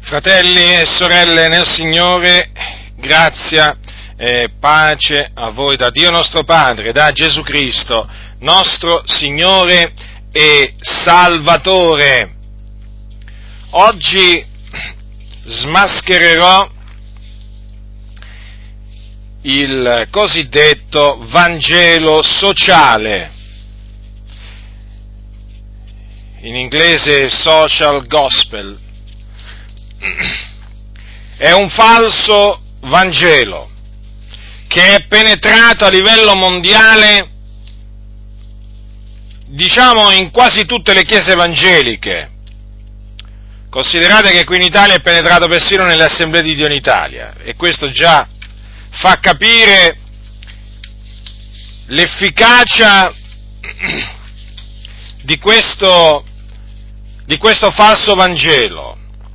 Fratelli e sorelle nel Signore, grazia e pace a voi da Dio nostro Padre, da Gesù Cristo, nostro Signore e Salvatore. Oggi smaschererò il cosiddetto Vangelo sociale, in inglese social gospel. È un falso Vangelo che è penetrato a livello mondiale, diciamo in quasi tutte le chiese evangeliche. Considerate che qui in Italia è penetrato persino nelle assemblee di Dio in Italia, e questo già fa capire l'efficacia di questo falso Vangelo.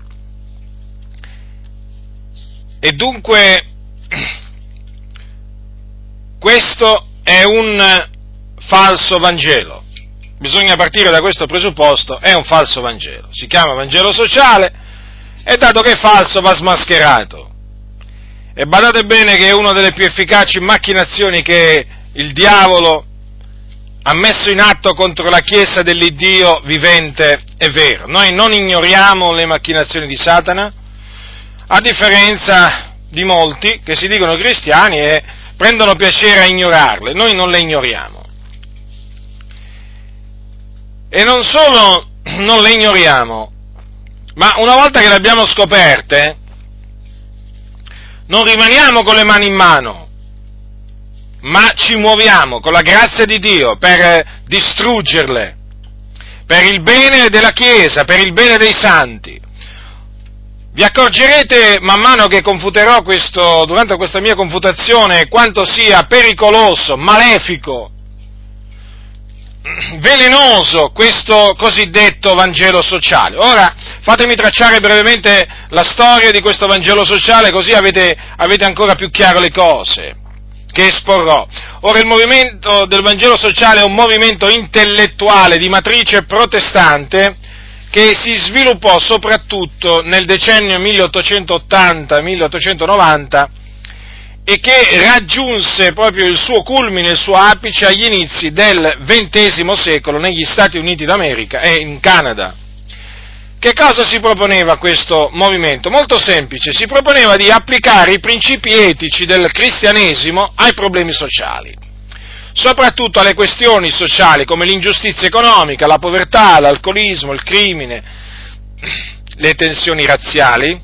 E dunque questo è un falso Vangelo. Bisogna partire da questo presupposto: è un falso Vangelo. Si chiama Vangelo sociale e dato che è falso va smascherato. E badate bene che è una delle più efficaci macchinazioni che il diavolo ha messo in atto contro la Chiesa dell'Iddio vivente e vero. Noi non ignoriamo le macchinazioni di Satana, a differenza di molti che si dicono cristiani e prendono piacere a ignorarle. Noi non le ignoriamo. E non solo non le ignoriamo, ma una volta che le abbiamo scoperte, non rimaniamo con le mani in mano, ma ci muoviamo con la grazia di Dio per distruggerle, per il bene della Chiesa, per il bene dei santi. Vi accorgerete man mano che confuterò durante questa mia confutazione quanto sia pericoloso, malefico, velenoso questo cosiddetto Vangelo sociale. Ora, fatemi tracciare brevemente la storia di questo Vangelo sociale, così avete ancora più chiaro le cose che esporrò. Ora, il movimento del Vangelo sociale è un movimento intellettuale di matrice protestante che si sviluppò soprattutto nel decennio 1880-1890 e che raggiunse proprio il suo culmine, il suo apice agli inizi del XX secolo negli Stati Uniti d'America e in Canada. Che cosa si proponeva questo movimento? Molto semplice: si proponeva di applicare i principi etici del cristianesimo ai problemi sociali, soprattutto alle questioni sociali come l'ingiustizia economica, la povertà, l'alcolismo, il crimine, le tensioni razziali,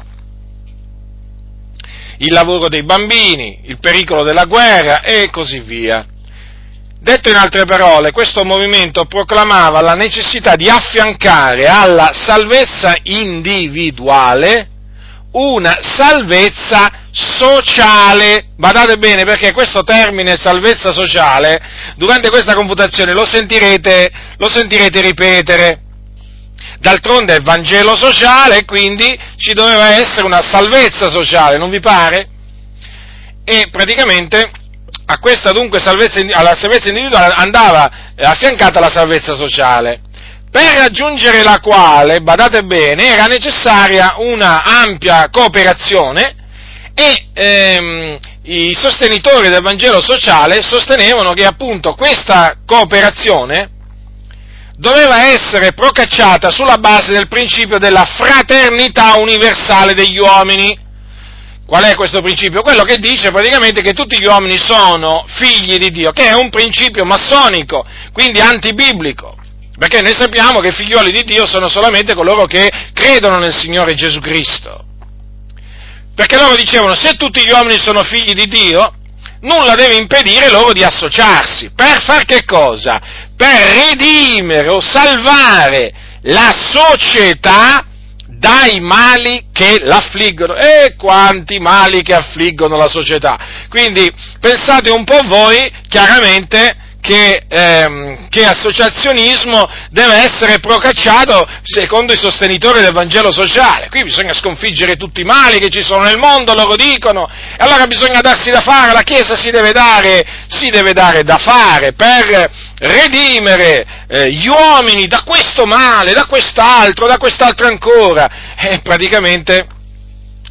il lavoro dei bambini, il pericolo della guerra e così via. Detto in altre parole, questo movimento proclamava la necessità di affiancare alla salvezza individuale una salvezza sociale. Badate bene, perché questo termine salvezza sociale durante questa confutazione lo sentirete ripetere. D'altronde è Vangelo sociale e quindi ci doveva essere una salvezza sociale, non vi pare? E praticamente a questa dunque alla salvezza individuale andava affiancata la salvezza sociale, per raggiungere la quale, badate bene, era necessaria una ampia cooperazione e i sostenitori del Vangelo sociale sostenevano che appunto questa cooperazione doveva essere procacciata sulla base del principio della fraternità universale degli uomini. Qual è questo principio? Quello che dice praticamente che tutti gli uomini sono figli di Dio, che è un principio massonico, quindi antibiblico, perché noi sappiamo che i figlioli di Dio sono solamente coloro che credono nel Signore Gesù Cristo. Perché loro dicevano: se tutti gli uomini sono figli di Dio, nulla deve impedire loro di associarsi. Per far che cosa? Per redimere o salvare la società dai mali che l'affliggono. E quanti mali che affliggono la società! Quindi pensate un po' voi, chiaramente, che associazionismo deve essere procacciato secondo i sostenitori del Vangelo sociale. Qui bisogna sconfiggere tutti i mali che ci sono nel mondo, loro dicono, e allora bisogna darsi da fare, la Chiesa si deve dare da fare per redimere gli uomini da questo male, da quest'altro ancora, e praticamente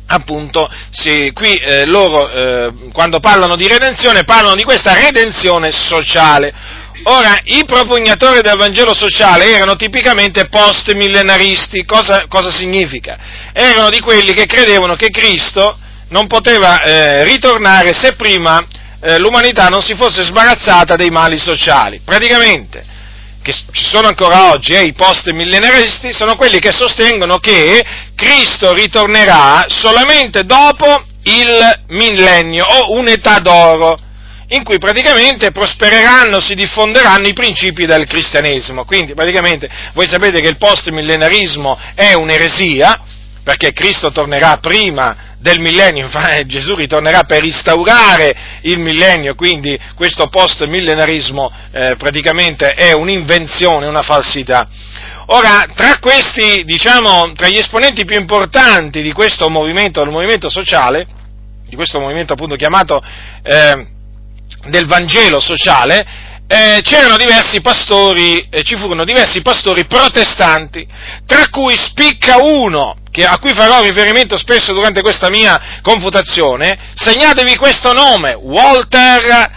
appunto, qui loro, quando parlano di redenzione, parlano di questa redenzione sociale. Ora, i propugnatori del Vangelo sociale erano tipicamente post-millenaristi. Cosa significa? Erano di quelli che credevano che Cristo non poteva ritornare se prima l'umanità non si fosse sbarazzata dei mali sociali. Praticamente, che ci sono ancora oggi, i post-millenaristi sono quelli che sostengono che Cristo ritornerà solamente dopo il millennio o un'età d'oro, in cui praticamente prospereranno, si diffonderanno i principi del cristianesimo. Quindi praticamente voi sapete che il post-millenarismo è un'eresia, perché Cristo tornerà prima del millennio, infatti Gesù ritornerà per instaurare il millennio, quindi questo post-millenarismo praticamente è un'invenzione, una falsità. Ora, tra questi, tra gli esponenti più importanti di questo movimento, del movimento sociale, di questo movimento appunto chiamato del Vangelo sociale, c'erano diversi pastori, ci furono diversi pastori protestanti, tra cui spicca uno, a cui farò riferimento spesso durante questa mia confutazione. Segnatevi questo nome: Walter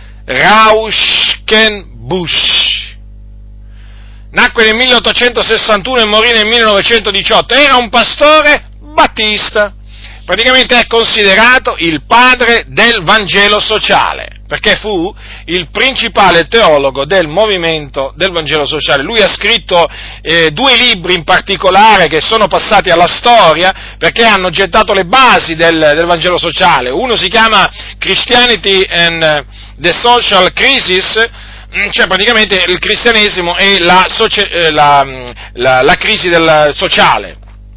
Rauschenbusch. Nacque nel 1861 e morì nel 1918, era un pastore battista, praticamente è considerato il padre del Vangelo sociale, perché fu il principale teologo del movimento del Vangelo sociale. Lui ha scritto 2 libri in particolare che sono passati alla storia perché hanno gettato le basi del Vangelo sociale. Uno si chiama Christianity and the Social Crisis, cioè praticamente il cristianesimo e la crisi del sociale.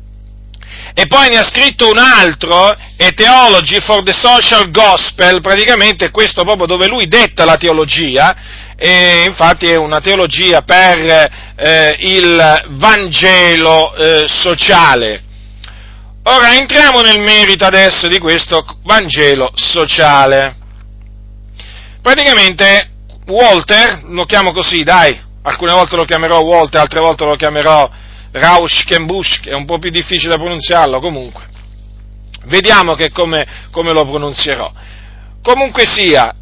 E poi ne ha scritto un altro, A Theology for the Social Gospel, praticamente questo proprio dove lui detta la teologia, e infatti è una teologia per il Vangelo sociale. Ora entriamo nel merito adesso di questo Vangelo sociale. Praticamente Walter, lo chiamo così, dai, alcune volte lo chiamerò Walter, altre volte lo chiamerò Rauschenbusch, che è un po' più difficile da pronunziarlo, comunque. Vediamo che come lo pronunzierò. Comunque sia,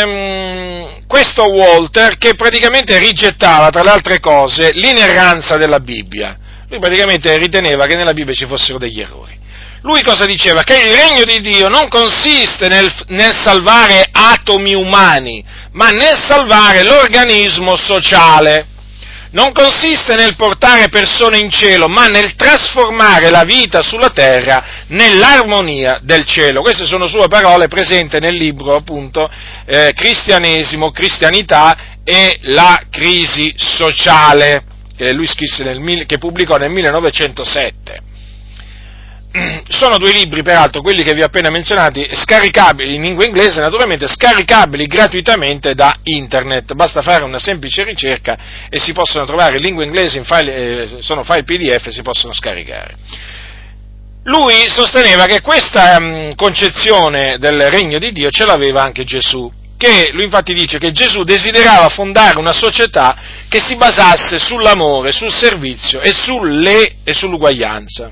questo Walter, che praticamente rigettava, tra le altre cose, l'inerranza della Bibbia. Lui praticamente riteneva che nella Bibbia ci fossero degli errori. Lui cosa diceva? Che il regno di Dio non consiste nel salvare atomi umani, ma nel salvare l'organismo sociale. Non consiste nel portare persone in cielo, ma nel trasformare la vita sulla terra nell'armonia del cielo. Queste sono sue parole presenti nel libro, appunto, Cristianesimo, Cristianità e la crisi sociale, che lui scrisse che pubblicò nel 1907. Sono 2 libri, peraltro, quelli che vi ho appena menzionati, scaricabili in lingua inglese, naturalmente, scaricabili gratuitamente da internet. Basta fare una semplice ricerca e si possono trovare in lingua inglese, sono file PDF e si possono scaricare. Lui sosteneva che questa concezione del regno di Dio ce l'aveva anche Gesù, che lui infatti dice che Gesù desiderava fondare una società che si basasse sull'amore, sul servizio e sull'uguaglianza.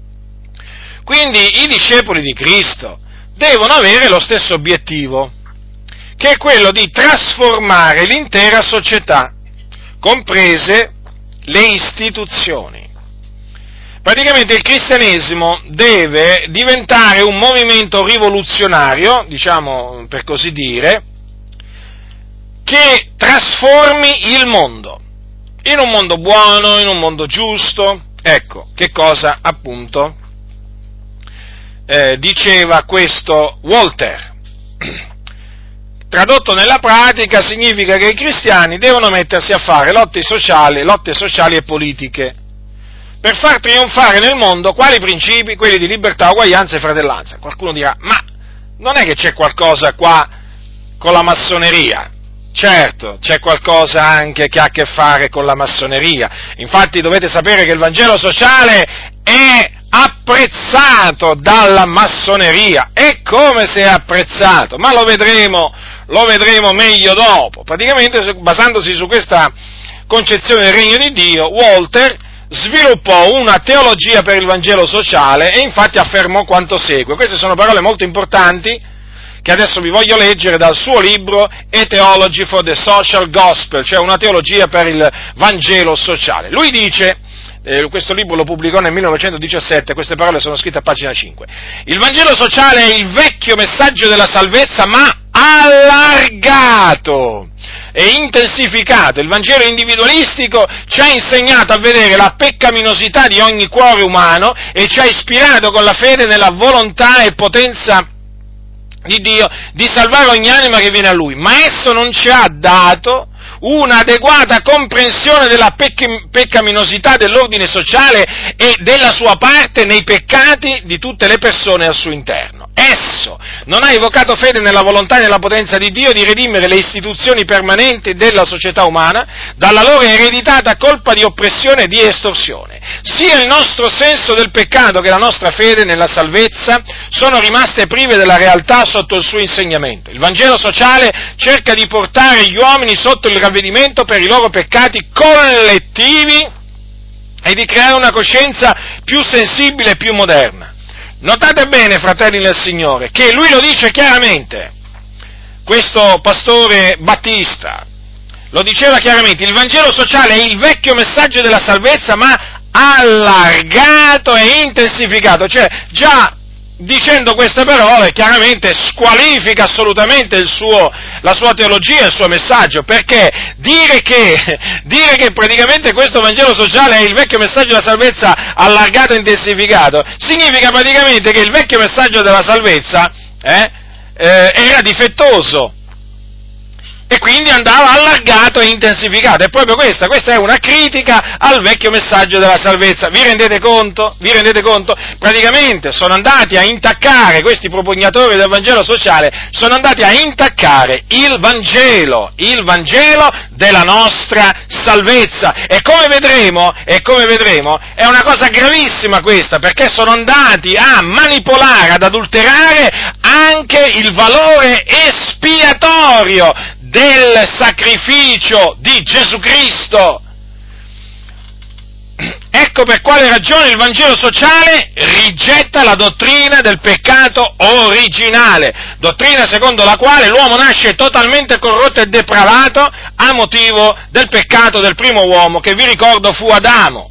Quindi i discepoli di Cristo devono avere lo stesso obiettivo, che è quello di trasformare l'intera società, comprese le istituzioni. Praticamente il cristianesimo deve diventare un movimento rivoluzionario, diciamo per così dire, che trasformi il mondo, in un mondo buono, in un mondo giusto. Ecco, che cosa appunto diceva questo Walter. Tradotto nella pratica significa che i cristiani devono mettersi a fare lotte sociali e politiche, per far trionfare nel mondo quali principi? Quelli di libertà, uguaglianza e fratellanza. Qualcuno dirà, ma non è che c'è qualcosa qua con la massoneria? Certo, c'è qualcosa anche che ha a che fare con la massoneria. Infatti dovete sapere che il Vangelo sociale è apprezzato dalla massoneria. E come se è apprezzato? Ma lo vedremo meglio dopo. Praticamente, basandosi su questa concezione del regno di Dio, Walter sviluppò una teologia per il Vangelo sociale e infatti affermò quanto segue. Queste sono parole molto importanti che adesso vi voglio leggere dal suo libro A Theology for the Social Gospel, cioè una teologia per il Vangelo sociale. Lui dice, questo libro lo pubblicò nel 1917, queste parole sono scritte a pagina 5, il Vangelo sociale è il vecchio messaggio della salvezza ma allargato e intensificato. Il Vangelo individualistico ci ha insegnato a vedere la peccaminosità di ogni cuore umano e ci ha ispirato con la fede nella volontà e potenza di Dio di salvare ogni anima che viene a Lui, ma esso non ci ha dato un'adeguata comprensione della peccaminosità dell'ordine sociale e della sua parte nei peccati di tutte le persone al suo interno. Esso non ha evocato fede nella volontà e nella potenza di Dio di redimere le istituzioni permanenti della società umana dalla loro ereditata colpa di oppressione e di estorsione. Sia il nostro senso del peccato che la nostra fede nella salvezza sono rimaste prive della realtà sotto il suo insegnamento. Il Vangelo sociale cerca di portare gli uomini sotto il ravvedimento per i loro peccati collettivi e di creare una coscienza più sensibile e più moderna. Notate bene, fratelli nel Signore, che lui lo dice chiaramente, questo pastore Battista lo diceva chiaramente, il Vangelo sociale è il vecchio messaggio della salvezza ma allargato e intensificato, cioè già dicendo queste parole chiaramente squalifica assolutamente la sua teologia, il suo messaggio, perché dire che praticamente questo Vangelo sociale è il vecchio messaggio della salvezza allargato e intensificato, significa praticamente che il vecchio messaggio della salvezza era difettoso e quindi andava allargato e intensificato. È proprio questa è una critica al vecchio messaggio della salvezza. Vi rendete conto? Praticamente sono andati a intaccare, questi propugnatori del Vangelo sociale, sono andati a intaccare il Vangelo della nostra salvezza. E come vedremo, è una cosa gravissima questa, perché sono andati a manipolare, ad adulterare anche il valore espiatorio del sacrificio di Gesù Cristo. Ecco per quale ragione il Vangelo sociale rigetta la dottrina del peccato originale, dottrina secondo la quale l'uomo nasce totalmente corrotto e depravato a motivo del peccato del primo uomo, che vi ricordo fu Adamo.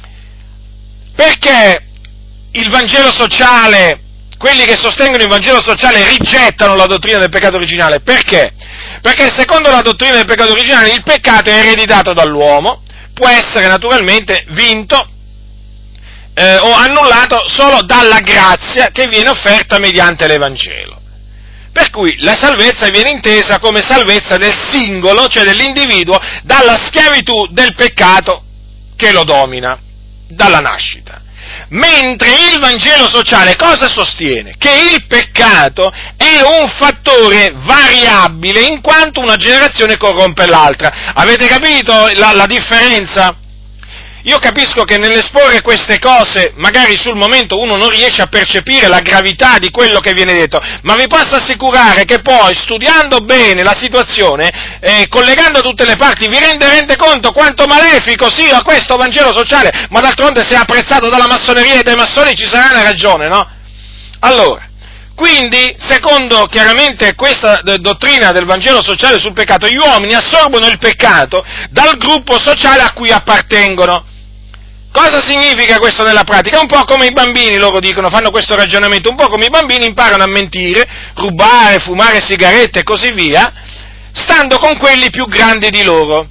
Perché il Vangelo sociale, quelli che sostengono il Vangelo sociale rigettano la dottrina del peccato originale? Perché? Perché secondo la dottrina del peccato originale il peccato è ereditato dall'uomo, può essere naturalmente vinto o annullato solo dalla grazia che viene offerta mediante l'Evangelo. Per cui la salvezza viene intesa come salvezza del singolo, cioè dell'individuo, dalla schiavitù del peccato che lo domina, dalla nascita. Mentre il Vangelo sociale cosa sostiene? Che il peccato è un fattore variabile in quanto una generazione corrompe l'altra. Avete capito la differenza? Io capisco che nell'esporre queste cose, magari sul momento uno non riesce a percepire la gravità di quello che viene detto, ma vi posso assicurare che poi, studiando bene la situazione, collegando tutte le parti, vi renderete conto quanto malefico sia questo Vangelo sociale, ma d'altronde se è apprezzato dalla massoneria e dai massoni ci sarà una ragione, no? Allora, quindi, secondo chiaramente questa dottrina del Vangelo sociale sul peccato, gli uomini assorbono il peccato dal gruppo sociale a cui appartengono. Cosa significa questo nella pratica? Un po' come i bambini, loro dicono, fanno questo ragionamento, un po' come i bambini imparano a mentire, rubare, fumare sigarette e così via, stando con quelli più grandi di loro.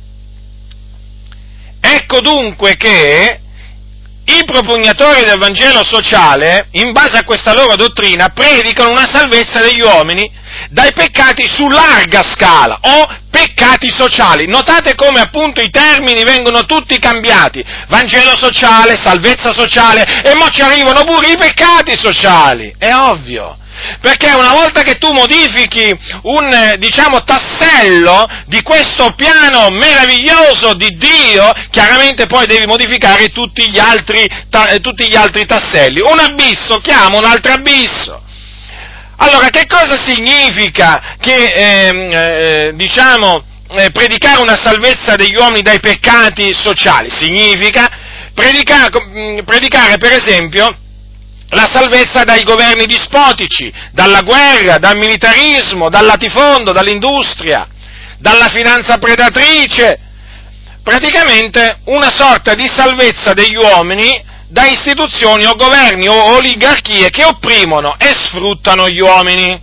Ecco dunque che i propugnatori del Vangelo sociale, in base a questa loro dottrina, predicano una salvezza degli uomini dai peccati su larga scala, o peccati sociali. Notate come appunto i termini vengono tutti cambiati, Vangelo sociale, salvezza sociale, e mo ci arrivano pure i peccati sociali, è ovvio. Perché una volta che tu modifichi un, tassello di questo piano meraviglioso di Dio, chiaramente poi devi modificare tutti gli altri tasselli. Un abisso chiama un altro abisso. Allora, che cosa significa che, predicare una salvezza degli uomini dai peccati sociali? Significa predicare per esempio la salvezza dai governi dispotici, dalla guerra, dal militarismo, dal latifondo, dall'industria, dalla finanza predatrice, praticamente una sorta di salvezza degli uomini da istituzioni o governi o oligarchie che opprimono e sfruttano gli uomini.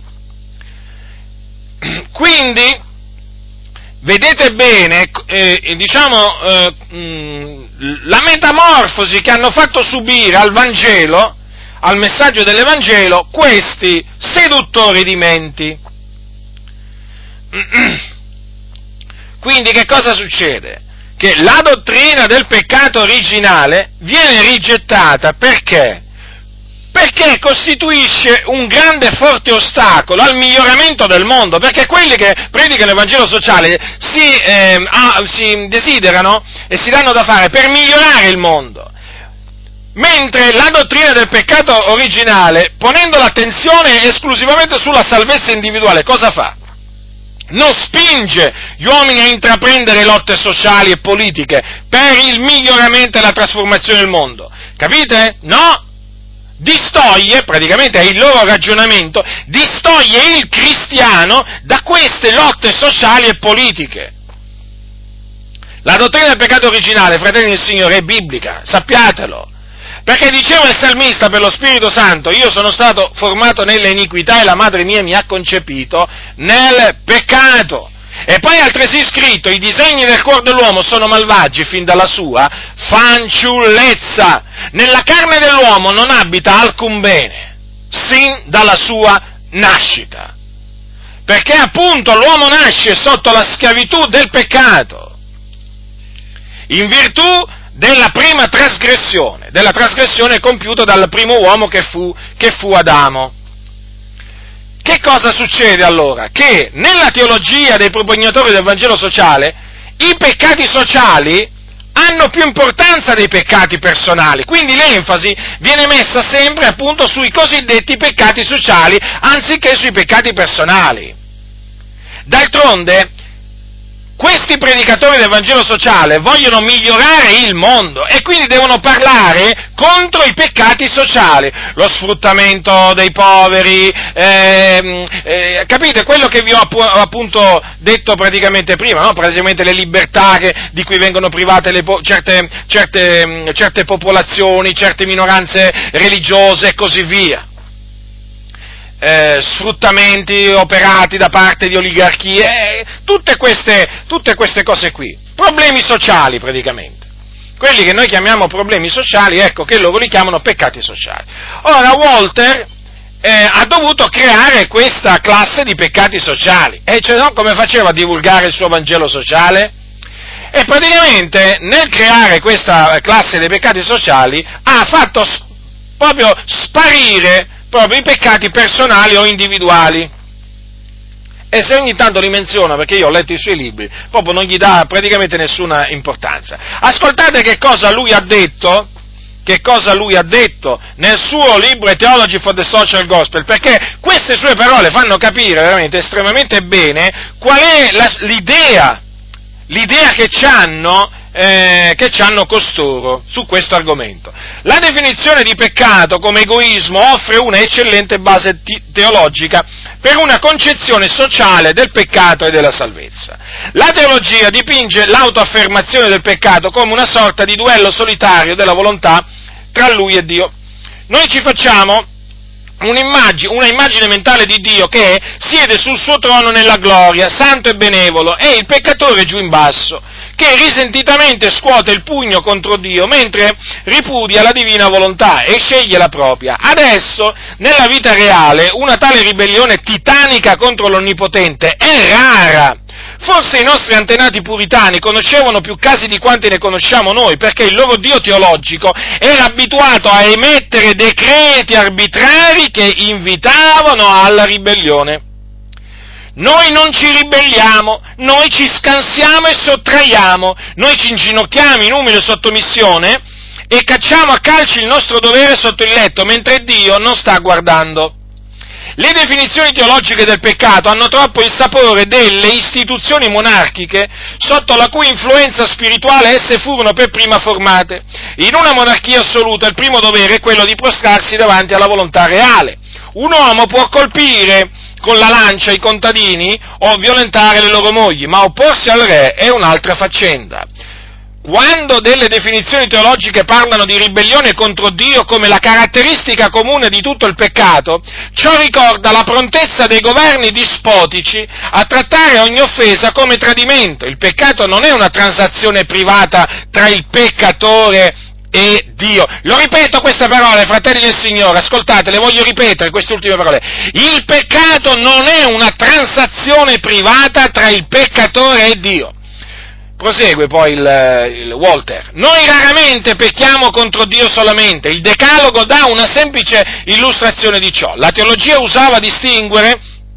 Quindi, vedete bene, la metamorfosi che hanno fatto subire al Vangelo, al messaggio dell'Evangelo, questi seduttori di menti. Quindi che cosa succede? Che la dottrina del peccato originale viene rigettata perché? Perché costituisce un grande e forte ostacolo al miglioramento del mondo, perché quelli che predicano il Vangelo sociale si desiderano e si danno da fare per migliorare il mondo. Mentre la dottrina del peccato originale, ponendo l'attenzione esclusivamente sulla salvezza individuale, cosa fa? Non spinge gli uomini a intraprendere lotte sociali e politiche per il miglioramento e la trasformazione del mondo. Capite? No! Distoglie, praticamente è il loro ragionamento, distoglie il cristiano da queste lotte sociali e politiche. La dottrina del peccato originale, fratelli del Signore, è biblica, sappiatelo. Perché diceva il salmista per lo Spirito Santo: io sono stato formato nelle iniquità e la madre mia mi ha concepito nel peccato. E poi altresì scritto: i disegni del cuore dell'uomo sono malvagi fin dalla sua fanciullezza. Nella carne dell'uomo non abita alcun bene, sin dalla sua nascita. Perché appunto l'uomo nasce sotto la schiavitù del peccato, in virtù della prima trasgressione, della trasgressione compiuta dal primo uomo che fu Adamo. Che cosa succede allora? Che nella teologia dei propugnatori del Vangelo sociale i peccati sociali hanno più importanza dei peccati personali, quindi l'enfasi viene messa sempre appunto sui cosiddetti peccati sociali anziché sui peccati personali. D'altronde, questi predicatori del Vangelo sociale vogliono migliorare il mondo e quindi devono parlare contro i peccati sociali, lo sfruttamento dei poveri, capite? Quello che vi ho appunto detto praticamente prima, no? Praticamente le libertà di cui vengono private certe popolazioni, certe minoranze religiose e così via. Sfruttamenti operati da parte di oligarchie, tutte queste cose qui, problemi sociali praticamente, quelli che noi chiamiamo problemi sociali, ecco che loro li chiamano peccati sociali. Ora Walter ha dovuto creare questa classe di peccati sociali, e cioè, no, come faceva a divulgare il suo Vangelo sociale? E praticamente nel creare questa classe dei peccati sociali ha fatto proprio sparire proprio i peccati personali o individuali. E se ogni tanto li menziona, perché io ho letto i suoi libri, proprio non gli dà praticamente nessuna importanza. Ascoltate che cosa lui ha detto nel suo libro A Theology for the Social Gospel, perché queste sue parole fanno capire veramente estremamente bene qual è l'idea che c'hanno costoro su questo argomento. La definizione di peccato come egoismo offre una eccellente base teologica per una concezione sociale del peccato e della salvezza. La teologia dipinge l'autoaffermazione del peccato come una sorta di duello solitario della volontà tra lui e Dio. Noi ci facciamo una immagine mentale di Dio che siede sul suo trono nella gloria, santo e benevolo, e il peccatore giù in basso, che risentitamente scuote il pugno contro Dio, mentre ripudia la divina volontà e sceglie la propria. Adesso, nella vita reale, una tale ribellione titanica contro l'Onnipotente è rara. Forse i nostri antenati puritani conoscevano più casi di quanti ne conosciamo noi, perché il loro Dio teologico era abituato a emettere decreti arbitrari che invitavano alla ribellione. Noi non ci ribelliamo, noi ci scansiamo e sottraiamo, noi ci inginocchiamo in umile sottomissione e cacciamo a calci il nostro dovere sotto il letto, mentre Dio non sta guardando. Le definizioni teologiche del peccato hanno troppo il sapore delle istituzioni monarchiche sotto la cui influenza spirituale esse furono per prima formate. In una monarchia assoluta il primo dovere è quello di prostrarsi davanti alla volontà reale. Un uomo può colpire con la lancia i contadini o violentare le loro mogli, ma opporsi al re è un'altra faccenda. Quando delle definizioni teologiche parlano di ribellione contro Dio come la caratteristica comune di tutto il peccato, ciò ricorda la prontezza dei governi dispotici a trattare ogni offesa come tradimento. Il peccato non è una transazione privata tra il peccatore e Dio. Lo ripeto queste parole, fratelli del Signore, ascoltate, le voglio ripetere queste ultime parole. Il peccato non è una transazione privata tra il peccatore e Dio. Prosegue poi il Walter. Noi raramente pecchiamo contro Dio solamente. Il Decalogo dà una semplice illustrazione di ciò. La teologia usava distinguere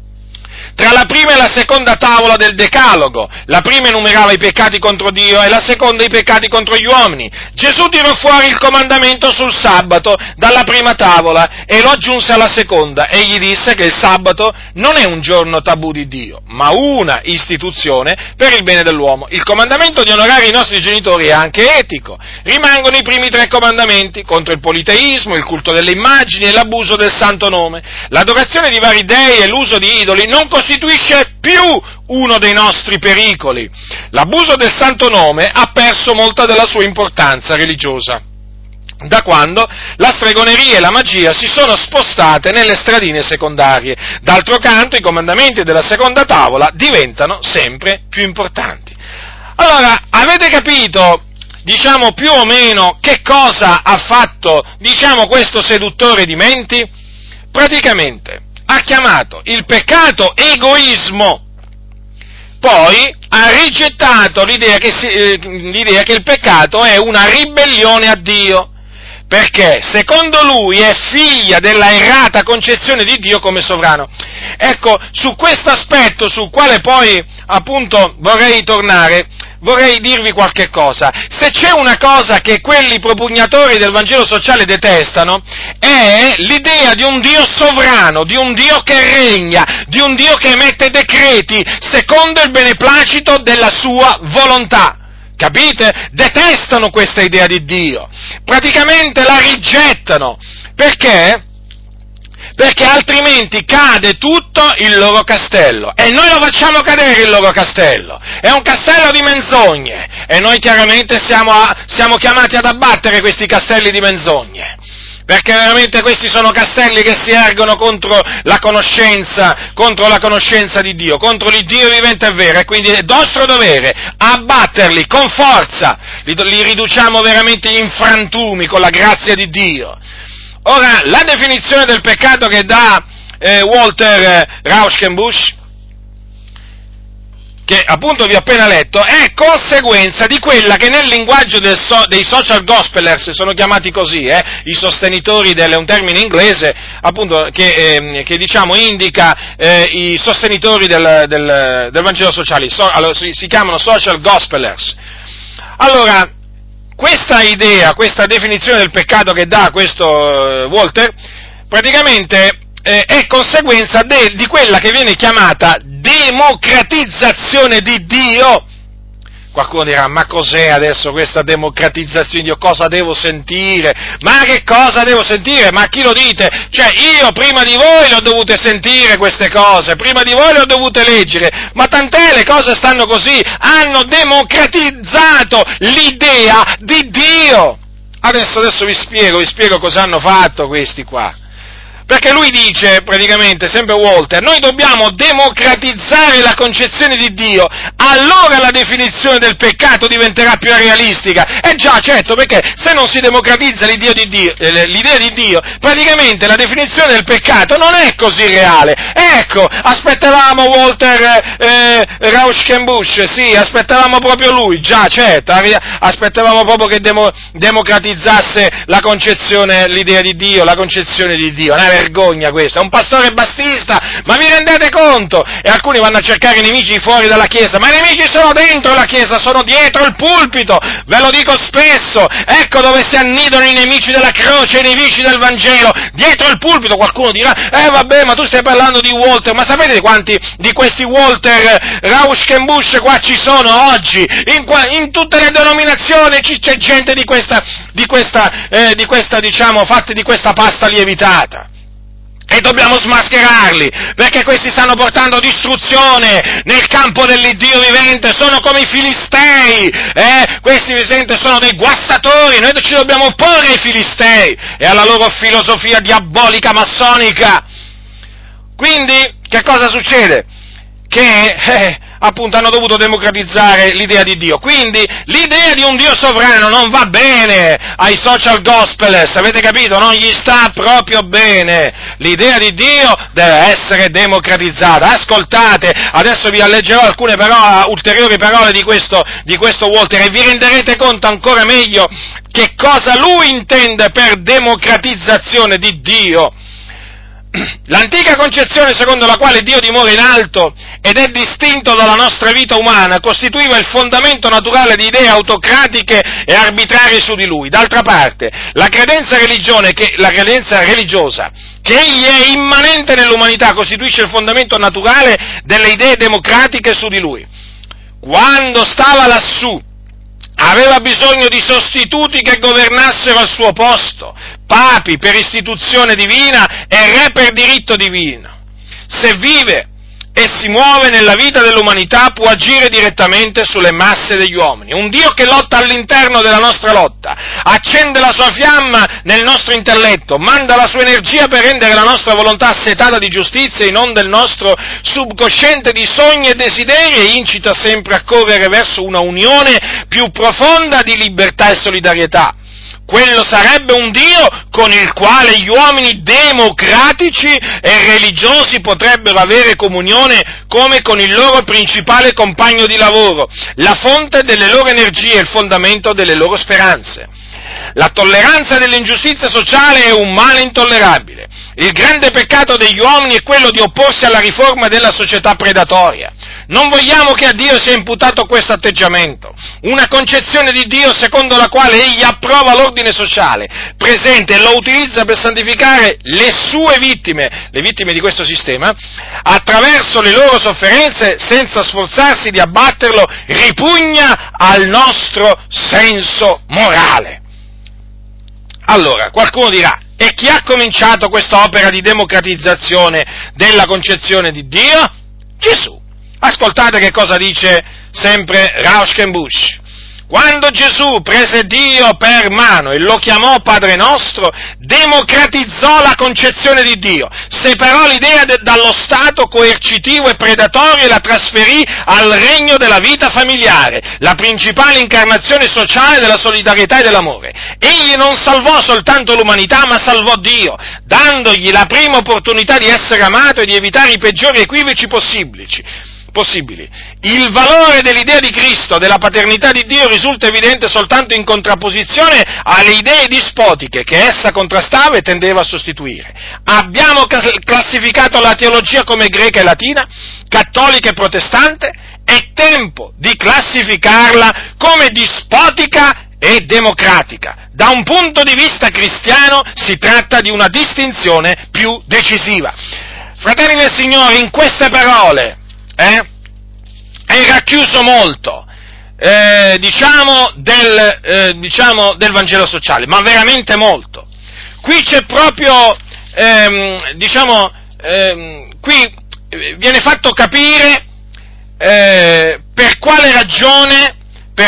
tra la prima e la seconda tavola del Decalogo. La prima enumerava i peccati contro Dio e la seconda i peccati contro gli uomini. Gesù tirò fuori il comandamento sul sabato dalla prima tavola e lo aggiunse alla seconda. Egli disse che il sabato non è un giorno tabù di Dio, ma una istituzione per il bene dell'uomo. Il comandamento di onorare i nostri genitori è anche etico. Rimangono i primi 3 comandamenti contro il politeismo, il culto delle immagini e l'abuso del santo nome. L'adorazione di vari dei e l'uso di idoli non costituisce più uno dei nostri pericoli. L'abuso del santo nome ha perso molta della sua importanza religiosa, da quando la stregoneria e la magia si sono spostate nelle stradine secondarie. D'altro canto, i comandamenti della seconda tavola diventano sempre più importanti. Allora, avete capito, più o meno, che cosa ha fatto, questo seduttore di menti? Praticamente ha chiamato il peccato egoismo, poi ha rigettato l'idea che il peccato è una ribellione a Dio, perché secondo lui è figlia della errata concezione di Dio come sovrano. Ecco, su questo aspetto, sul quale poi appunto vorrei tornare, vorrei dirvi qualche cosa. Se c'è una cosa che quelli propugnatori del Vangelo sociale detestano, è l'idea di un Dio sovrano, di un Dio che regna, di un Dio che emette decreti secondo il beneplacito della sua volontà. Capite? Detestano questa idea di Dio, praticamente la rigettano, perché altrimenti cade tutto il loro castello, e noi lo facciamo cadere il loro castello, è un castello di menzogne, e noi chiaramente siamo chiamati ad abbattere questi castelli di menzogne, perché veramente questi sono castelli che si ergono contro la conoscenza di Dio, contro l'Iddio vivente e vero, e quindi è nostro dovere abbatterli con forza, li riduciamo veramente in frantumi con la grazia di Dio. Ora, la definizione del peccato che dà Walter Rauschenbusch, che appunto vi ho appena letto, è conseguenza di quella che nel linguaggio dei social gospelers, sono chiamati così, i sostenitori è un termine inglese, appunto, che indica i sostenitori del Vangelo sociale, si chiamano social gospelers. Allora, questa idea, questa definizione del peccato che dà questo Walter, praticamente è conseguenza di quella che viene chiamata democratizzazione di Dio. Qualcuno dirà, ma cos'è adesso questa democratizzazione di Dio? Cosa devo sentire? Ma che cosa devo sentire? Ma a chi lo dite? Cioè, io prima di voi le ho dovute sentire queste cose, prima di voi le ho dovute leggere, ma tant'è, le cose stanno così, hanno democratizzato l'idea di Dio. Adesso vi spiego cosa hanno fatto questi qua. Perché lui dice, praticamente, sempre Walter, noi dobbiamo democratizzare la concezione di Dio, allora la definizione del peccato diventerà più realistica. Già, certo, perché se non si democratizza l'idea di Dio, praticamente la definizione del peccato non è così reale. Ecco, aspettavamo Walter Rauschenbusch, sì, aspettavamo proprio lui, già, certo, aspettavamo proprio che democratizzasse l'idea di Dio, la concezione di Dio. vergogna questa, è un pastore battista, ma vi rendete conto? E alcuni vanno a cercare i nemici fuori dalla Chiesa, ma i nemici sono dentro la Chiesa, sono dietro il pulpito, ve lo dico spesso, ecco dove si annidano i nemici della croce, i nemici del Vangelo, dietro il pulpito. Qualcuno dirà, vabbè, ma tu stai parlando di Walter, ma sapete quanti di questi Walter Rauschenbusch qua ci sono oggi? In tutte le denominazioni c'è gente di questa diciamo, fatte di questa pasta lievitata. E dobbiamo smascherarli, perché questi stanno portando distruzione nel campo dell'Iddio vivente, sono come i Filistei, questi sono dei guastatori, noi ci dobbiamo opporre ai Filistei e alla loro filosofia diabolica massonica. Quindi, che cosa succede? Che, appunto, hanno dovuto democratizzare l'idea di Dio. Quindi, l'idea di un Dio sovrano non va bene ai social gospelers, avete capito? Non gli sta proprio bene. L'idea di Dio deve essere democratizzata. Ascoltate, adesso vi alleggerò alcune ulteriori parole di questo Walter e vi renderete conto ancora meglio che cosa lui intende per democratizzazione di Dio. L'antica concezione secondo la quale Dio dimora in alto ed è distinto dalla nostra vita umana costituiva il fondamento naturale di idee autocratiche e arbitrarie su di Lui. D'altra parte, la credenza religiosa che egli è immanente nell'umanità costituisce il fondamento naturale delle idee democratiche su di Lui. Quando stava lassù, aveva bisogno di sostituti che governassero al suo posto, papi per istituzione divina e re per diritto divino. Se vive e si muove nella vita dell'umanità può agire direttamente sulle masse degli uomini. Un Dio che lotta all'interno della nostra lotta, accende la sua fiamma nel nostro intelletto, manda la sua energia per rendere la nostra volontà assetata di giustizia in onde il nostro subconsciente di sogni e desideri e incita sempre a correre verso una unione più profonda di libertà e solidarietà. Quello sarebbe un Dio con il quale gli uomini democratici e religiosi potrebbero avere comunione come con il loro principale compagno di lavoro, la fonte delle loro energie e il fondamento delle loro speranze. La tolleranza dell'ingiustizia sociale è un male intollerabile. Il grande peccato degli uomini è quello di opporsi alla riforma della società predatoria. Non vogliamo che a Dio sia imputato questo atteggiamento, una concezione di Dio secondo la quale Egli approva l'ordine sociale presente e lo utilizza per santificare le sue vittime, le vittime di questo sistema, attraverso le loro sofferenze senza sforzarsi di abbatterlo, ripugna al nostro senso morale. Allora, qualcuno dirà, e chi ha cominciato questa opera di democratizzazione della concezione di Dio? Gesù. Ascoltate che cosa dice sempre Rauschenbusch. Quando Gesù prese Dio per mano e lo chiamò Padre nostro, democratizzò la concezione di Dio, separò l'idea dallo stato coercitivo e predatorio e la trasferì al regno della vita familiare, la principale incarnazione sociale della solidarietà e dell'amore. Egli non salvò soltanto l'umanità, ma salvò Dio, dandogli la prima opportunità di essere amato e di evitare i peggiori equivoci possibili. Il valore dell'idea di Cristo, della paternità di Dio, risulta evidente soltanto in contrapposizione alle idee dispotiche che essa contrastava e tendeva a sostituire. Abbiamo classificato la teologia come greca e latina, cattolica e protestante, è tempo di classificarla come dispotica e democratica. Da un punto di vista cristiano si tratta di una distinzione più decisiva. Fratelli del Signore, in queste parole è racchiuso molto, del Vangelo sociale, ma veramente molto. Qui c'è proprio, qui viene fatto capire per quale ragione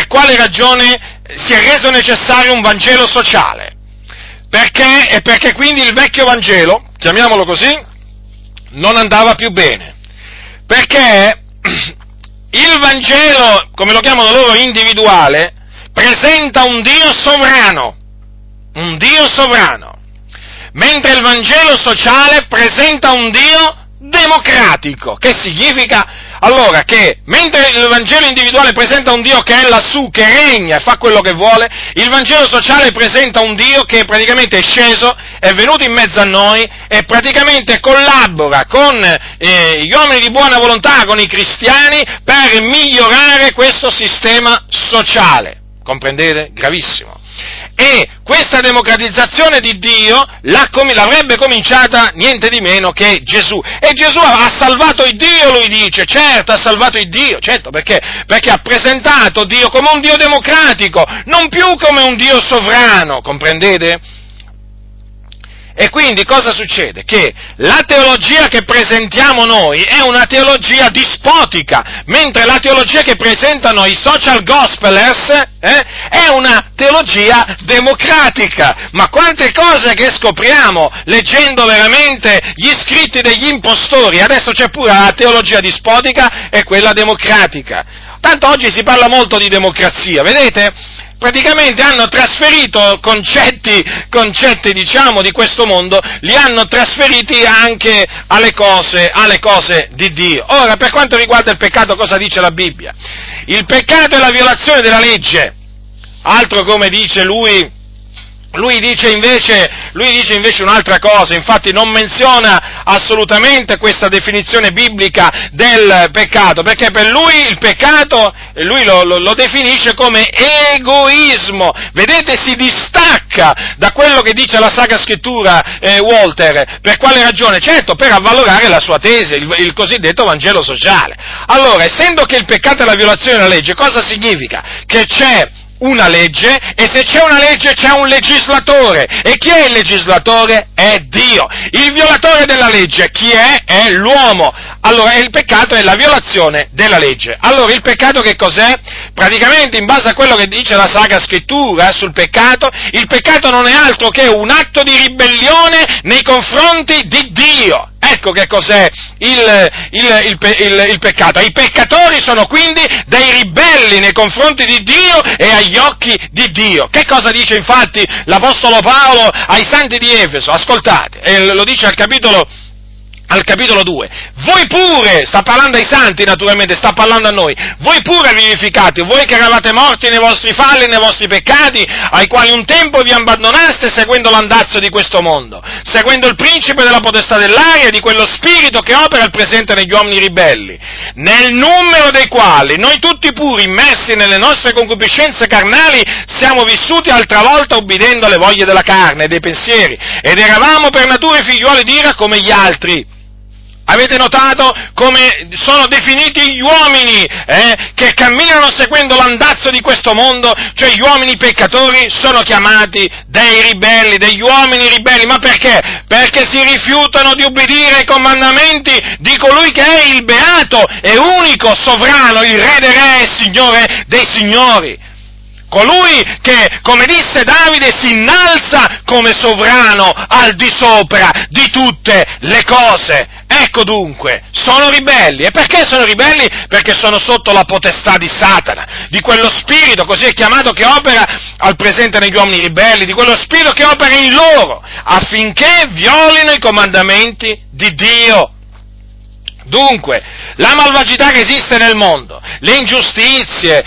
si è reso necessario un Vangelo sociale. Perché quindi il vecchio Vangelo, chiamiamolo così, non andava più bene. Perché il Vangelo, come lo chiamano loro, individuale, presenta un Dio sovrano, mentre il Vangelo sociale presenta un Dio democratico, che significa Allora, che mentre il Vangelo individuale presenta un Dio che è lassù, che regna e fa quello che vuole, il Vangelo sociale presenta un Dio che praticamente è sceso, è venuto in mezzo a noi e praticamente collabora con gli uomini di buona volontà, con i cristiani, per migliorare questo sistema sociale. Comprendete? Gravissimo. E questa democratizzazione di Dio l'avrebbe cominciata niente di meno che Gesù. E Gesù ha salvato il Dio, lui dice, certo, ha salvato il Dio, certo, perché ha presentato Dio come un Dio democratico, non più come un Dio sovrano, comprendete? E quindi cosa succede? Che la teologia che presentiamo noi è una teologia dispotica, mentre la teologia che presentano i social gospelers è una teologia democratica. Ma quante cose che scopriamo leggendo veramente gli scritti degli impostori! Adesso c'è pure la teologia dispotica e quella democratica. Tanto oggi si parla molto di democrazia, vedete? Praticamente hanno trasferito concetti, diciamo, di questo mondo, li hanno trasferiti anche alle cose di Dio. Ora, per quanto riguarda il peccato, cosa dice la Bibbia? Il peccato è la violazione della legge, altro come dice lui dice invece un'altra cosa, infatti non menziona assolutamente questa definizione biblica del peccato, perché per lui il peccato, lui lo definisce come egoismo, vedete, si distacca da quello che dice la Sacra Scrittura, Walter, per quale ragione? Certo, per avvalorare la sua tesi, il cosiddetto Vangelo sociale. Allora, essendo che il peccato è la violazione della legge, cosa significa? Che c'è una legge, e se c'è una legge c'è un legislatore, e chi è il legislatore? È Dio. Il violatore della legge chi è? È l'uomo. Allora il peccato è la violazione della legge. Allora il peccato che cos'è? Praticamente, in base a quello che dice la Sacra Scrittura sul peccato, il peccato non è altro che un atto di ribellione nei confronti di Dio. Ecco che cos'è il peccato. I peccatori sono quindi dei ribelli nei confronti di Dio e agli occhi di Dio. Che cosa dice infatti l'Apostolo Paolo ai santi di Efeso? Ascoltate, lo dice al capitolo 2, voi pure, sta parlando ai santi naturalmente, sta parlando a noi, voi pure vivificate, voi che eravate morti nei vostri falli e nei vostri peccati, ai quali un tempo vi abbandonaste seguendo l'andazzo di questo mondo, seguendo il principe della potestà dell'aria, di quello spirito che opera al presente negli uomini ribelli, nel numero dei quali noi tutti pure, immersi nelle nostre concupiscenze carnali, siamo vissuti altra volta ubbidendo alle voglie della carne e dei pensieri, ed eravamo per natura figliuoli d'ira come gli altri. Avete notato come sono definiti gli uomini che camminano seguendo l'andazzo di questo mondo? Cioè gli uomini peccatori sono chiamati dei ribelli, degli uomini ribelli. Ma perché? Perché si rifiutano di ubbidire ai comandamenti di colui che è il beato e unico sovrano, il Re dei Re e Signore dei Signori. Colui che, come disse Davide, si innalza come sovrano al di sopra di tutte le cose. Ecco dunque, sono ribelli. E perché sono ribelli? Perché sono sotto la potestà di Satana, di quello spirito, così è chiamato, che opera al presente negli uomini ribelli, di quello spirito che opera in loro, affinché violino i comandamenti di Dio. Dunque, la malvagità che esiste nel mondo, le ingiustizie,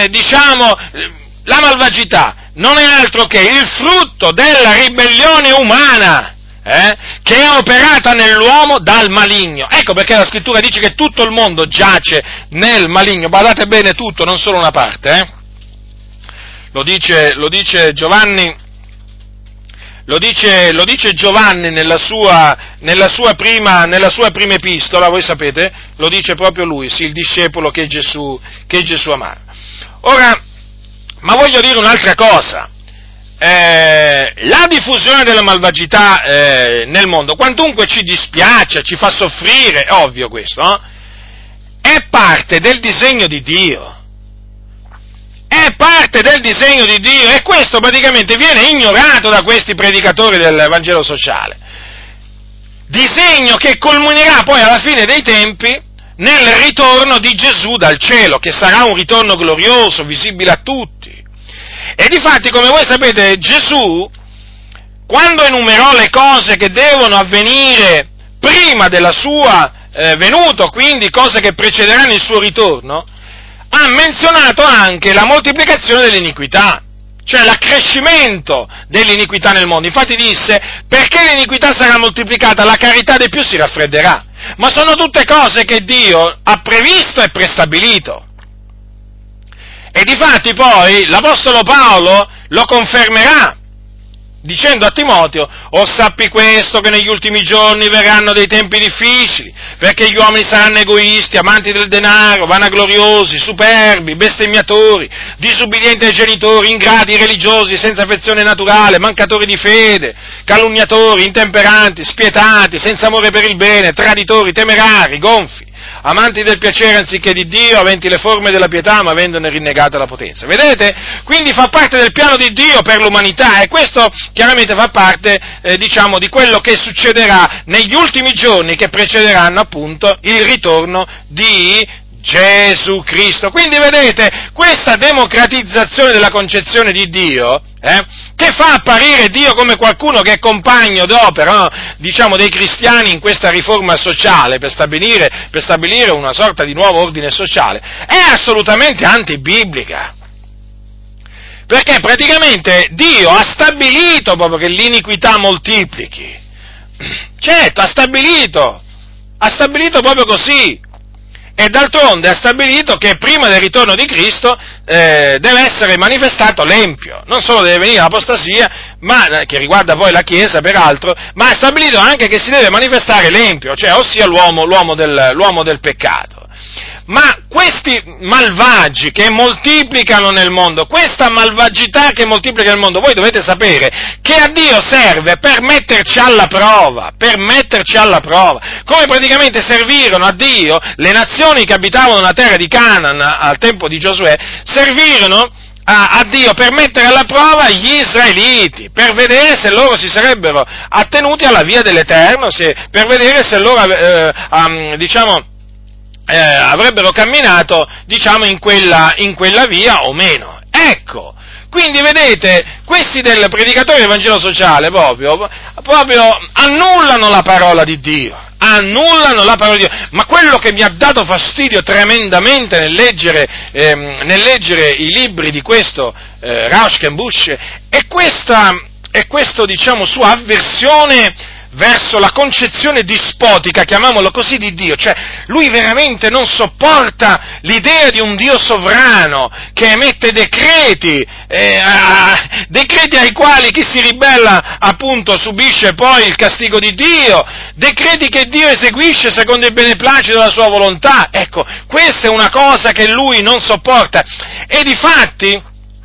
la malvagità non è altro che il frutto della ribellione umana, che è operata nell'uomo dal maligno. Ecco perché la Scrittura dice che tutto il mondo giace nel maligno, badate bene, tutto, non solo una parte, Lo dice Giovanni nella sua prima epistola, voi sapete, lo dice proprio lui, sì, il discepolo che Gesù amava. Ora, ma voglio dire un'altra cosa, la diffusione della malvagità nel mondo, quantunque ci dispiace, ci fa soffrire, è ovvio questo, no? È parte del disegno di Dio. È parte del disegno di Dio e questo praticamente viene ignorato da questi predicatori del Vangelo sociale. Disegno che culminerà poi alla fine dei tempi nel ritorno di Gesù dal cielo, che sarà un ritorno glorioso, visibile a tutti. E difatti, come voi sapete, Gesù, quando enumerò le cose che devono avvenire prima della sua venuto, quindi cose che precederanno il suo ritorno, ha menzionato anche la moltiplicazione dell'iniquità, cioè l'accrescimento dell'iniquità nel mondo. Infatti disse: perché l'iniquità sarà moltiplicata, la carità dei più si raffredderà. Ma sono tutte cose che Dio ha previsto e prestabilito. E difatti poi l'Apostolo Paolo lo confermerà, dicendo a Timoteo: o sappi questo, che negli ultimi giorni verranno dei tempi difficili, perché gli uomini saranno egoisti, amanti del denaro, vanagloriosi, superbi, bestemmiatori, disubbidienti ai genitori, ingrati, religiosi, senza affezione naturale, mancatori di fede, calunniatori, intemperanti, spietati, senza amore per il bene, traditori, temerari, gonfi, amanti del piacere anziché di Dio, aventi le forme della pietà, ma avendone rinnegata la potenza. Vedete? Quindi fa parte del piano di Dio per l'umanità, e questo chiaramente fa parte, di quello che succederà negli ultimi giorni che precederanno appunto il ritorno di Gesù Cristo. Quindi vedete, questa democratizzazione della concezione di Dio, che fa apparire Dio come qualcuno che è compagno d'opera, no? Dei cristiani in questa riforma sociale per stabilire una sorta di nuovo ordine sociale, è assolutamente antibiblica. Perché praticamente Dio ha stabilito proprio che l'iniquità moltiplichi. Certo, ha stabilito proprio così. E d'altronde ha stabilito che prima del ritorno di Cristo deve essere manifestato l'empio. Non solo deve venire l'apostasia, ma che riguarda poi la Chiesa peraltro, ma ha stabilito anche che si deve manifestare l'empio, cioè ossia l'uomo del peccato. Ma questi malvagi che moltiplicano nel mondo, questa malvagità che moltiplica nel mondo, voi dovete sapere che a Dio serve per metterci alla prova, come praticamente servirono a Dio le nazioni che abitavano nella terra di Canaan al tempo di Giosuè, servirono a Dio per mettere alla prova gli israeliti, per vedere se loro si sarebbero attenuti alla via dell'Eterno, per vedere se loro, avrebbero camminato, in quella via o meno. Ecco, quindi vedete, questi del predicatore del Vangelo sociale proprio annullano la parola di Dio, ma quello che mi ha dato fastidio tremendamente nel leggere i libri di questo Rauschenbusch è questo sua avversione verso la concezione dispotica, chiamiamolo così, di Dio. Cioè, lui veramente non sopporta l'idea di un Dio sovrano che emette decreti ai quali chi si ribella appunto subisce poi il castigo di Dio, decreti che Dio eseguisce secondo il beneplacito della sua volontà. Ecco, questa è una cosa che lui non sopporta, e difatti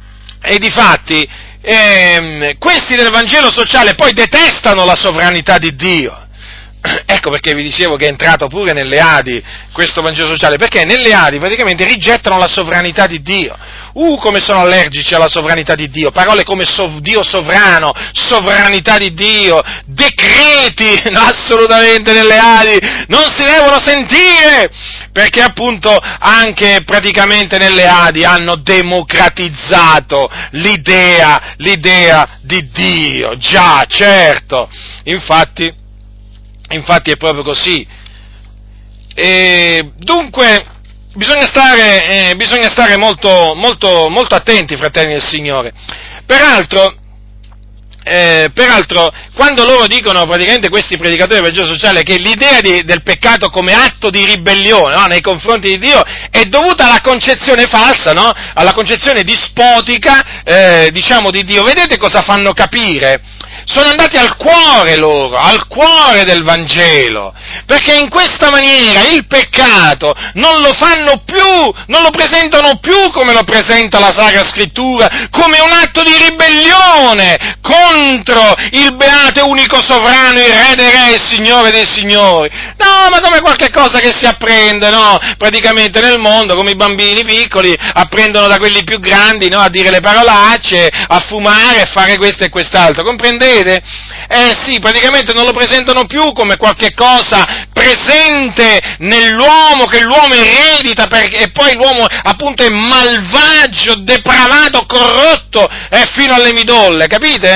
questi del Vangelo sociale poi detestano la sovranità di Dio. Ecco perché vi dicevo che è entrato pure nelle Adi questo Vangelo sociale, perché nelle Adi praticamente rigettano la sovranità di Dio. Come sono allergici alla sovranità di Dio, parole come Dio sovrano, sovranità di Dio, decreti, assolutamente nelle Adi non si devono sentire, perché appunto anche praticamente nelle Adi hanno democratizzato l'idea di Dio, già, certo, infatti è proprio così. E dunque bisogna stare molto, molto, molto attenti, fratelli del Signore. Peraltro, quando loro dicono, praticamente questi predicatori del Vangelo sociale, che l'idea del peccato come atto di ribellione, no, nei confronti di Dio è dovuta alla concezione falsa, no, alla concezione dispotica, di Dio, vedete cosa fanno capire? Sono andati al cuore del Vangelo, perché in questa maniera il peccato non lo presentano più come lo presenta la Sacra Scrittura, come un atto di ribellione contro il beato e unico sovrano, il Re dei Re, il Signore dei Signori. No, ma come qualche cosa che si apprende, no, praticamente nel mondo, come i bambini piccoli apprendono da quelli più grandi, no, a dire le parolacce, a fumare, a fare questo e quest'altro, comprendete? Sì, praticamente non lo presentano più come qualche cosa presente nell'uomo, che l'uomo eredita, e poi l'uomo appunto è malvagio, depravato, corrotto, fino alle midolle, capite?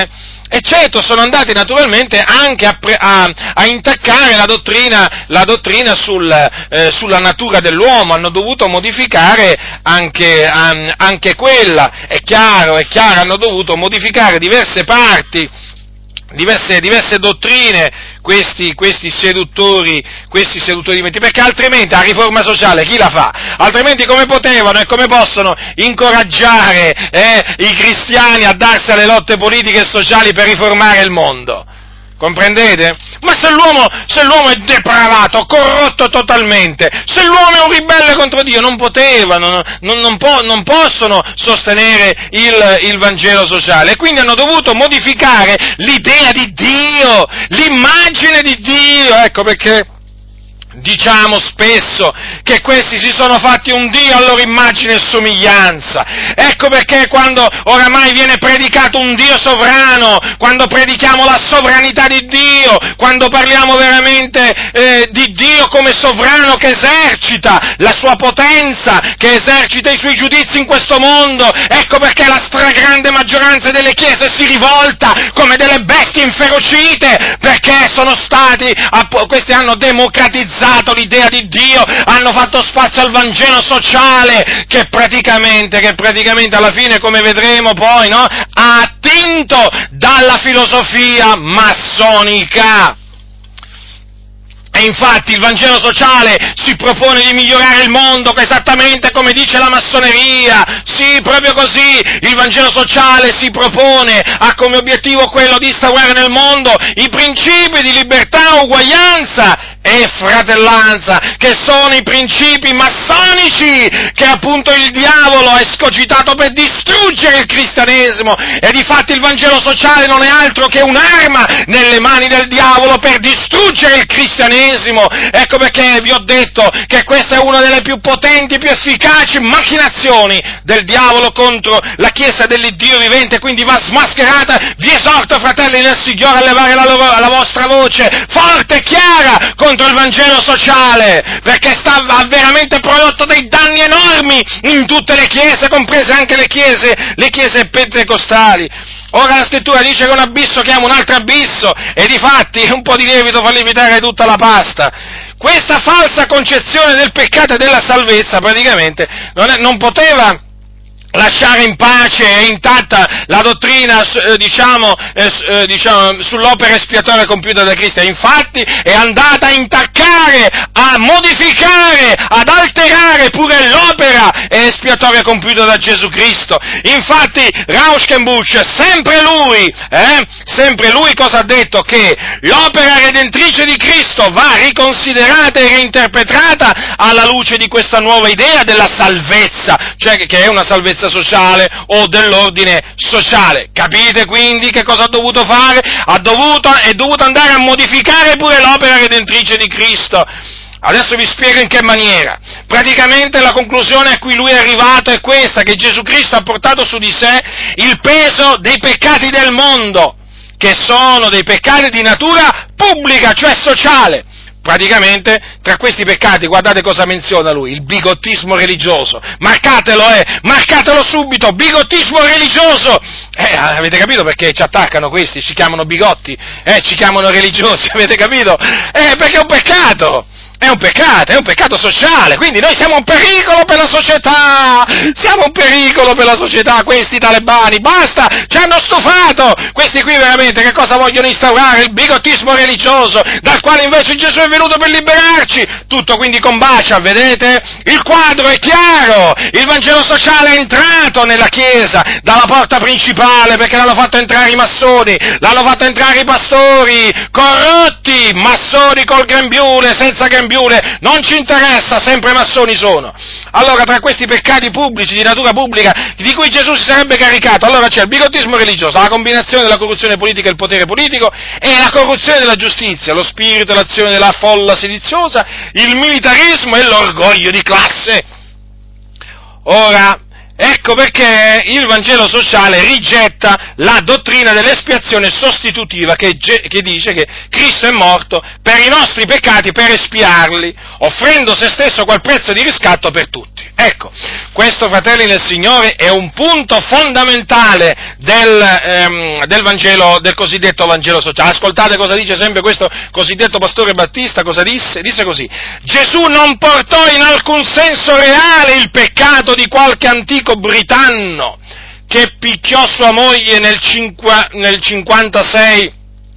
E certo, sono andati naturalmente anche a intaccare la dottrina sulla natura dell'uomo, hanno dovuto modificare anche quella, è chiaro, hanno dovuto modificare diverse parti, diverse dottrine, questi seduttori di mente, perché altrimenti la riforma sociale chi la fa? Altrimenti come potevano e come possono incoraggiare i cristiani a darsi alle lotte politiche e sociali per riformare il mondo? Comprendete? Ma se l'uomo è depravato, corrotto totalmente, se l'uomo è un ribelle contro Dio, non potevano, non possono sostenere il Vangelo sociale, e quindi hanno dovuto modificare l'idea di Dio, l'immagine di Dio, ecco perché diciamo spesso che questi si sono fatti un Dio a loro immagine e somiglianza. Ecco perché quando oramai viene predicato un Dio sovrano, quando predichiamo la sovranità di Dio, quando parliamo veramente di Dio come sovrano che esercita la sua potenza, che esercita i suoi giudizi in questo mondo, ecco perché la stragrande maggioranza delle chiese si rivolta come delle bestie inferocite, perché questi hanno democratizzato l'idea di Dio, hanno fatto spazio al Vangelo sociale, che praticamente alla fine, come vedremo poi, no, ha attinto dalla filosofia massonica. E infatti il Vangelo sociale si propone di migliorare il mondo esattamente come dice la massoneria, sì, proprio così, il Vangelo sociale si propone, ha come obiettivo quello di instaurare nel mondo i principi di libertà, uguaglianza e fratellanza, che sono i principi massonici che appunto il diavolo ha escogitato per distruggere il cristianesimo, e difatti il Vangelo sociale non è altro che un'arma nelle mani del diavolo per distruggere il cristianesimo. Ecco perché vi ho detto che questa è una delle più potenti, più efficaci macchinazioni del diavolo contro la Chiesa dell'Iddio vivente, quindi va smascherata. Vi esorto, fratelli nel Signore, a levare la vostra voce forte e chiara contro il Vangelo sociale, perché ha veramente prodotto dei danni enormi in tutte le chiese, comprese anche le chiese pentecostali. Ora la scrittura dice che un abisso chiama un altro abisso, e difatti un po' di lievito fa lievitare tutta la pasta. Questa falsa concezione del peccato e della salvezza praticamente non poteva lasciare in pace e intatta la dottrina, sull'opera espiatoria compiuta da Cristo. Infatti è andata a intaccare, a modificare, ad alterare pure l'opera espiatoria compiuta da Gesù Cristo. Infatti Rauschenbusch, sempre lui cosa ha detto? Che l'opera redentrice di Cristo va riconsiderata e reinterpretata alla luce di questa nuova idea della salvezza, cioè che è una salvezza sociale o dell'ordine sociale. Capite quindi che cosa ha dovuto fare? È dovuto andare a modificare pure l'opera redentrice di Cristo. Adesso vi spiego in che maniera. Praticamente la conclusione a cui lui è arrivato è questa, che Gesù Cristo ha portato su di sé il peso dei peccati del mondo, che sono dei peccati di natura pubblica, cioè sociale. Praticamente, tra questi peccati, guardate cosa menziona lui: il bigottismo religioso. Marcatelo subito, bigottismo religioso! Avete capito perché ci attaccano questi? Ci chiamano bigotti, ci chiamano religiosi, avete capito? Perché è un peccato! È un peccato sociale, quindi noi siamo un pericolo per la società, questi talebani, basta, ci hanno stufato, questi qui veramente che cosa vogliono instaurare? Il bigottismo religioso, dal quale invece Gesù è venuto per liberarci, tutto quindi combacia, vedete? Il quadro è chiaro, il Vangelo sociale è entrato nella Chiesa, dalla porta principale, perché l'hanno fatto entrare i massoni, l'hanno fatto entrare i pastori, corrotti, massoni col grembiule, senza grembiule, non ci interessa, sempre massoni sono. Allora, tra questi peccati pubblici, di natura pubblica, di cui Gesù si sarebbe caricato, allora c'è il bigottismo religioso, la combinazione della corruzione politica e il potere politico, e la corruzione della giustizia, lo spirito e l'azione della folla sediziosa, il militarismo e l'orgoglio di classe. Ora, ecco perché il Vangelo sociale rigetta la dottrina dell'espiazione sostitutiva che dice che Cristo è morto per i nostri peccati, per espiarli, offrendo se stesso qual prezzo di riscatto per tutti. Ecco, questo, fratelli nel Signore, è un punto fondamentale del Vangelo, del cosiddetto Vangelo sociale. Ascoltate cosa dice sempre questo cosiddetto pastore Battista, cosa disse? Disse così: Gesù non portò in alcun senso reale il peccato di qualche antico britanno che picchiò sua moglie nell'anno 56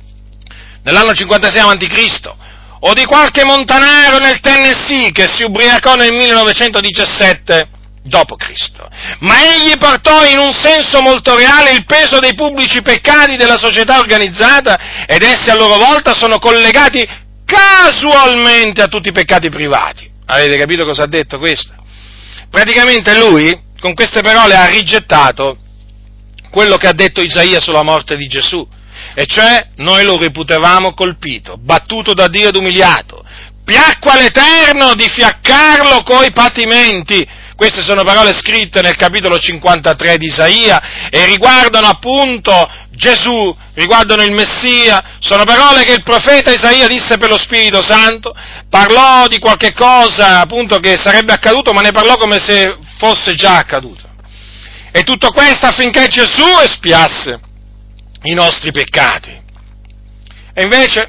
a.C., o di qualche montanaro nel Tennessee che si ubriacò nel 1917 d.C., ma egli portò in un senso molto reale il peso dei pubblici peccati della società organizzata, ed essi a loro volta sono collegati casualmente a tutti i peccati privati. Avete capito cosa ha detto questo? Praticamente lui, con queste parole, ha rigettato quello che ha detto Isaia sulla morte di Gesù, e cioè noi lo reputavamo colpito, battuto da Dio ed umiliato, piacque all'Eterno di fiaccarlo coi patimenti. Queste sono parole scritte nel capitolo 53 di Isaia e riguardano appunto Gesù, riguardano il Messia. Sono parole che il profeta Isaia disse per lo Spirito Santo, parlò di qualche cosa appunto che sarebbe accaduto, ma ne parlò come se fosse già accaduto. E tutto questo affinché Gesù espiasse i nostri peccati. E invece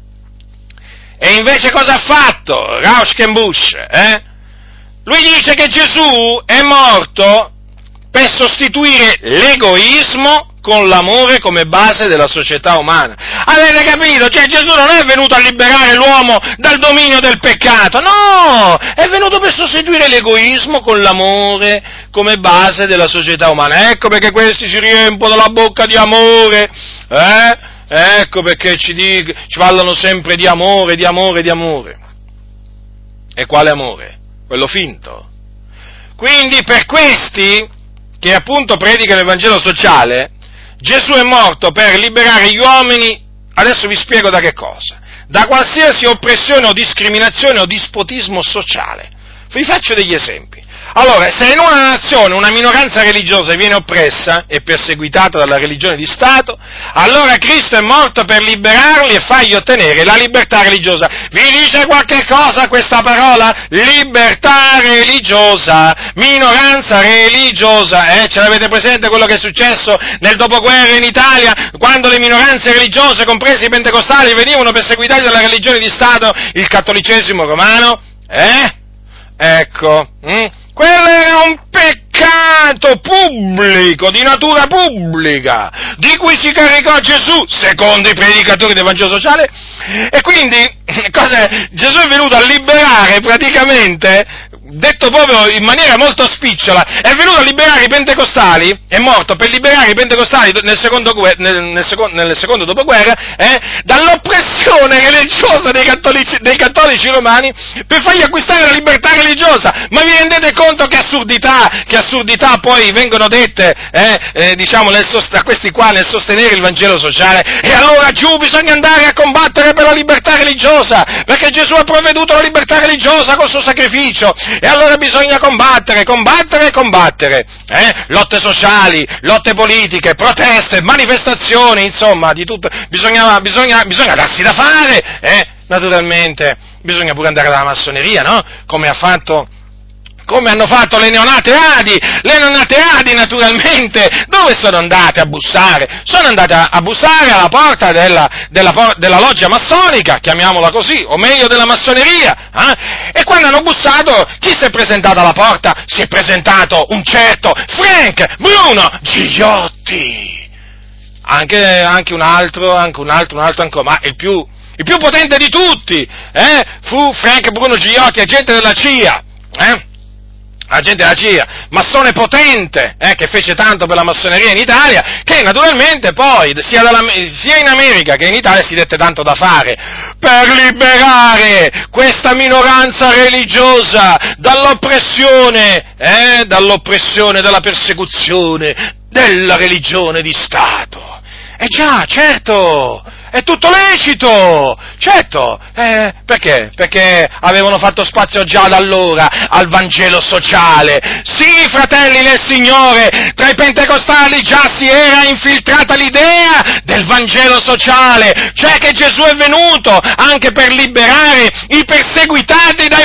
cosa ha fatto Rauschenbusch? Lui dice che Gesù è morto per sostituire l'egoismo con l'amore come base della società umana. Avete capito? Cioè Gesù non è venuto a liberare l'uomo dal dominio del peccato, no! È venuto per sostituire l'egoismo con l'amore come base della società umana. Ecco perché questi si riempiono la bocca di amore, Ecco perché ci parlano sempre di amore, di amore, di amore. E quale amore? Quello finto. Quindi per questi, che appunto predicano il Vangelo sociale, Gesù è morto per liberare gli uomini, adesso vi spiego da che cosa, da qualsiasi oppressione o discriminazione o dispotismo sociale. Vi faccio degli esempi. Allora, se in una nazione una minoranza religiosa viene oppressa e perseguitata dalla religione di Stato, allora Cristo è morto per liberarli e fargli ottenere la libertà religiosa. Vi dice qualche cosa questa parola? Libertà religiosa, minoranza religiosa, ce l'avete presente quello che è successo nel dopoguerra in Italia, quando le minoranze religiose, compresi i pentecostali, venivano perseguitate dalla religione di Stato, il cattolicesimo romano? Ecco, quello era un peccato pubblico, di natura pubblica, di cui si caricò Gesù, secondo i predicatori del Vangelo sociale, e quindi Gesù è venuto a liberare praticamente, detto proprio in maniera molto spicciola, è venuto a liberare i pentecostali, è morto per liberare i pentecostali nel secondo dopoguerra, dall'oppressione religiosa dei cattolici romani, per fargli acquistare la libertà religiosa. Ma vi rendete conto che assurdità poi vengono dette, a questi qua nel sostenere il Vangelo sociale? E allora giù bisogna andare a combattere per la libertà religiosa, perché Gesù ha provveduto alla libertà religiosa col suo sacrificio. E allora bisogna combattere, lotte sociali, lotte politiche, proteste, manifestazioni, insomma, di tutto, bisogna darsi da fare, naturalmente, bisogna pure andare dalla massoneria, no? Come hanno fatto le neonate Adi naturalmente, dove sono andate a bussare? Sono andate a bussare alla porta della loggia massonica, chiamiamola così, o meglio della massoneria, e quando hanno bussato, chi si è presentato alla porta? Si è presentato un certo Frank Bruno Gigliotti, anche un altro ancora, ma il più potente di tutti, fu Frank Bruno Gigliotti, agente della CIA, massone potente, che fece tanto per la massoneria in Italia, che naturalmente poi, sia in America che in Italia, si dette tanto da fare per liberare questa minoranza religiosa dall'oppressione, dalla persecuzione della religione di Stato. Già, certo! È tutto lecito, certo, perché? Perché avevano fatto spazio già da allora al Vangelo sociale. Sì, fratelli nel Signore, tra i pentecostali già si era infiltrata l'idea del Vangelo sociale, cioè che Gesù è venuto anche per liberare i perseguitati dai perseguitati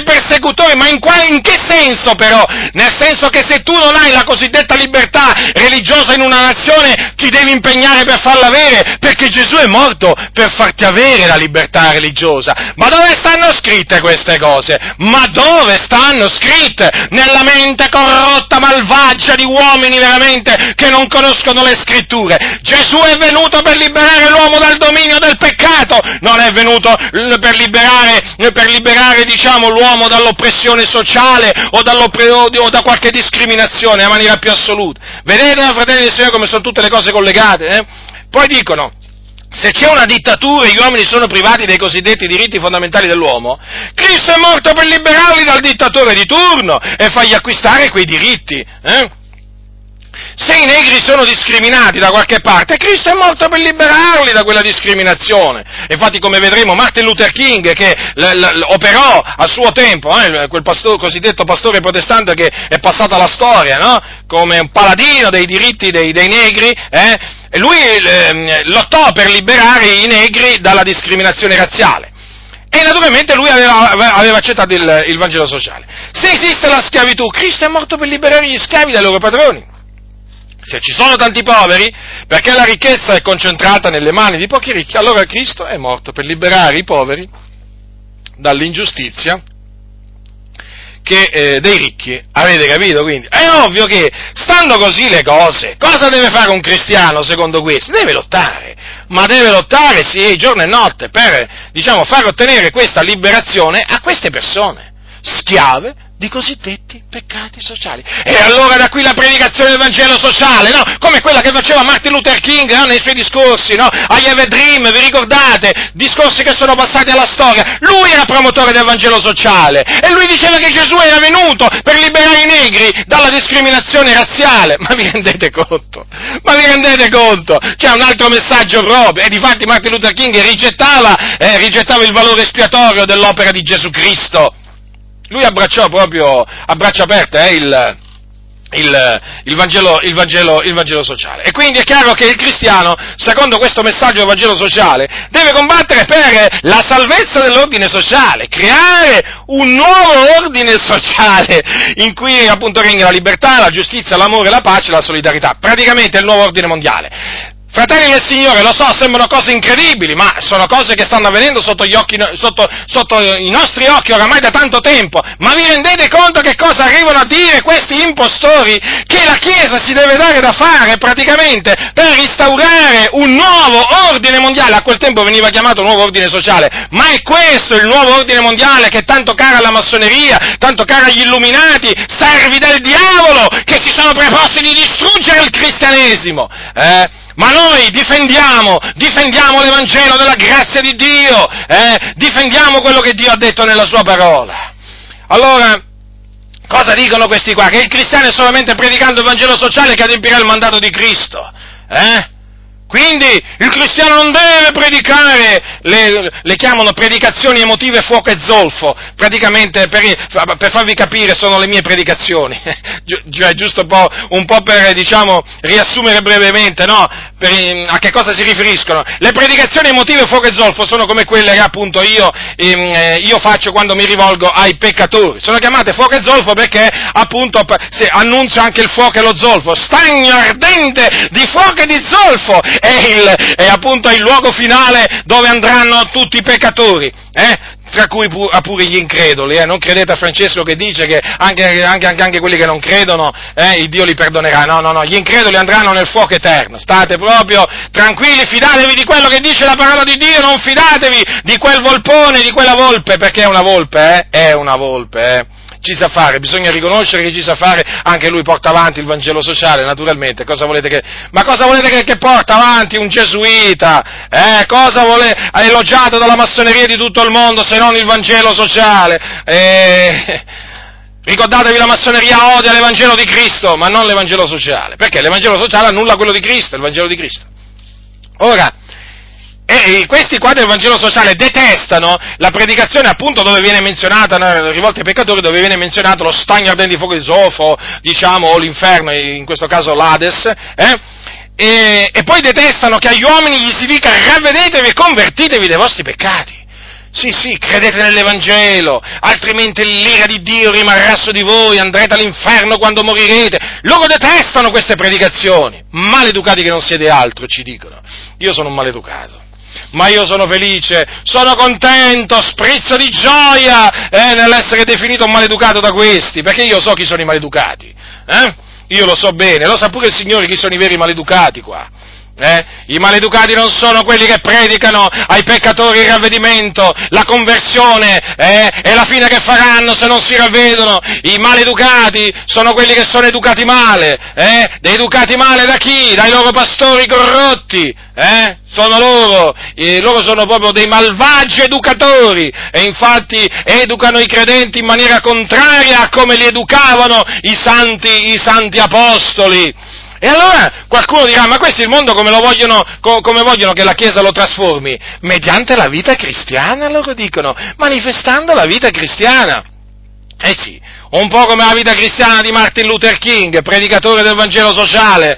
persecutori, ma in che senso però? Nel senso che se tu non hai la cosiddetta libertà religiosa in una nazione, ti devi impegnare per farla avere, perché Gesù è morto per farti avere la libertà religiosa. Ma dove stanno scritte queste cose? Ma dove stanno scritte? Nella mente corrotta, malvagia di uomini veramente che non conoscono le scritture. Gesù è venuto per liberare l'uomo dal dominio del peccato, non è venuto per liberare diciamo, l'uomo dall'oppressione sociale o da qualche discriminazione in maniera più assoluta. Vedete, fratelli del Signore, come sono tutte le cose collegate? Poi dicono, se c'è una dittatura e gli uomini sono privati dei cosiddetti diritti fondamentali dell'uomo, Cristo è morto per liberarli dal dittatore di turno e fargli acquistare quei diritti. Se i negri sono discriminati da qualche parte, Cristo è morto per liberarli da quella discriminazione. Infatti, come vedremo, Martin Luther King, che operò a suo tempo, quel cosiddetto pastore protestante che è passato alla storia, no? Come un paladino dei diritti dei negri, e lui lottò per liberare i negri dalla discriminazione razziale. E naturalmente lui aveva accettato il Vangelo sociale. Se esiste la schiavitù, Cristo è morto per liberare gli schiavi dai loro padroni. Se ci sono tanti poveri, perché la ricchezza è concentrata nelle mani di pochi ricchi, allora Cristo è morto per liberare i poveri dall'ingiustizia dei ricchi. Avete capito? Quindi è ovvio che, stando così le cose, cosa deve fare un cristiano secondo questo? Deve lottare, ma deve lottare, sì, giorno e notte, per, far ottenere questa liberazione a queste persone, schiave di cosiddetti peccati sociali. E allora da qui la predicazione del Vangelo sociale, no? Come quella che faceva Martin Luther King, no? Nei suoi discorsi, no? I have a dream, vi ricordate? Discorsi che sono passati alla storia. Lui era promotore del Vangelo sociale e lui diceva che Gesù era venuto per liberare i negri dalla discriminazione razziale. Ma vi rendete conto? Ma vi rendete conto? C'è un altro messaggio proprio, e difatti Martin Luther King rigettava il valore espiatorio dell'opera di Gesù Cristo. Lui abbracciò proprio a braccia aperte il Vangelo sociale. E quindi è chiaro che il cristiano, secondo questo messaggio del Vangelo sociale, deve combattere per la salvezza dell'ordine sociale, creare un nuovo ordine sociale in cui appunto regna la libertà, la giustizia, l'amore, la pace e la solidarietà. Praticamente è il nuovo ordine mondiale. Fratelli del Signore, lo so, sembrano cose incredibili, ma sono cose che stanno avvenendo sotto i nostri occhi oramai da tanto tempo. Ma vi rendete conto che cosa arrivano a dire questi impostori? Che la Chiesa si deve dare da fare praticamente per instaurare un nuovo ordine mondiale. A quel tempo veniva chiamato nuovo ordine sociale, ma è questo il nuovo ordine mondiale che è tanto caro alla massoneria, tanto caro agli illuminati, servi del diavolo, che si sono preposti di distruggere il cristianesimo. Ma noi difendiamo l'Evangelo della grazia di Dio, difendiamo quello che Dio ha detto nella sua parola. Allora, cosa dicono questi qua? Che il cristiano è solamente predicando il Vangelo sociale che adempirà il mandato di Cristo, Quindi il cristiano non deve predicare, le chiamano predicazioni emotive fuoco e zolfo, praticamente per farvi capire sono le mie predicazioni, giusto un po' per riassumere brevemente, no? A che cosa si riferiscono? Le predicazioni emotive fuoco e zolfo sono come quelle che appunto io faccio quando mi rivolgo ai peccatori, sono chiamate fuoco e zolfo perché appunto annuncio anche il fuoco e lo zolfo, stagno ardente di fuoco e di zolfo, è appunto il luogo finale dove andranno tutti i peccatori, tra cui pure gli increduli, non credete a Francesco che dice che anche quelli che non credono, il Dio li perdonerà, no, gli increduli andranno nel fuoco eterno, state proprio tranquilli, fidatevi di quello che dice la parola di Dio, non fidatevi di quel volpone, di quella volpe, perché è una volpe, è una volpe, ci sa fare, bisogna riconoscere che ci sa fare, anche lui porta avanti il Vangelo sociale, naturalmente, cosa volete che porta avanti un gesuita, elogiato dalla massoneria di tutto il mondo, se non il Vangelo sociale, ricordatevi, la massoneria odia l'Evangelo di Cristo, ma non l'Evangelo sociale, perché l'Evangelo sociale annulla quello di Cristo, il Vangelo di Cristo. Ora, e questi qua del Vangelo sociale detestano la predicazione appunto dove viene menzionata, rivolta ai peccatori, dove viene menzionato lo stagno ardente di fuoco di zolfo, o l'inferno, in questo caso l'Ades, e poi detestano che agli uomini gli si dica ravvedetevi e convertitevi dai vostri peccati. Sì, credete nell'Evangelo, altrimenti l'ira di Dio rimarrà su di voi, andrete all'inferno quando morirete. Loro detestano queste predicazioni, maleducati che non siete altro, ci dicono. Io sono un maleducato, ma io sono felice, sono contento, sprizzo di gioia nell'essere definito un maleducato da questi, perché io so chi sono i maleducati, Io lo so bene, lo sa pure il Signore chi sono i veri maleducati qua. I maleducati non sono quelli che predicano ai peccatori il ravvedimento, la conversione e la fine che faranno se non si ravvedono. I maleducati sono quelli che sono educati male, educati male da chi? Dai loro pastori corrotti, sono loro sono proprio dei malvagi educatori e infatti educano i credenti in maniera contraria a come li educavano i santi apostoli. E allora qualcuno dirà, ma questo il mondo come vogliono che la Chiesa lo trasformi? Mediante la vita cristiana, loro dicono, manifestando la vita cristiana. Eh sì, un po' come la vita cristiana di Martin Luther King, predicatore del Vangelo sociale,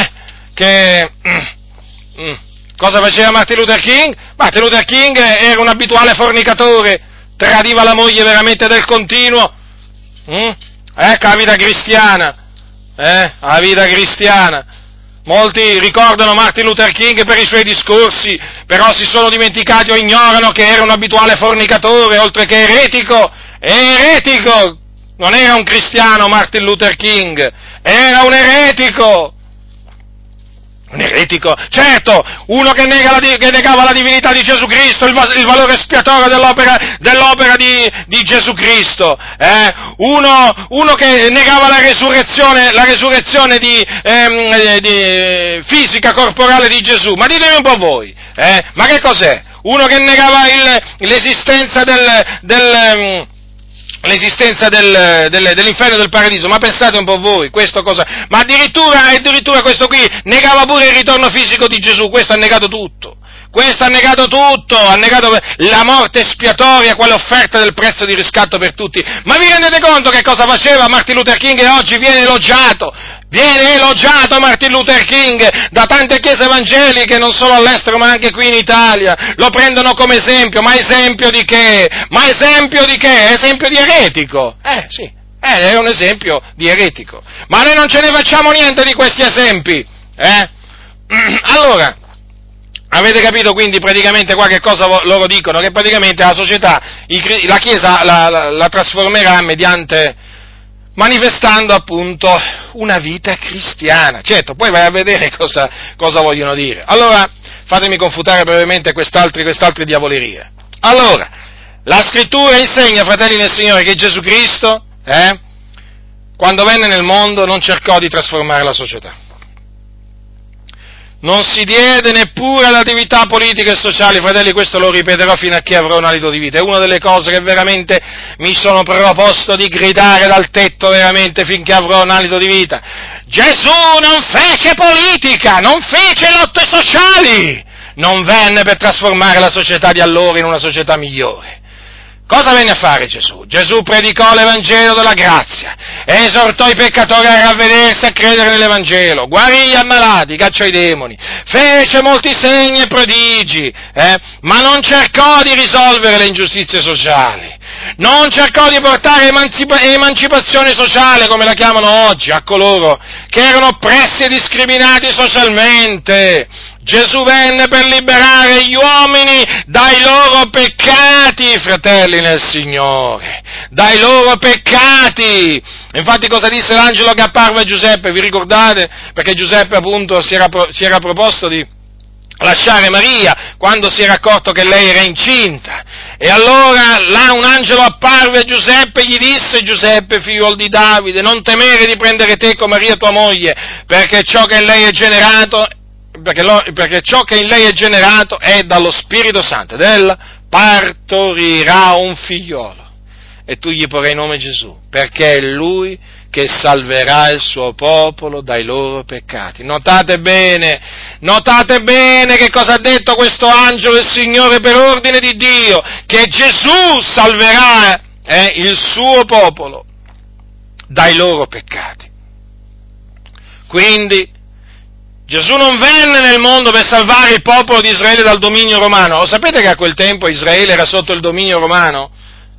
Cosa faceva Martin Luther King? Martin Luther King era un abituale fornicatore, tradiva la moglie veramente del continuo. Ecco la vita cristiana. La vita cristiana. Molti ricordano Martin Luther King per i suoi discorsi, però si sono dimenticati o ignorano che era un abituale fornicatore, oltre che eretico. Eretico! Non era un cristiano Martin Luther King, era un eretico! Un eretico? Certo, uno che negava la divinità di Gesù Cristo, il valore espiatorio dell'opera di Gesù Cristo, uno che negava la resurrezione fisica, corporale di Gesù. Ma ditemi un po' voi, ma che cos'è? Uno che negava l'esistenza dell'inferno e del paradiso, ma pensate un po' voi, questo cosa? Ma addirittura questo qui negava pure il ritorno fisico di Gesù, questo ha negato tutto, ha negato la morte espiatoria, quale offerta del prezzo di riscatto per tutti. Ma vi rendete conto che cosa faceva Martin Luther King e oggi viene elogiato? Viene elogiato Martin Luther King da tante chiese evangeliche, non solo all'estero ma anche qui in Italia, lo prendono come esempio, ma esempio di che? Esempio di eretico, sì, è un esempio di eretico, ma noi non ce ne facciamo niente di questi esempi, Allora, avete capito quindi praticamente qua che cosa loro dicono? Che praticamente la società, la Chiesa la trasformerà manifestando appunto una vita cristiana. Certo, poi vai a vedere cosa vogliono dire. Allora, fatemi confutare brevemente quest'altre diavolerie. Allora, la Scrittura insegna, fratelli nel Signore, che Gesù Cristo, quando venne nel mondo, non cercò di trasformare la società. Non si diede neppure alle attività politiche e sociali, fratelli, questo lo ripeterò fino a che avrò un alito di vita. È una delle cose che veramente mi sono proposto di gridare dal tetto veramente finché avrò un alito di vita. Gesù non fece politica, non fece lotte sociali, non venne per trasformare la società di allora in una società migliore. Cosa venne a fare Gesù? Gesù predicò l'Evangelo della grazia, esortò i peccatori a ravvedersi e a credere nell'Evangelo, guarì gli ammalati, cacciò i demoni, fece molti segni e prodigi, ma non cercò di risolvere le ingiustizie sociali, non cercò di portare emancipazione sociale, come la chiamano oggi, a coloro che erano oppressi e discriminati socialmente. Gesù venne per liberare gli uomini dai loro peccati, fratelli nel Signore, dai loro peccati. Infatti cosa disse l'angelo che apparve a Giuseppe, vi ricordate? Perché Giuseppe appunto si era proposto di lasciare Maria quando si era accorto che lei era incinta. E allora là un angelo apparve a Giuseppe e gli disse: Giuseppe, figliuolo di Davide, non temere di prendere te con Maria tua moglie, perché ciò che in lei è generato è dallo Spirito Santo, ed ella partorirà un figliolo, e tu gli porrai nome Gesù, perché è lui che salverà il suo popolo dai loro peccati. Notate bene che cosa ha detto questo angelo del Signore per ordine di Dio, che Gesù salverà il suo popolo dai loro peccati. Quindi Gesù non venne nel mondo per salvare il popolo di Israele dal dominio romano. Lo sapete che a quel tempo Israele era sotto il dominio romano?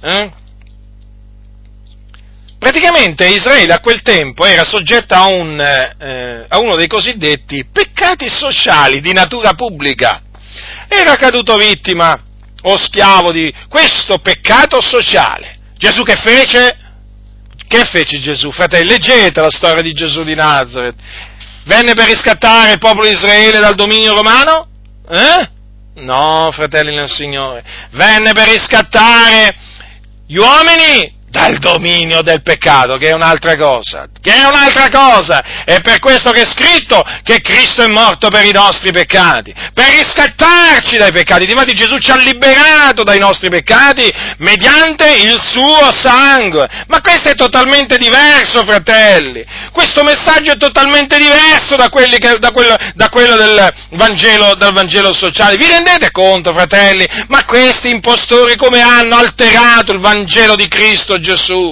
Praticamente Israele a quel tempo era soggetta a uno dei cosiddetti peccati sociali di natura pubblica. Era caduto vittima o schiavo di questo peccato sociale. Gesù che fece? Che fece Gesù, fratelli? Leggete la storia di Gesù di Nazaret. Venne per riscattare il popolo di Israele dal dominio romano? No, fratelli nel Signore. Venne per riscattare gli uomini dal dominio del peccato, che è un'altra cosa. È per questo che è scritto che Cristo è morto per i nostri peccati, per riscattarci dai peccati. Difatti Gesù ci ha liberato dai nostri peccati mediante il suo sangue. Ma questo è totalmente diverso, fratelli. Questo messaggio è totalmente diverso da quello del Vangelo sociale. Vi rendete conto, fratelli? Ma questi impostori come hanno alterato il Vangelo di Cristo Gesù?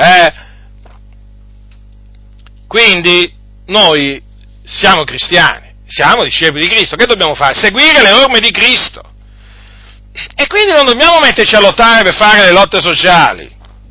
Quindi noi siamo cristiani, siamo discepoli di Cristo, che dobbiamo fare? Seguire le orme di Cristo. E quindi non dobbiamo metterci a lottare per fare le lotte sociali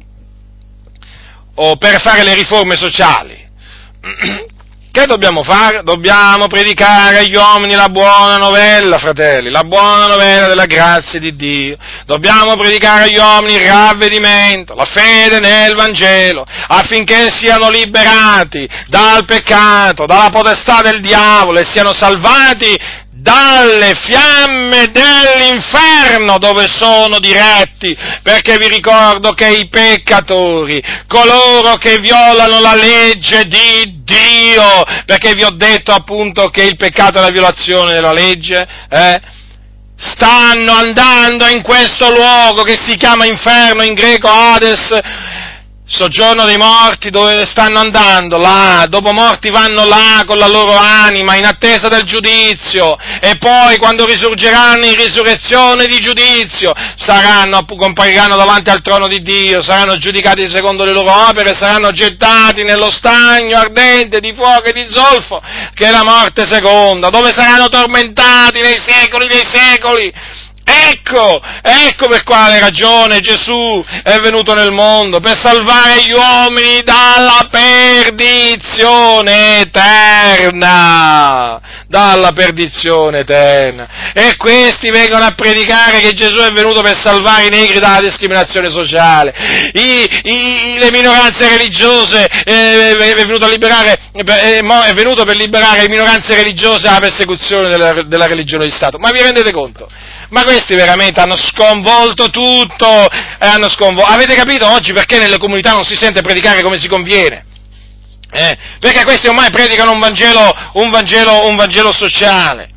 o per fare le riforme sociali. Che dobbiamo fare? Dobbiamo predicare agli uomini la buona novella, fratelli, la buona novella della grazia di Dio. Dobbiamo predicare agli uomini il ravvedimento, la fede nel Vangelo, affinché siano liberati dal peccato, dalla potestà del diavolo e siano salvati dalle fiamme dell'inferno dove sono diretti, perché vi ricordo che i peccatori, coloro che violano la legge di Dio, perché vi ho detto appunto che il peccato è la violazione della legge, stanno andando in questo luogo che si chiama inferno, in greco Hades, soggiorno dei morti, dove stanno andando? Là, dopo morti vanno là con la loro anima in attesa del giudizio, e poi quando risorgeranno in risurrezione di giudizio compariranno davanti al trono di Dio, saranno giudicati secondo le loro opere, saranno gettati nello stagno ardente di fuoco e di zolfo, che è la morte seconda, dove saranno tormentati nei secoli dei secoli. Ecco per quale ragione Gesù è venuto nel mondo, per salvare gli uomini dalla perdizione eterna, e questi vengono a predicare che Gesù è venuto per salvare i negri dalla discriminazione sociale, le minoranze religiose, è venuto per liberare le minoranze religiose dalla persecuzione della religione di Stato. Ma vi rendete conto? Ma questi veramente hanno sconvolto tutto, avete capito oggi perché nelle comunità non si sente predicare come si conviene? Perché questi ormai predicano un Vangelo sociale.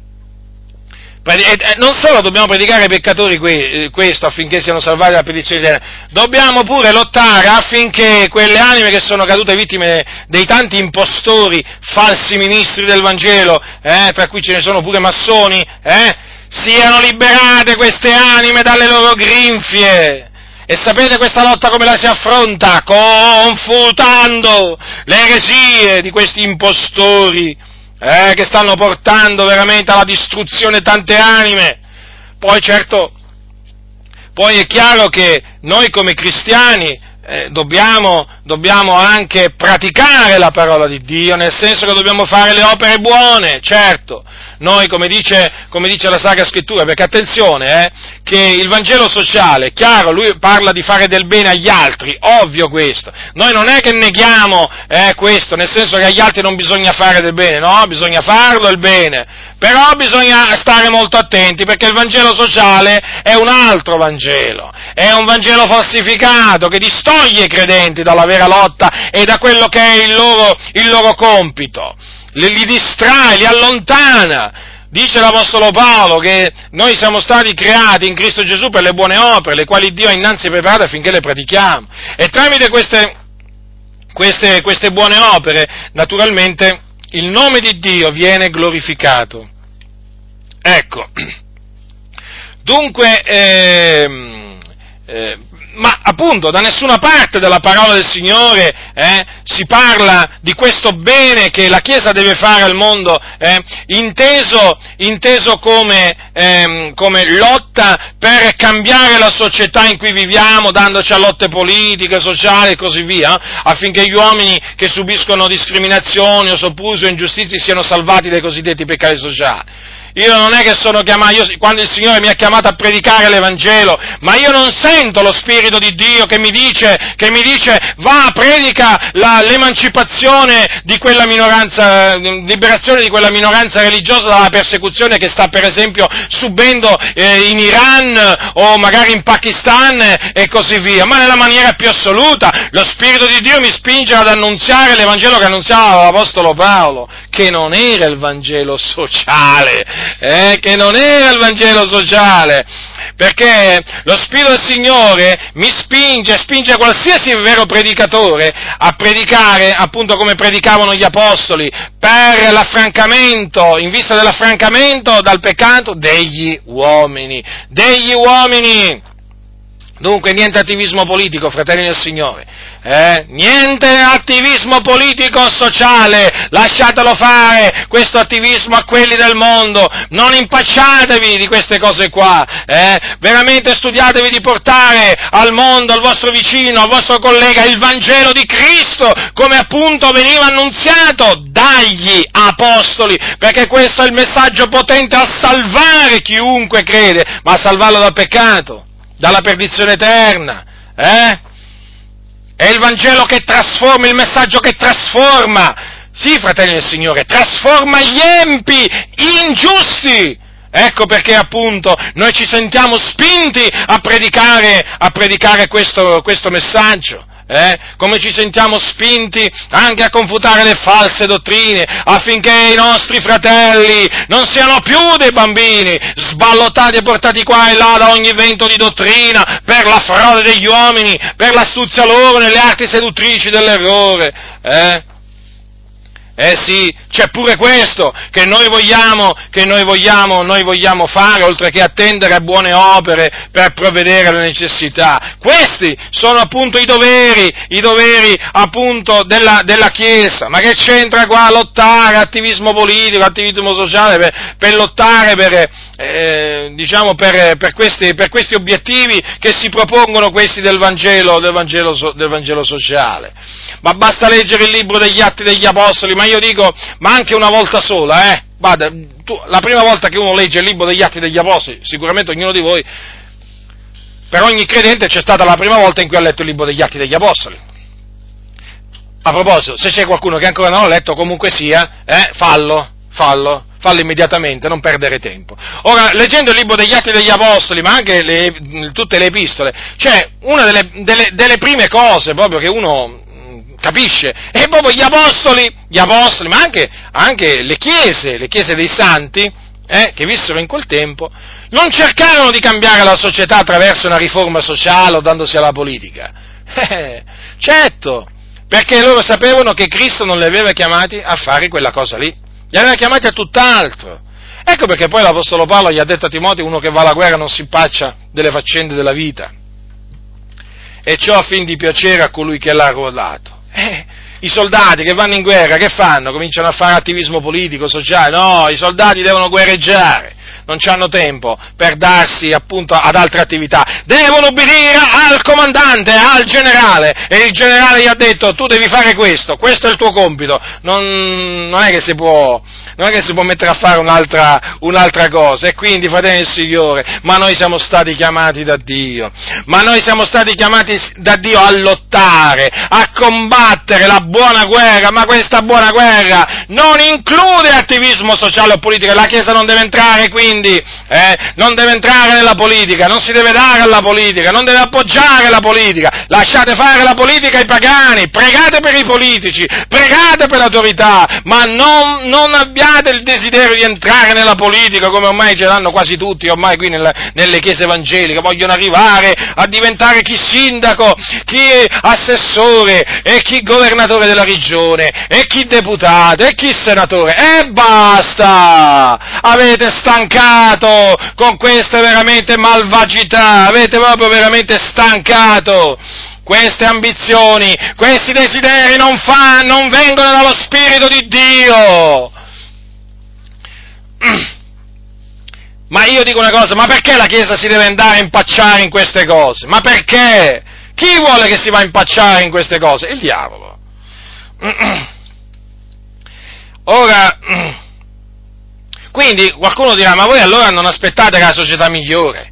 Non solo dobbiamo predicare ai peccatori questo affinché siano salvati dalla perdizione eterna, dobbiamo pure lottare affinché quelle anime che sono cadute vittime dei tanti impostori, falsi ministri del Vangelo, tra cui ce ne sono pure massoni, siano liberate queste anime dalle loro grinfie. E sapete questa lotta come la si affronta? Confutando le eresie di questi impostori, che stanno portando veramente alla distruzione tante anime. Poi certo, poi è chiaro che noi come cristiani dobbiamo anche praticare la parola di Dio, nel senso che dobbiamo fare le opere buone, certo. Noi, come dice la Sacra Scrittura, perché attenzione, che il Vangelo sociale, chiaro, lui parla di fare del bene agli altri, ovvio questo. Noi non è che neghiamo questo, nel senso che agli altri non bisogna fare del bene, no, bisogna farlo il bene, però bisogna stare molto attenti, perché il Vangelo sociale è un altro Vangelo, è un Vangelo falsificato che distoglie i credenti dalla vera lotta e da quello che è il loro compito. Li distrae, li allontana. Dice l'Apostolo Paolo che noi siamo stati creati in Cristo Gesù per le buone opere, le quali Dio ha innanzi preparate affinché le pratichiamo. E tramite queste buone opere, naturalmente, il nome di Dio viene glorificato. Ecco. Dunque, ma appunto da nessuna parte della parola del Signore si parla di questo bene che la Chiesa deve fare al mondo, inteso come lotta per cambiare la società in cui viviamo, dandoci a lotte politiche, sociali e così via, affinché gli uomini che subiscono discriminazioni o soprusi o ingiustizie siano salvati dai cosiddetti peccati sociali. Io non è che sono chiamato, quando il Signore mi ha chiamato a predicare l'Evangelo, ma io non sento lo Spirito di Dio che mi dice va, predica l'emancipazione di quella minoranza, liberazione di quella minoranza religiosa dalla persecuzione che sta per esempio subendo in Iran o magari in Pakistan e così via, ma nella maniera più assoluta lo Spirito di Dio mi spinge ad annunziare l'Evangelo che annunziava l'Apostolo Paolo, che non era il Vangelo sociale, che non era il Vangelo sociale, perché lo Spirito del Signore mi spinge qualsiasi vero predicatore a predicare appunto come predicavano gli Apostoli, per l'affrancamento, in vista dell'affrancamento dal peccato degli uomini. Dunque niente attivismo politico, fratelli del Signore, niente attivismo politico sociale, lasciatelo fare questo attivismo a quelli del mondo, non impacciatevi di queste cose qua, veramente studiatevi di portare al mondo, al vostro vicino, al vostro collega il Vangelo di Cristo, come appunto veniva annunziato dagli Apostoli, perché questo è il messaggio potente a salvare chiunque crede, ma a salvarlo dal peccato, dalla perdizione eterna, È il Vangelo che trasforma, il messaggio che trasforma, sì, fratelli del Signore, trasforma gli empi in giusti. Ecco perché appunto noi ci sentiamo spinti a predicare questo messaggio. Come ci sentiamo spinti anche a confutare le false dottrine, affinché i nostri fratelli non siano più dei bambini, sballottati e portati qua e là da ogni vento di dottrina, per la frode degli uomini, per l'astuzia loro nelle arti seduttrici dell'errore, sì, c'è pure questo che noi vogliamo fare, oltre che attendere a buone opere per provvedere alle necessità. Questi sono appunto i doveri appunto della Chiesa. Ma che c'entra qua a lottare, attivismo politico, attivismo sociale, per lottare per questi obiettivi che si propongono questi del Vangelo sociale? Ma basta leggere il libro degli Atti degli Apostoli, ma io dico, ma anche una volta sola, Guarda, la prima volta che uno legge il libro degli Atti degli Apostoli, sicuramente ognuno di voi, per ogni credente c'è stata la prima volta in cui ha letto il libro degli Atti degli Apostoli. A proposito, se c'è qualcuno che ancora non l'ha letto, comunque sia, fallo immediatamente, non perdere tempo. Ora, leggendo il libro degli Atti degli Apostoli, ma anche tutte le epistole, c'è una delle prime cose proprio che uno capisce, è proprio gli apostoli, ma anche le chiese dei santi, che vissero in quel tempo, non cercarono di cambiare la società attraverso una riforma sociale o dandosi alla politica. Certo, perché loro sapevano che Cristo non li aveva chiamati a fare quella cosa lì, li aveva chiamati a tutt'altro. Ecco perché poi l'Apostolo Paolo gli ha detto a Timoteo: uno che va alla guerra non si impaccia delle faccende della vita, e ciò a fin di piacere a colui che l'ha arruolato. I soldati che vanno in guerra, che fanno? Cominciano a fare attivismo politico, sociale? No, i soldati devono guerreggiare, non hanno tempo per darsi appunto ad altre attività, devono obbedire al comandante, al generale, e il generale gli ha detto: tu devi fare questo è il tuo compito, non è che si può mettere a fare un'altra cosa. E quindi, fratelli del Signore, ma noi siamo stati chiamati da Dio a lottare, a combattere la buona guerra, ma questa buona guerra non include attivismo sociale o politico. La Chiesa non deve entrare, quindi, non deve entrare nella politica, non si deve dare alla politica, non deve appoggiare la politica, lasciate fare la politica ai pagani, pregate per i politici, pregate per l'autorità, ma non abbiate il desiderio di entrare nella politica, come ormai ce l'hanno quasi tutti, ormai qui nelle chiese evangeliche, vogliono arrivare a diventare chi sindaco, chi assessore, e chi governatore della regione, e chi deputato, e chi senatore, e basta! Avete stancato stancato con queste veramente malvagità, avete proprio veramente stancato queste ambizioni, questi desideri non vengono dallo Spirito di Dio. Ma io dico una cosa, ma perché la Chiesa si deve andare a impacciare in queste cose? Ma perché? Chi vuole che si va a impacciare in queste cose? Il diavolo. Ora, quindi qualcuno dirà, ma voi allora non aspettate che la società migliori?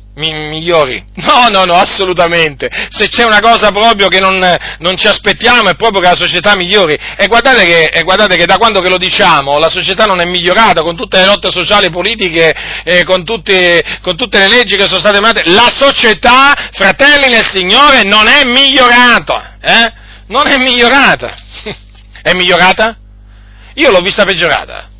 No, assolutamente. Se c'è una cosa proprio che non ci aspettiamo è proprio che la società migliori. E guardate che da quando che lo diciamo la società non è migliorata, con tutte le lotte sociali e politiche, con tutte le leggi che sono state emanate, la società, fratelli nel Signore, non è migliorata. Non è migliorata. È migliorata? Io l'ho vista peggiorata.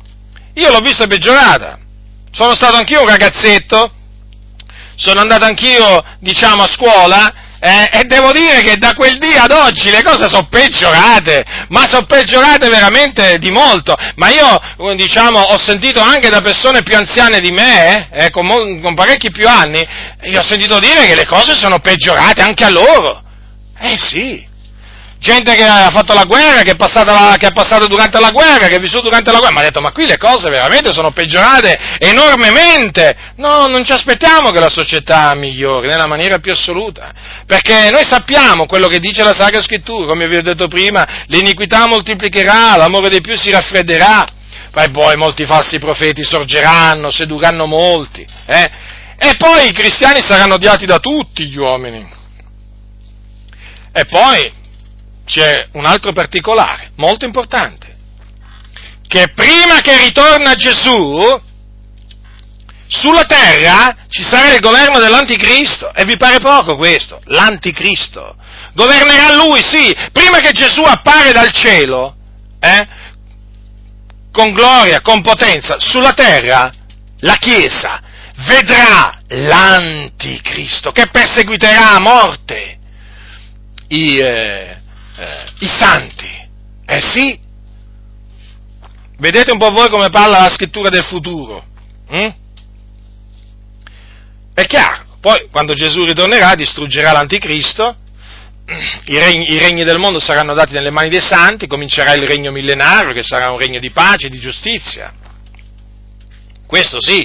Sono stato anch'io un ragazzetto, sono andato anch'io, a scuola, e devo dire che da quel dì ad oggi le cose sono peggiorate, ma sono peggiorate veramente di molto. Ma io, ho sentito anche da persone più anziane di me, con parecchi più anni, io ho sentito dire che le cose sono peggiorate anche a loro. Sì. Gente che ha fatto la guerra, che è passato durante la guerra, che è vissuto durante la guerra, mi ha detto, ma qui le cose veramente sono peggiorate enormemente. No, non ci aspettiamo che la società migliori nella maniera più assoluta, perché noi sappiamo quello che dice la Sacra Scrittura, come vi ho detto prima, l'iniquità moltiplicherà, l'amore dei più si raffredderà, poi molti falsi profeti sorgeranno, sedurranno molti, e poi i cristiani saranno odiati da tutti gli uomini. E poi c'è un altro particolare, molto importante, che prima che ritorna Gesù, sulla terra ci sarà il governo dell'Anticristo, e vi pare poco questo? L'Anticristo governerà lui, sì, prima che Gesù appare dal cielo, con gloria, con potenza, sulla terra, la Chiesa vedrà l'Anticristo, che perseguiterà a morte i santi. Sì. Vedete un po' voi come parla la scrittura del futuro. È chiaro. Poi, quando Gesù ritornerà, distruggerà l'Anticristo, i regni del mondo saranno dati nelle mani dei santi, comincerà il regno millenario, che sarà un regno di pace e di giustizia. Questo sì.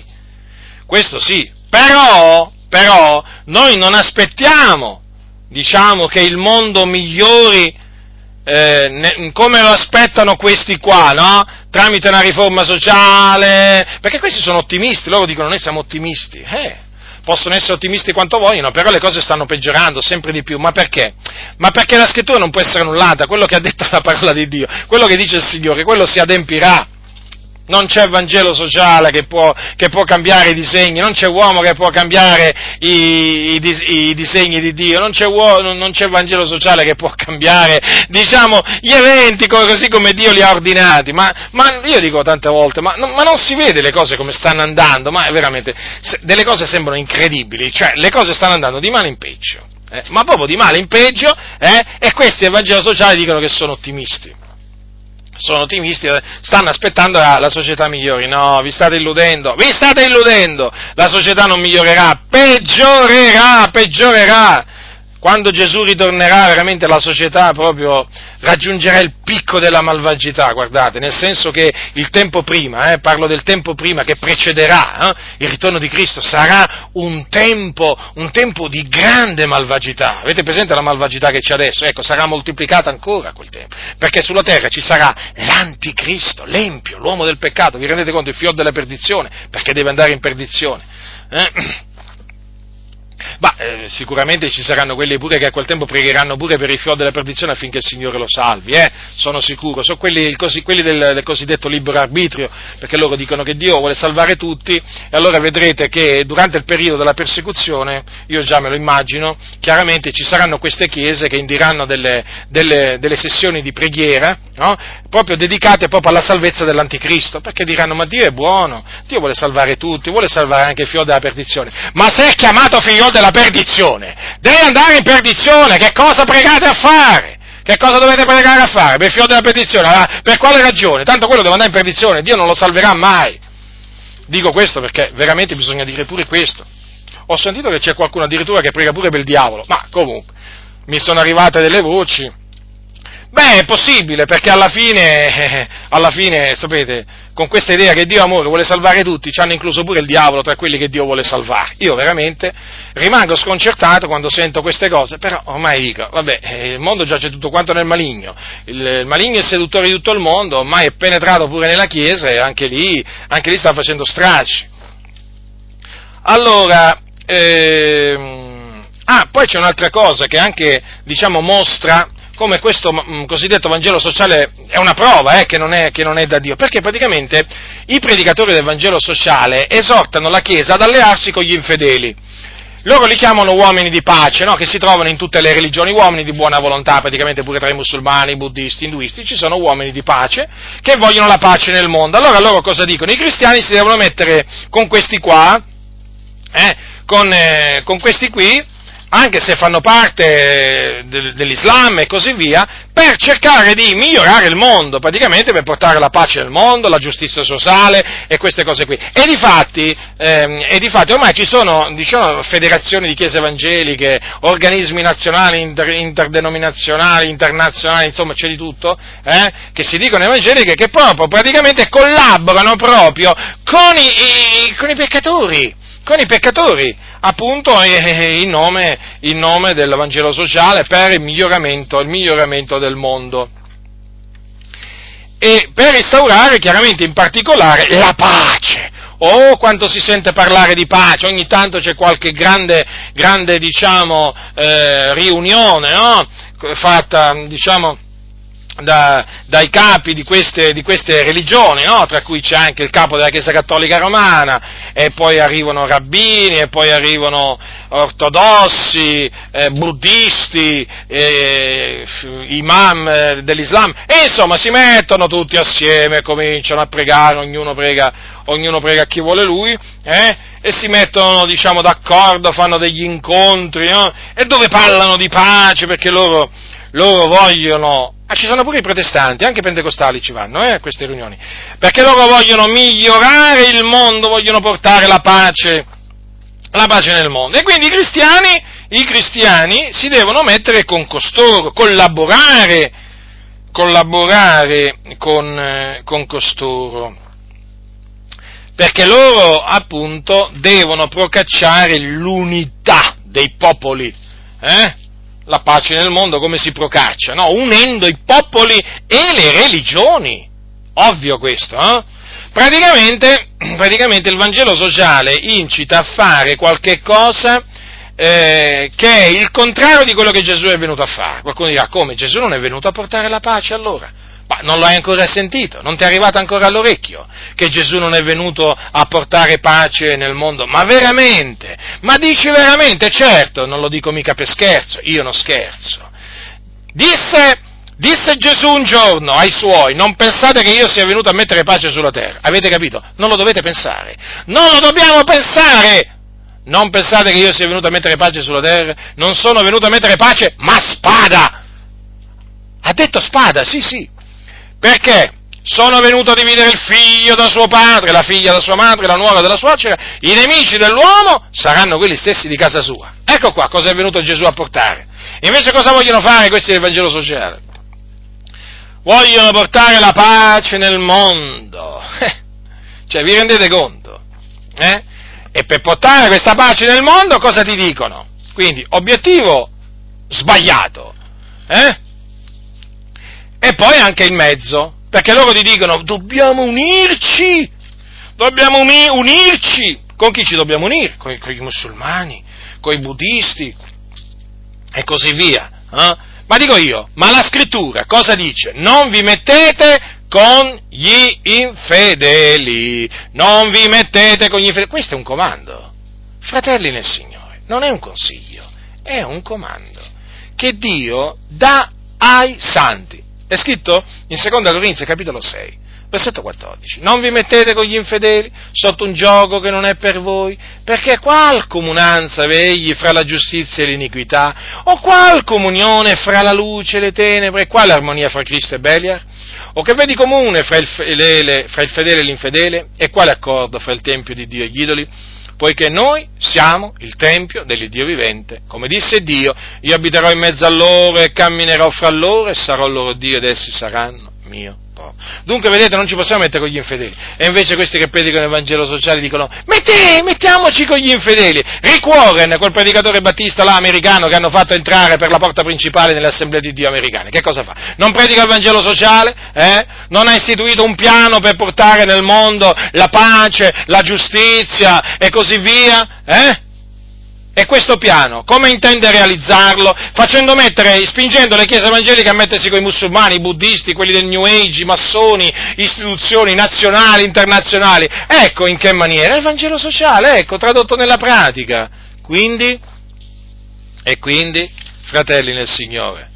Però, noi non aspettiamo, che il mondo migliori come lo aspettano questi qua, no? Tramite una riforma sociale, perché questi sono ottimisti, loro dicono noi siamo ottimisti, possono essere ottimisti quanto vogliono, però le cose stanno peggiorando sempre di più, ma perché? Ma perché la scrittura non può essere annullata, quello che ha detto la parola di Dio, quello che dice il Signore, quello si adempirà. Non c'è Vangelo sociale che può cambiare i disegni, non c'è uomo che può cambiare i disegni di Dio, non c'è Vangelo sociale che può cambiare, gli eventi così come Dio li ha ordinati, ma io dico tante volte, ma non si vede le cose come stanno andando, ma veramente, delle cose sembrano incredibili, cioè le cose stanno andando di male in peggio, ma proprio di male in peggio, e questi del Vangelo sociale dicono che sono ottimisti. Sono ottimisti, stanno aspettando la società migliori. No, vi state illudendo, la società non migliorerà, peggiorerà. Quando Gesù ritornerà, veramente la società proprio raggiungerà il picco della malvagità, guardate, nel senso che il tempo prima, parlo del tempo prima che precederà il ritorno di Cristo, sarà un tempo di grande malvagità. Avete presente la malvagità che c'è adesso? Ecco, sarà moltiplicata ancora quel tempo, perché sulla terra ci sarà l'Anticristo, l'empio, l'uomo del peccato, vi rendete conto, il fior della perdizione, perché deve andare in perdizione. Sicuramente ci saranno quelli pure che a quel tempo pregheranno pure per il fior della perdizione affinché il Signore lo salvi, sono sicuro, sono quelli del cosiddetto libero arbitrio, perché loro dicono che Dio vuole salvare tutti, e allora vedrete che durante il periodo della persecuzione, io già me lo immagino, chiaramente ci saranno queste chiese che indiranno delle sessioni di preghiera, no? Proprio dedicate proprio alla salvezza dell'Anticristo, perché diranno, ma Dio è buono, Dio vuole salvare tutti, vuole salvare anche il fior della perdizione, ma se è chiamato figlio della perdizione, deve andare in perdizione, che cosa pregate a fare? Che cosa dovete pregare a fare? Per il fior della perdizione? Per quale ragione? Tanto quello deve andare in perdizione, Dio non lo salverà mai. Dico questo perché veramente bisogna dire pure questo. Ho sentito che c'è qualcuno addirittura che prega pure per il diavolo, ma comunque, mi sono arrivate delle voci. Beh, è possibile, perché alla fine, sapete, con questa idea che Dio amore vuole salvare tutti, ci hanno incluso pure il diavolo tra quelli che Dio vuole salvare. Io veramente rimango sconcertato quando sento queste cose, però ormai dico, vabbè, il mondo giace tutto quanto nel maligno, il maligno è il seduttore di tutto il mondo, ormai è penetrato pure nella Chiesa e anche lì sta facendo stragi. Allora, poi c'è un'altra cosa che anche, mostra come questo cosiddetto Vangelo sociale è una prova che non è da Dio, perché praticamente i predicatori del Vangelo sociale esortano la Chiesa ad allearsi con gli infedeli. Loro li chiamano uomini di pace, no? Che si trovano in tutte le religioni, uomini di buona volontà, praticamente pure tra i musulmani, buddisti, induisti, ci sono uomini di pace che vogliono la pace nel mondo. Allora loro cosa dicono? I cristiani si devono mettere con questi qua, con questi qui, anche se fanno parte dell'Islam e così via, per cercare di migliorare il mondo, praticamente per portare la pace nel mondo, la giustizia sociale e queste cose qui. E difatti ormai ci sono, federazioni di chiese evangeliche, organismi nazionali, interdenominazionali, internazionali, insomma c'è di tutto, che si dicono evangeliche, che proprio praticamente collaborano proprio con i peccatori, appunto in nome del Vangelo sociale per il miglioramento del mondo e per instaurare chiaramente in particolare la pace. Oh, quanto si sente parlare di pace, ogni tanto c'è qualche grande riunione, no? Fatta, dai capi di queste religioni, no? Tra cui c'è anche il capo della Chiesa Cattolica Romana, e poi arrivano rabbini, e poi arrivano ortodossi, buddisti, imam dell'Islam, e insomma si mettono tutti assieme, cominciano a pregare, ognuno prega a chi vuole lui, e si mettono, d'accordo, fanno degli incontri, no? E dove parlano di pace, perché loro vogliono, ci sono pure i protestanti, anche i pentecostali ci vanno, a queste riunioni, perché loro vogliono migliorare il mondo, vogliono portare la pace nel mondo, e quindi i cristiani si devono mettere con costoro, collaborare con costoro, perché loro appunto devono procacciare l'unità dei popoli, La pace nel mondo come si procaccia? No? Unendo i popoli e le religioni. Ovvio questo, Praticamente il Vangelo sociale incita a fare qualche cosa che è il contrario di quello che Gesù è venuto a fare. Qualcuno dirà, come? Gesù non è venuto a portare la pace allora? Ma non lo hai ancora sentito? Non ti è arrivato ancora all'orecchio che Gesù non è venuto a portare pace nel mondo? Ma veramente? Ma dici veramente? Certo, non lo dico mica per scherzo, io non scherzo. Disse Gesù un giorno ai suoi, non pensate che io sia venuto a mettere pace sulla terra. Avete capito? Non lo dovete pensare. Non lo dobbiamo pensare! Non pensate che io sia venuto a mettere pace sulla terra? Non sono venuto a mettere pace, ma spada! Ha detto spada, sì. Perché sono venuto a dividere il figlio da suo padre, la figlia da sua madre, la nuora dalla suocera, i nemici dell'uomo saranno quelli stessi di casa sua. Ecco qua cosa è venuto Gesù a portare. Invece cosa vogliono fare questi del Vangelo sociale? Vogliono portare la pace nel mondo. Cioè, vi rendete conto? E per portare questa pace nel mondo cosa ti dicono? Quindi, obiettivo sbagliato. E poi anche il mezzo, perché loro ti dicono dobbiamo unirci, con chi ci dobbiamo unire? Con i musulmani, con i buddisti e così via. Ma dico io, ma la scrittura cosa dice? Non vi mettete con gli infedeli, non vi mettete con gli infedeli, questo è un comando, fratelli nel Signore, non è un consiglio, è un comando che Dio dà ai santi. È scritto in 2 Corinzi, capitolo 6, versetto 14. Non vi mettete con gli infedeli sotto un giogo che non è per voi, perché qual comunanza vegli fra la giustizia e l'iniquità? O qual comunione fra la luce e le tenebre? Quale armonia fra Cristo e Beliar? O che vedi comune fra il fedele e l'infedele? E quale accordo fra il Tempio di Dio e gli idoli? Poiché noi siamo il Tempio dell'Iddio vivente. Come disse Dio, io abiterò in mezzo a loro e camminerò fra loro e sarò loro Dio ed essi saranno mio. Dunque, vedete, non ci possiamo mettere con gli infedeli. E invece questi che predicano il Vangelo sociale dicono: mettiamoci con gli infedeli. Rick Warren, quel predicatore battista là americano che hanno fatto entrare per la porta principale nelle assemblee di Dio americane, che cosa fa? Non predica il Vangelo sociale? Non ha istituito un piano per portare nel mondo la pace, la giustizia e così via? E questo piano, come intende realizzarlo? Spingendo le chiese evangeliche a mettersi con i musulmani, i buddisti, quelli del New Age, i massoni, istituzioni nazionali, internazionali. Ecco in che maniera? Il Vangelo sociale, ecco, tradotto nella pratica. Quindi, fratelli nel Signore,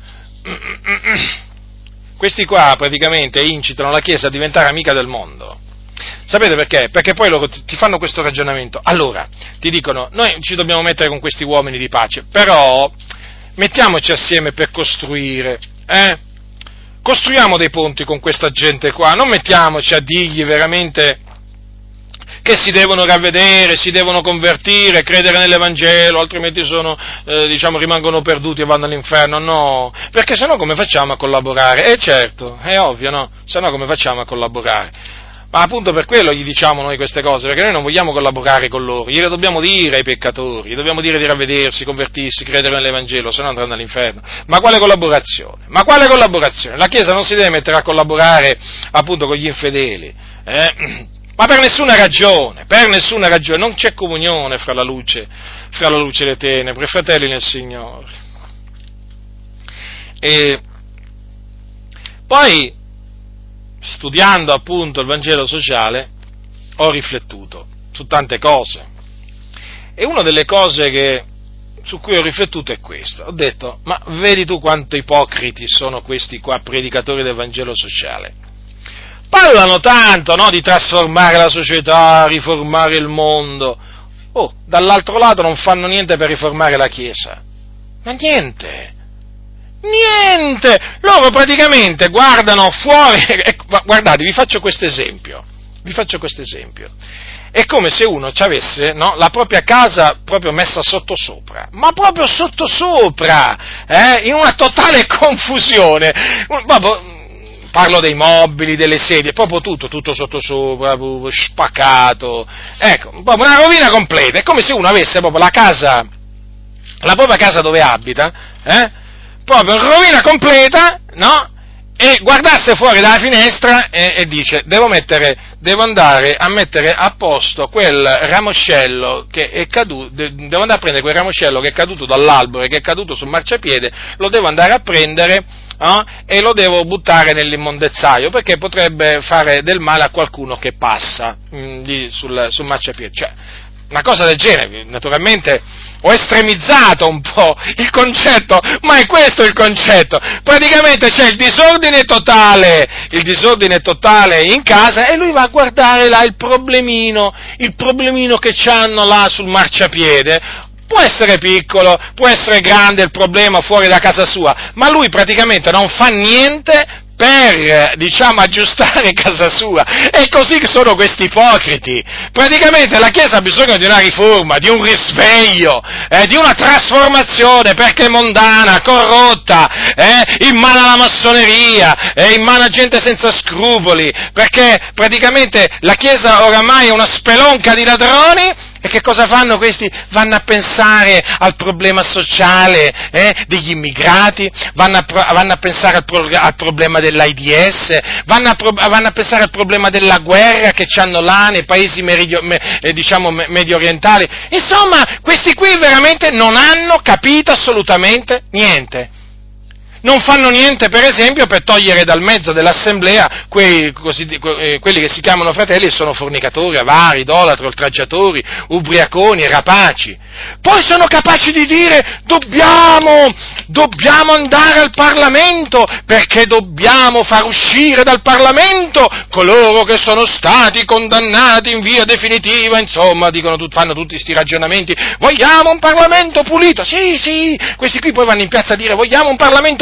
questi qua praticamente incitano la Chiesa a diventare amica del mondo. Sapete perché? Perché poi loro ti fanno questo ragionamento. Allora, ti dicono, noi ci dobbiamo mettere con questi uomini di pace, però mettiamoci assieme per costruire, Costruiamo dei ponti con questa gente qua, non mettiamoci a dirgli veramente che si devono ravvedere, si devono convertire, credere nell'Evangelo, altrimenti rimangono perduti e vanno all'inferno, no, perché sennò come facciamo a collaborare? Certo, è ovvio, no, sennò come facciamo a collaborare? Ma appunto per quello gli diciamo noi queste cose, perché noi non vogliamo collaborare con loro, gliele dobbiamo dire ai peccatori, gli dobbiamo dire di ravvedersi, convertirsi, credere nell'Evangelo, se no andranno all'inferno. Ma quale collaborazione? La Chiesa non si deve mettere a collaborare appunto con gli infedeli, ma per nessuna ragione, non c'è comunione fra la luce e le tenebre, fratelli nel Signore. E poi, studiando appunto il Vangelo sociale, ho riflettuto su tante cose, e una delle cose su cui ho riflettuto è questa. Ho detto, ma vedi tu quanto ipocriti sono questi qua predicatori del Vangelo sociale. Parlano tanto, no, di trasformare la società, riformare il mondo, dall'altro lato non fanno niente per riformare la Chiesa, ma niente, loro praticamente guardano fuori, guardate, vi faccio questo esempio, è come se uno ci avesse, no, la propria casa proprio messa sottosopra, ma proprio sottosopra, in una totale confusione, parlo dei mobili, delle sedie, proprio tutto sottosopra, spaccato, ecco, proprio una rovina completa, è come se uno avesse proprio la propria casa dove abita, proprio rovina completa, no? E guardasse fuori dalla finestra e dice, devo andare a mettere a posto quel ramoscello che è caduto, devo andare a prendere quel ramoscello che è caduto dall'albero e che è caduto sul marciapiede, lo devo andare a prendere, e lo devo buttare nell'immondezzaio, perché potrebbe fare del male a qualcuno che passa sul marciapiede. Cioè, una cosa del genere, naturalmente ho estremizzato un po' il concetto, ma è questo il concetto. Praticamente c'è il disordine totale in casa, e lui va a guardare là il problemino che c'hanno là sul marciapiede. Può essere piccolo, può essere grande il problema fuori da casa sua, ma lui praticamente non fa niente per, aggiustare casa sua. E così sono questi ipocriti. Praticamente la Chiesa ha bisogno di una riforma, di un risveglio, di una trasformazione, perché è mondana, corrotta, in mano alla massoneria, in mano a gente senza scrupoli, perché praticamente la Chiesa oramai è una spelonca di ladroni. E che cosa fanno questi? Vanno a pensare al problema sociale degli immigrati, vanno a pensare al problema dell'AIDS, vanno a pensare al problema della guerra che c'hanno là nei paesi medio orientali. Insomma, questi qui veramente non hanno capito assolutamente niente. Non fanno niente, per esempio, per togliere dal mezzo dell'assemblea quelli che si chiamano fratelli e sono fornicatori, avari, idolatri, oltraggiatori, ubriaconi, rapaci. Poi sono capaci di dire dobbiamo andare al Parlamento, perché dobbiamo far uscire dal Parlamento coloro che sono stati condannati in via definitiva. Insomma, fanno tutti sti ragionamenti. Vogliamo un Parlamento pulito? Sì, questi qui poi vanno in piazza a dire vogliamo un Parlamento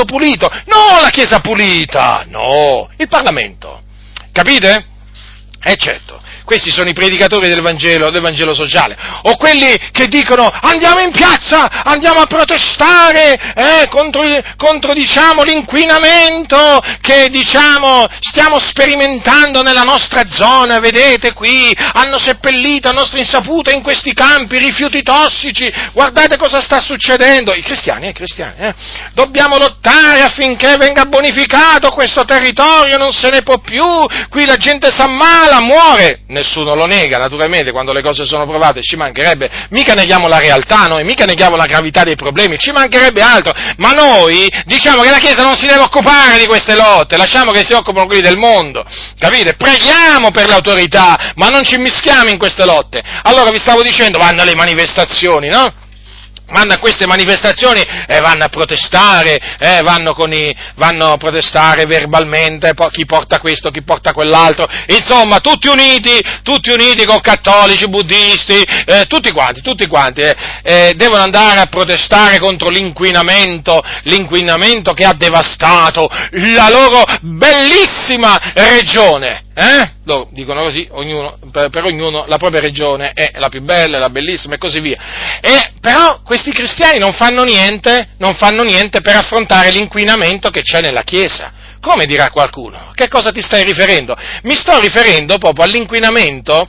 pulito, no la Chiesa pulita, no, il Parlamento, capite? Certo, questi sono i predicatori del Vangelo sociale, o quelli che dicono andiamo in piazza, andiamo a protestare contro diciamo, l'inquinamento che diciamo, stiamo sperimentando nella nostra zona, vedete qui, hanno seppellito a nostra insaputa in questi campi rifiuti tossici, guardate cosa sta succedendo, i cristiani, dobbiamo lottare affinché venga bonificato questo territorio, non se ne può più, qui la gente s'ammala, muore, nessuno lo nega, naturalmente, quando le cose sono provate, ci mancherebbe, mica neghiamo la realtà noi, mica neghiamo la gravità dei problemi, ci mancherebbe altro, ma noi diciamo che la Chiesa non si deve occupare di queste lotte, lasciamo che si occupano quelli del mondo, capite? Preghiamo per l'autorità, ma non ci immischiamo in queste lotte. Allora vi stavo dicendo, vanno alle manifestazioni, no? Vanno a queste manifestazioni e vanno a protestare, vanno a protestare verbalmente, chi porta questo, chi porta quell'altro, insomma, tutti uniti con cattolici, buddisti, tutti quanti, devono andare a protestare contro l'inquinamento che ha devastato la loro bellissima regione. Loro dicono così, per ognuno la propria regione è la più bella, la bellissima e così via. Però questi cristiani non fanno niente per affrontare l'inquinamento che c'è nella Chiesa. Come dirà qualcuno? Che cosa ti stai riferendo? Mi sto riferendo proprio all'inquinamento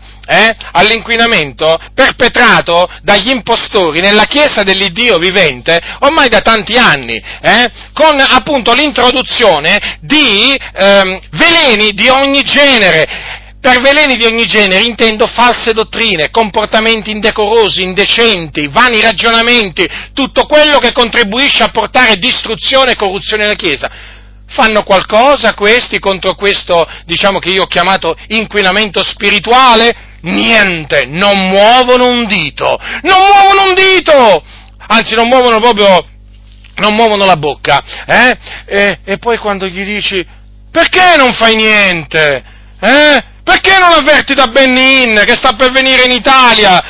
perpetrato dagli impostori nella Chiesa dell'Iddio vivente ormai da tanti anni, con appunto l'introduzione di veleni di ogni genere. Per veleni di ogni genere intendo false dottrine, comportamenti indecorosi, indecenti, vani ragionamenti, tutto quello che contribuisce a portare distruzione e corruzione alla Chiesa. Fanno qualcosa questi contro questo, diciamo, che io ho chiamato inquinamento spirituale? Niente, non muovono un dito, anzi non muovono la bocca, e poi quando gli dici, perché non fai niente, perché non avverti da Benin che sta per venire in Italia,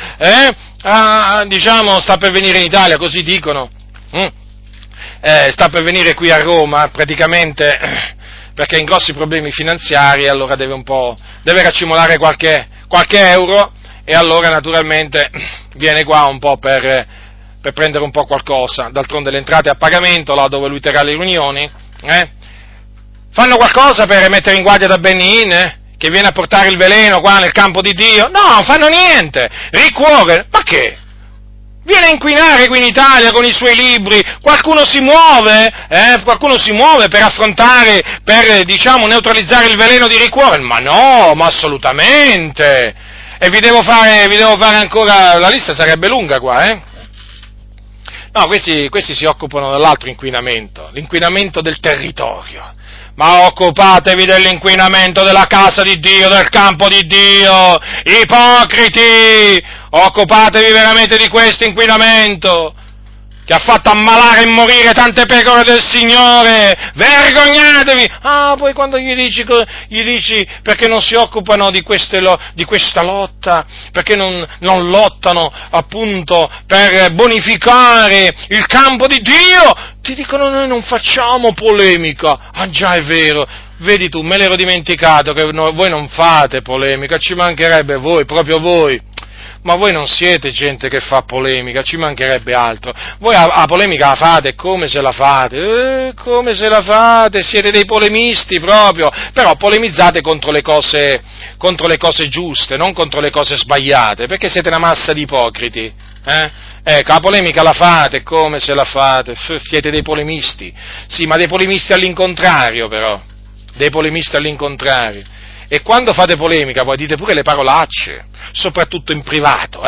sta per venire in Italia, così dicono, sta per venire qui a Roma, praticamente, perché ha in grossi problemi finanziari, allora deve raccimolare qualche euro, e allora naturalmente viene qua un po' per prendere un po' qualcosa, d'altronde le entrate a pagamento, là dove lui terrà le riunioni, fanno qualcosa per mettere in guardia da Benin, che viene a portare il veleno qua nel campo di Dio? No, non fanno niente, ricuore, ma che? Viene a inquinare qui in Italia con i suoi libri, qualcuno si muove per affrontare, per, diciamo, neutralizzare il veleno di ricuore? Ma no, ma assolutamente! E vi devo fare ancora, la lista sarebbe lunga qua, No, questi si occupano dell'altro inquinamento, l'inquinamento del territorio. Ma occupatevi dell'inquinamento della casa di Dio, del campo di Dio, ipocriti! Occupatevi veramente di questo inquinamento che ha fatto ammalare e morire tante pecore del Signore, vergognatevi! Poi quando gli dici perché non si occupano di questa lotta, perché non lottano appunto per bonificare il campo di Dio, ti dicono noi non facciamo polemica. Ah già, è vero, vedi tu, me l'ero dimenticato che voi non fate polemica, ci mancherebbe proprio voi. Ma voi non siete gente che fa polemica, ci mancherebbe altro. Voi la polemica la fate come se la fate, siete dei polemisti proprio, però polemizzate contro le cose giuste, non contro le cose sbagliate, perché siete una massa di ipocriti, Ecco, la polemica la fate come se la fate, siete dei polemisti, sì, ma dei polemisti all'incontrario però, E quando fate polemica poi dite pure le parolacce, soprattutto in privato,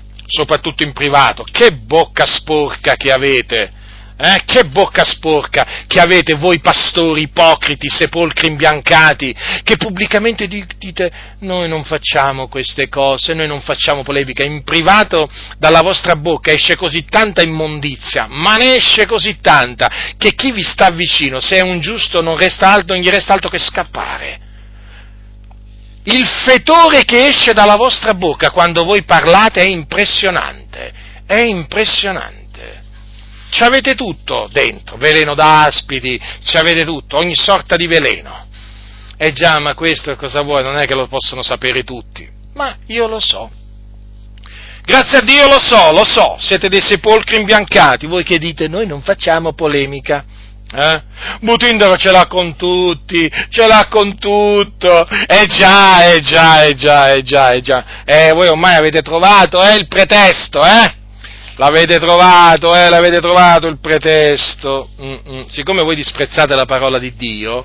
che bocca sporca che avete, che bocca sporca che avete voi pastori ipocriti, sepolcri imbiancati, che pubblicamente dite noi non facciamo queste cose, noi non facciamo polemica, in privato dalla vostra bocca esce così tanta immondizia, ma ne esce così tanta, che chi vi sta vicino, se è un giusto, non gli resta altro che scappare. Il fetore che esce dalla vostra bocca quando voi parlate è impressionante. c'avete tutto dentro, veleno d'aspidi, c'avete tutto, ogni sorta di veleno. Già, ma questo cosa vuoi? Non è che lo possono sapere tutti, ma io lo so. Grazie a Dio lo so, siete dei sepolcri imbiancati, voi che dite noi non facciamo polemica. Butindaro ce l'ha con tutti, ce l'ha con tutto, già, voi ormai avete trovato, il pretesto, l'avete trovato il pretesto, siccome voi disprezzate la parola di Dio,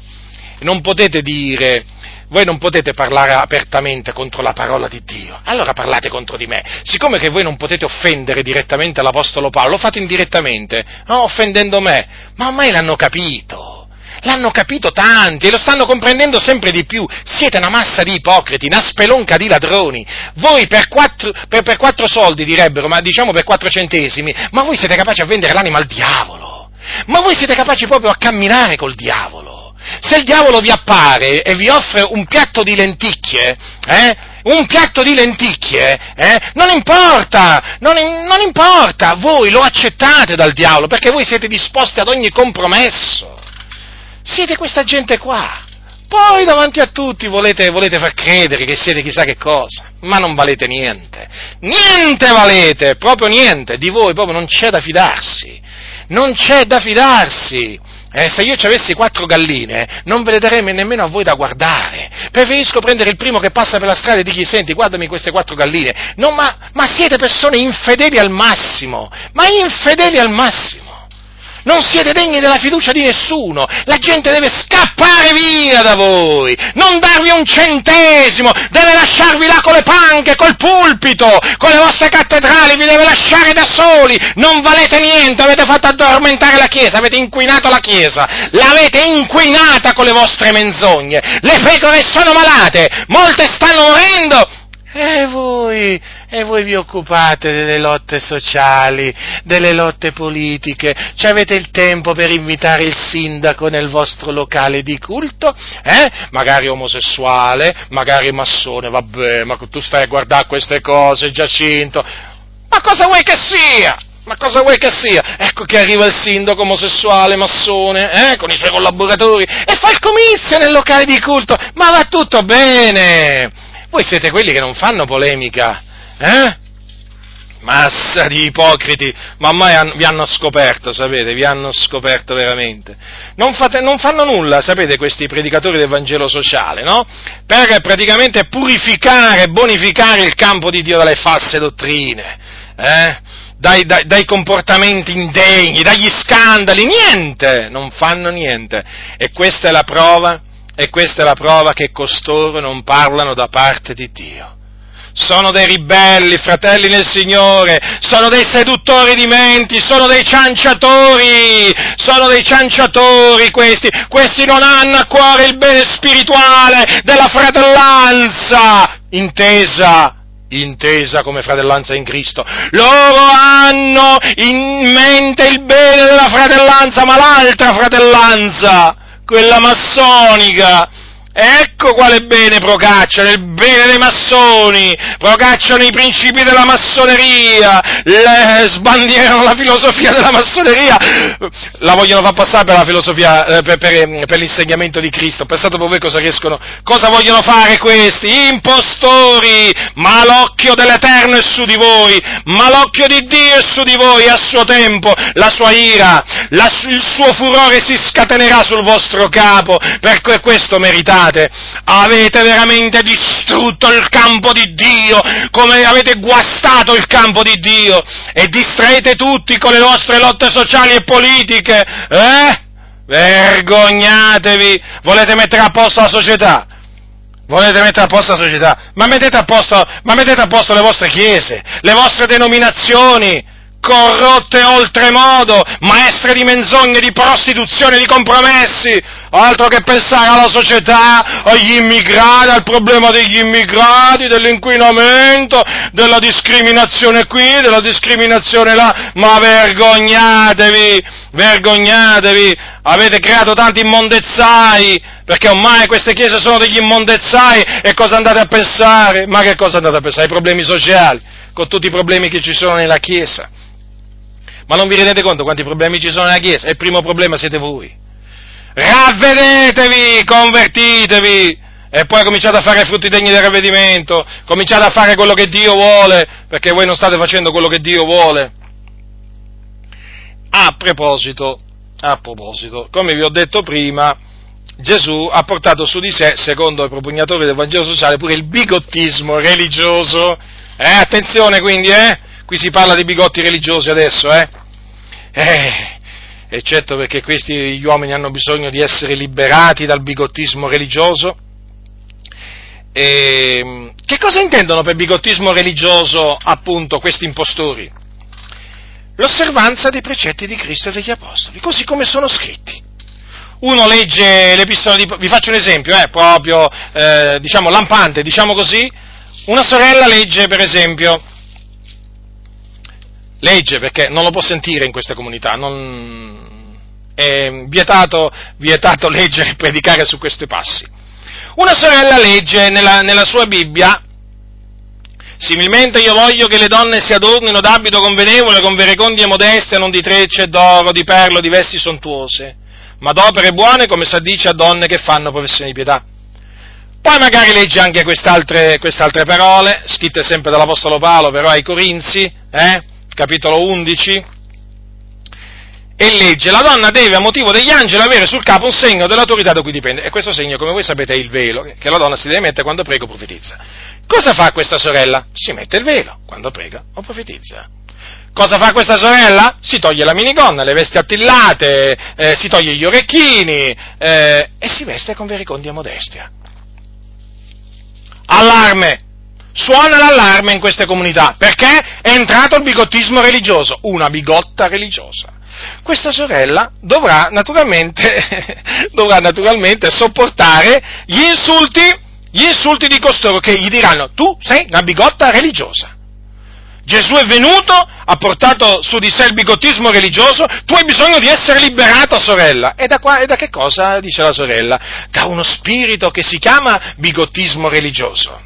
voi non potete parlare apertamente contro la parola di Dio, allora parlate contro di me. Siccome che voi non potete offendere direttamente l'Apostolo Paolo, lo fate indirettamente, offendendo me, ma ormai l'hanno capito tanti e lo stanno comprendendo sempre di più. Siete una massa di ipocriti, una spelonca di ladroni. Voi per 4 soldi direbbero, ma diciamo per 4 centesimi, ma voi siete capaci a vendere l'anima al diavolo, ma voi siete capaci proprio a camminare col diavolo. Se il diavolo vi appare e vi offre un piatto di lenticchie, non importa, voi lo accettate dal diavolo, perché voi siete disposti ad ogni compromesso. Siete questa gente qua. Poi davanti a tutti volete far credere che siete chissà che cosa, ma non valete niente valete, proprio niente, di voi proprio non c'è da fidarsi. Se io ci avessi 4 galline, non ve le darei nemmeno a voi da guardare. Preferisco prendere il primo che passa per la strada e dirgli: senti, guardami queste 4 galline. No, ma siete persone infedeli al massimo. Non siete degni della fiducia di nessuno. La gente deve scappare via da voi, non darvi un centesimo, deve lasciarvi là con le panche, col pulpito, con le vostre cattedrali, vi deve lasciare da soli. Non valete niente, avete fatto addormentare la Chiesa, avete inquinato la Chiesa, l'avete inquinata con le vostre menzogne. Le pecore sono malate, molte stanno morendo. E voi vi occupate delle lotte sociali, delle lotte politiche, c'avete il tempo per invitare il sindaco nel vostro locale di culto, magari omosessuale, magari massone, vabbè, ma tu stai a guardare queste cose, Giacinto, ma cosa vuoi che sia? Ecco che arriva il sindaco omosessuale, massone, con i suoi collaboratori, e fa il comizio nel locale di culto, ma va tutto bene! Voi siete quelli che non fanno polemica, Massa di ipocriti, ma ormai vi hanno scoperto, sapete, vi hanno scoperto veramente. Non fanno nulla, sapete, questi predicatori del Vangelo sociale, no? Per praticamente purificare, bonificare il campo di Dio dalle false dottrine, dai comportamenti indegni, dagli scandali, niente, non fanno niente. E questa è la prova che costoro non parlano da parte di Dio. Sono dei ribelli, fratelli nel Signore, sono dei seduttori di menti, sono dei cianciatori questi non hanno a cuore il bene spirituale della fratellanza, intesa come fratellanza in Cristo. Loro hanno in mente il bene della fratellanza, ma l'altra fratellanza, quella massonica, ecco quale bene procacciano, il bene dei massoni, procacciano i principi della massoneria, sbandierano la filosofia della massoneria, la vogliono far passare per la filosofia, per l'insegnamento di Cristo. Pensate voi cosa vogliono fare questi impostori, ma l'occhio dell'Eterno è su di voi, ma l'occhio di Dio è su di voi, e a suo tempo la sua ira, il suo furore si scatenerà sul vostro capo, perché questo meritate. Avete veramente distrutto il campo di Dio, come avete guastato il campo di Dio, e distraete tutti con le vostre lotte sociali e politiche, Vergognatevi! Volete mettere a posto la società? Ma mettete a posto le vostre chiese, le vostre denominazioni, corrotte oltremodo, maestre di menzogne, di prostituzione, di compromessi, altro che pensare alla società, agli immigrati, al problema degli immigrati, dell'inquinamento, della discriminazione qui, della discriminazione là, ma vergognatevi, avete creato tanti immondezzai, perché ormai queste chiese sono degli immondezzai, e cosa andate a pensare? Ma che cosa andate a pensare? Ai problemi sociali, con tutti i problemi che ci sono nella Chiesa. Ma non vi rendete conto quanti problemi ci sono nella Chiesa? E il primo problema siete voi. Ravvedetevi, convertitevi, e poi cominciate a fare frutti degni del ravvedimento, cominciate a fare quello che Dio vuole, perché voi non state facendo quello che Dio vuole. A proposito, come vi ho detto prima, Gesù ha portato su di sé, secondo i propugnatori del Vangelo sociale, pure il bigottismo religioso. Attenzione quindi, qui si parla di bigotti religiosi adesso, eccetto perché gli uomini hanno bisogno di essere liberati dal bigottismo religioso. Che cosa intendono per bigottismo religioso, appunto, questi impostori? L'osservanza dei precetti di Cristo e degli Apostoli, così come sono scritti. Uno legge l'epistola vi faccio un esempio, proprio, lampante, diciamo così. Una sorella legge, per esempio, perché non lo può sentire in questa comunità, è vietato leggere e predicare su questi passi. Una sorella legge nella sua Bibbia: similmente io voglio che le donne si adornino d'abito convenevole, con verecondie modeste, non di trecce, d'oro, di perlo, di vesti sontuose, ma d'opere buone, come s'addice a donne che fanno professione di pietà. Poi magari legge anche quest'altre parole, scritte sempre dall'Apostolo Paolo, però ai Corinzi, capitolo 11, e legge: la donna deve, a motivo degli angeli, avere sul capo un segno dell'autorità da cui dipende, e questo segno, come voi sapete, è il velo, che la donna si deve mettere quando prega o profetizza. Cosa fa questa sorella? Si mette il velo quando prega o profetizza. Cosa fa questa sorella? Si toglie la minigonna, le vesti attillate, si toglie gli orecchini, e si veste con vericondia modestia. Allarme! Suona l'allarme in queste comunità, perché è entrato il bigottismo religioso, una bigotta religiosa. Questa sorella dovrà naturalmente sopportare gli insulti di costoro che gli diranno: tu sei una bigotta religiosa. Gesù è venuto, ha portato su di sé il bigottismo religioso, tu hai bisogno di essere liberata, sorella. E da che cosa dice la sorella? Da uno spirito che si chiama bigottismo religioso.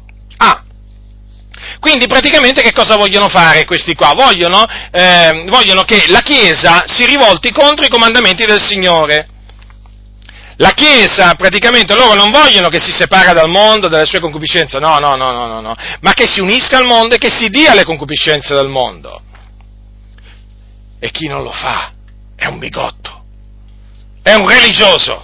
Quindi praticamente che cosa vogliono fare questi qua? Vogliono che la Chiesa si rivolti contro i comandamenti del Signore. La Chiesa, praticamente, loro non vogliono che si separa dal mondo, dalle sue concupiscenze, no, ma che si unisca al mondo e che si dia le concupiscenze del mondo. E chi non lo fa è un bigotto, è un religioso.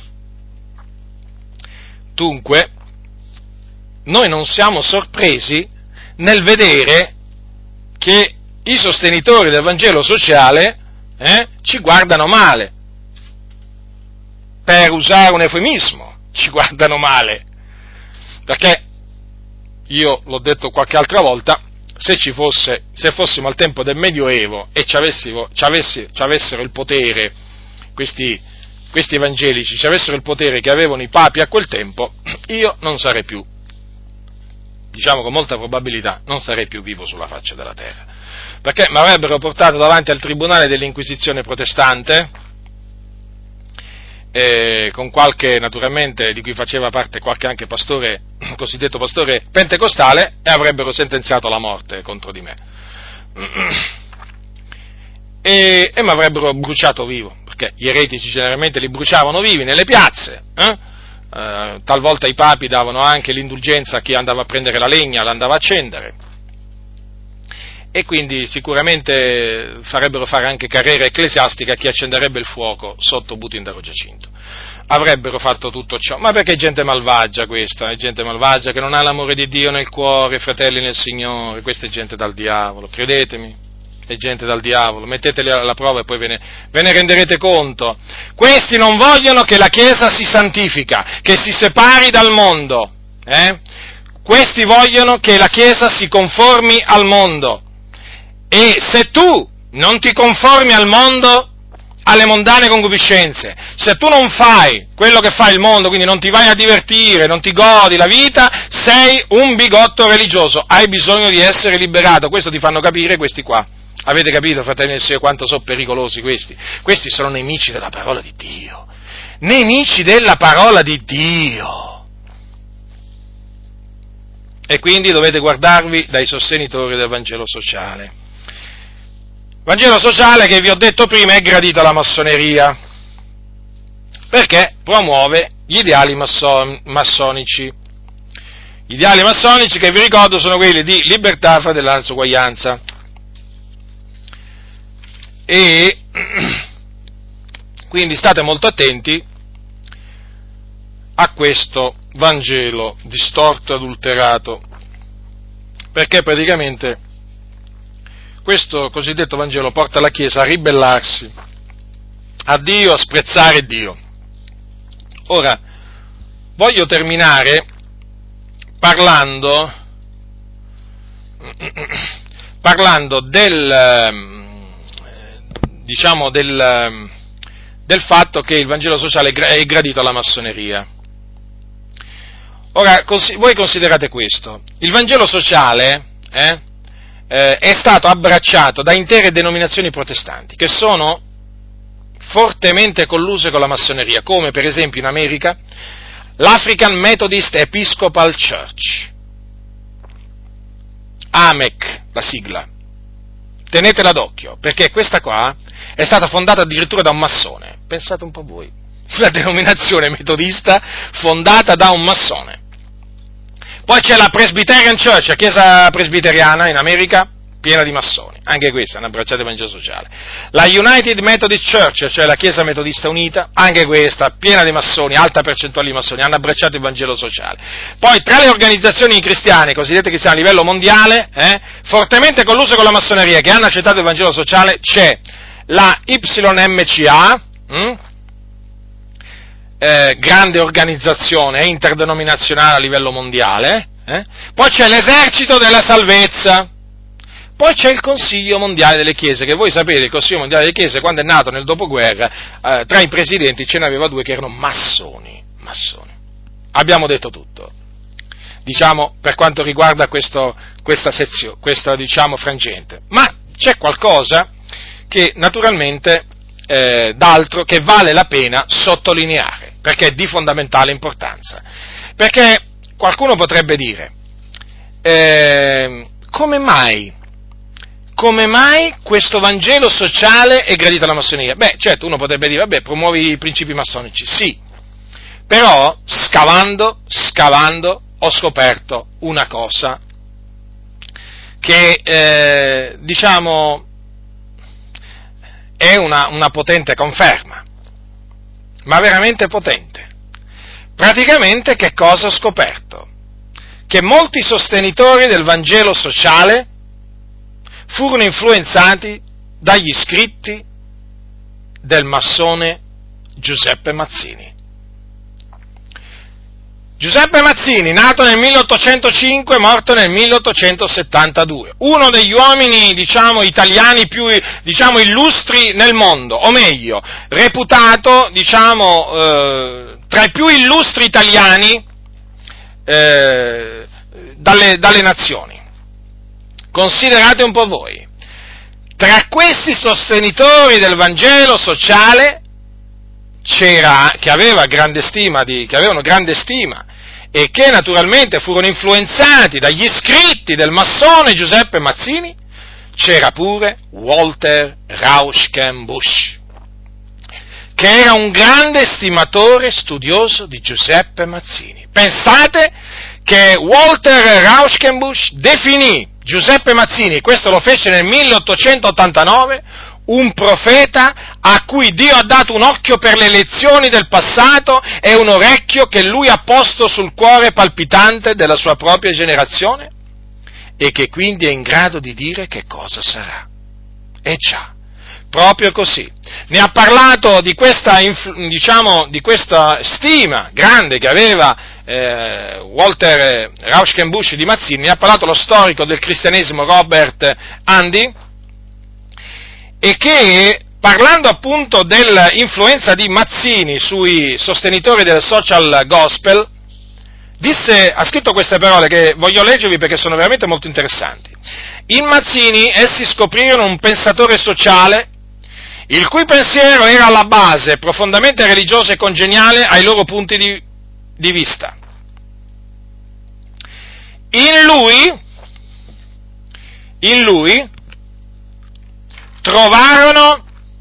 Dunque, noi non siamo sorpresi nel vedere che i sostenitori del Vangelo sociale ci guardano male. Per usare un eufemismo, ci guardano male, perché io l'ho detto qualche altra volta, se fossimo al tempo del Medioevo e ci avessero il potere, questi evangelici, ci avessero il potere che avevano i papi a quel tempo, io non sarei più, diciamo con molta probabilità, non sarei più vivo sulla faccia della terra, perché mi avrebbero portato davanti al tribunale dell'Inquisizione protestante, con qualche, naturalmente, di cui faceva parte qualche anche pastore, cosiddetto pastore pentecostale, e avrebbero sentenziato la morte contro di me. E mi avrebbero bruciato vivo, perché gli eretici generalmente li bruciavano vivi nelle piazze, talvolta i papi davano anche l'indulgenza a chi andava a prendere la legna, l'andava a accendere, e quindi sicuramente farebbero fare anche carriera ecclesiastica a chi accenderebbe il fuoco sotto Butindario Giacinto. Avrebbero fatto tutto ciò, ma perché è gente malvagia questa, è gente malvagia che non ha l'amore di Dio nel cuore, fratelli nel Signore, questa è gente dal diavolo, credetemi, è gente dal diavolo, metteteli alla prova e poi ve ne renderete conto. Questi non vogliono che la Chiesa si santifica, che si separi dal mondo, Questi vogliono che la Chiesa si conformi al mondo. E se tu non ti conformi al mondo, alle mondane concupiscenze, se tu non fai quello che fa il mondo, quindi non ti vai a divertire, non ti godi la vita, sei un bigotto religioso, hai bisogno di essere liberato. Questo ti fanno capire questi qua. Avete capito, fratelli del Signore, quanto sono pericolosi questi? Questi sono nemici della parola di Dio. Nemici della parola di Dio. E quindi dovete guardarvi dai sostenitori del Vangelo sociale. Vangelo sociale che vi ho detto prima è gradito alla massoneria, perché promuove gli ideali massonici. Gli ideali massonici che vi ricordo sono quelli di libertà, fratellanza, uguaglianza. E quindi state molto attenti a questo Vangelo distorto e adulterato, perché praticamente questo cosiddetto Vangelo porta la Chiesa a ribellarsi a Dio, a sprezzare Dio. Ora, voglio terminare parlando del fatto che il Vangelo sociale è gradito alla massoneria. Ora, voi considerate questo: il Vangelo sociale è stato abbracciato da intere denominazioni protestanti che sono fortemente colluse con la massoneria, come per esempio in America l'African Methodist Episcopal Church, AMEC, la sigla. Tenetela d'occhio, perché questa qua è stata fondata addirittura da un massone. Pensate un po' voi, una denominazione metodista fondata da un massone. Poi c'è la Presbyterian Church, la chiesa presbiteriana in America, piena di massoni, anche questa hanno abbracciato il Vangelo sociale. La United Methodist Church, cioè la chiesa metodista unita, anche questa piena di massoni, alta percentuale di massoni, hanno abbracciato il Vangelo sociale. Poi tra le organizzazioni cristiane, cosiddette cristiane a livello mondiale, fortemente colluse con la massoneria, che hanno accettato il Vangelo sociale, c'è la YMCA, grande organizzazione interdenominazionale a livello mondiale, poi c'è l'Esercito della Salvezza, poi c'è il Consiglio Mondiale delle Chiese, che voi sapete, il Consiglio Mondiale delle Chiese, quando è nato nel dopoguerra, tra i presidenti ce n'aveva due che erano massoni. Abbiamo detto tutto, diciamo, per quanto riguarda questa frangente. Ma c'è qualcosa che naturalmente d'altro che vale la pena sottolineare, perché è di fondamentale importanza. Perché qualcuno potrebbe dire, come mai questo Vangelo sociale è gradito alla massoneria? Beh, certo, uno potrebbe dire, vabbè, promuovi i principi massonici, sì, però scavando ho scoperto una cosa che, è una potente conferma, ma veramente potente. Praticamente che cosa ho scoperto? Che molti sostenitori del Vangelo sociale furono influenzati dagli scritti del massone Giuseppe Mazzini. Giuseppe Mazzini, nato nel 1805, morto nel 1872, uno degli uomini, italiani più, illustri nel mondo, o meglio, reputato, tra i più illustri italiani dalle nazioni. Considerate un po' voi, tra questi sostenitori del Vangelo sociale che avevano grande stima e che naturalmente furono influenzati dagli scritti del massone Giuseppe Mazzini, c'era pure Walter Rauschenbusch, che era un grande estimatore studioso di Giuseppe Mazzini. Pensate che Walter Rauschenbusch definì Giuseppe Mazzini, questo lo fece nel 1889, un profeta a cui Dio ha dato un occhio per le lezioni del passato e un orecchio che lui ha posto sul cuore palpitante della sua propria generazione e che quindi è in grado di dire che cosa sarà. E già, proprio così. Ne ha parlato di questa stima grande che aveva Walter Rauschenbusch di Mazzini, ne ha parlato lo storico del cristianesimo Robert Andy, e che, parlando appunto dell'influenza di Mazzini sui sostenitori del social gospel, ha scritto queste parole che voglio leggervi perché sono veramente molto interessanti. In Mazzini essi scoprirono un pensatore sociale il cui pensiero era alla base profondamente religioso e congeniale ai loro punti di vista. In lui trovarono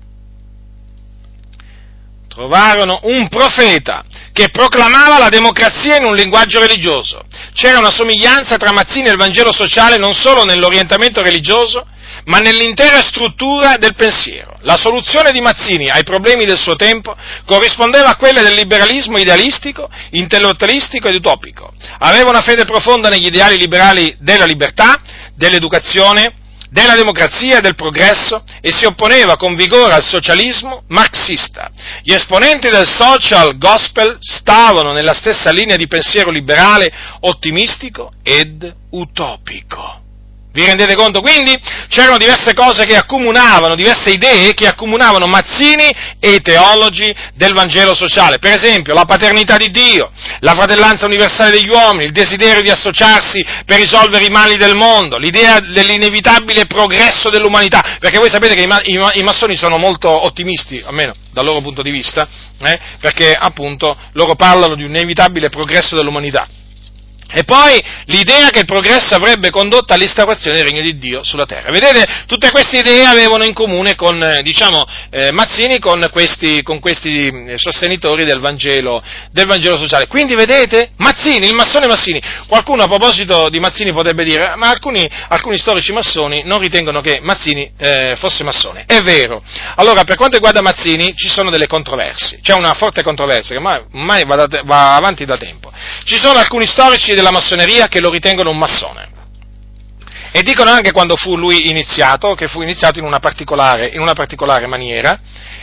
un profeta che proclamava la democrazia in un linguaggio religioso. C'era una somiglianza tra Mazzini e il Vangelo sociale non solo nell'orientamento religioso, ma nell'intera struttura del pensiero. La soluzione di Mazzini ai problemi del suo tempo corrispondeva a quella del liberalismo idealistico, intellettualistico ed utopico. Aveva una fede profonda negli ideali liberali della libertà, dell'educazione, della democrazia e del progresso e si opponeva con vigore al socialismo marxista. Gli esponenti del social gospel stavano nella stessa linea di pensiero liberale, ottimistico ed utopico. Vi rendete conto? Quindi c'erano diverse cose che accomunavano, diverse idee che accomunavano Mazzini e i teologi del Vangelo sociale. Per esempio, la paternità di Dio, la fratellanza universale degli uomini, il desiderio di associarsi per risolvere i mali del mondo, l'idea dell'inevitabile progresso dell'umanità, perché voi sapete che i massoni sono molto ottimisti, almeno dal loro punto di vista, perché appunto loro parlano di un inevitabile progresso dell'umanità. E poi l'idea che il progresso avrebbe condotto all'instaurazione del regno di Dio sulla terra. Vedete, tutte queste idee avevano in comune con, Mazzini con questi sostenitori del Vangelo sociale. Quindi vedete, Mazzini, il massone Mazzini, qualcuno a proposito di Mazzini potrebbe dire, ma alcuni storici massoni non ritengono che Mazzini fosse massone. È vero. Allora, per quanto riguarda Mazzini, ci sono delle controversie. C'è una forte controversia che ormai va avanti da tempo. Ci sono alcuni storici della massoneria che lo ritengono un massone e dicono anche quando fu lui iniziato, che fu iniziato in una particolare maniera.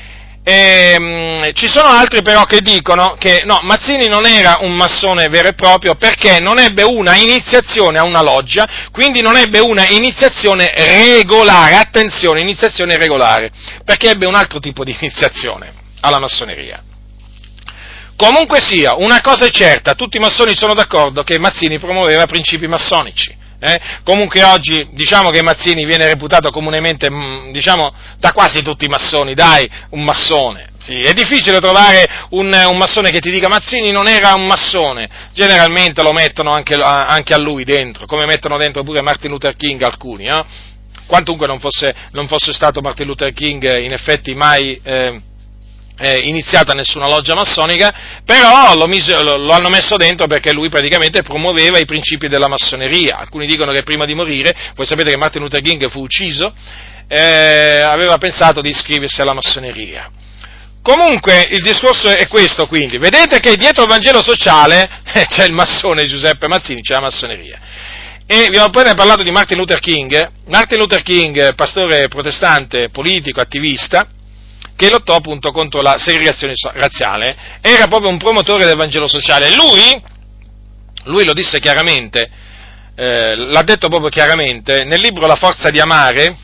Ci sono altri però che dicono che no, Mazzini non era un massone vero e proprio perché non ebbe una iniziazione a una loggia, quindi non ebbe una iniziazione regolare, attenzione, iniziazione regolare, perché ebbe un altro tipo di iniziazione alla massoneria. Comunque sia, una cosa è certa, tutti i massoni sono d'accordo che Mazzini promuoveva principi massonici. Comunque oggi diciamo che Mazzini viene reputato comunemente, da quasi tutti i massoni, un massone. Sì, è difficile trovare un massone che ti dica Mazzini non era un massone, generalmente lo mettono anche a lui dentro, come mettono dentro pure Martin Luther King alcuni, quantunque non fosse stato Martin Luther King in effetti mai iniziata nessuna loggia massonica, però lo hanno messo dentro perché lui praticamente promuoveva i principi della massoneria. Alcuni dicono che prima di morire, voi sapete che Martin Luther King fu ucciso, aveva pensato di iscriversi alla massoneria. Comunque il discorso è questo, quindi vedete che dietro il Vangelo sociale c'è il massone Giuseppe Mazzini, c'è la massoneria. E vi ho appena parlato di Martin Luther King, pastore protestante, politico, attivista, che lottò appunto contro la segregazione razziale, era proprio un promotore del Vangelo sociale. Lui lo disse chiaramente, l'ha detto proprio chiaramente, nel libro La forza di amare,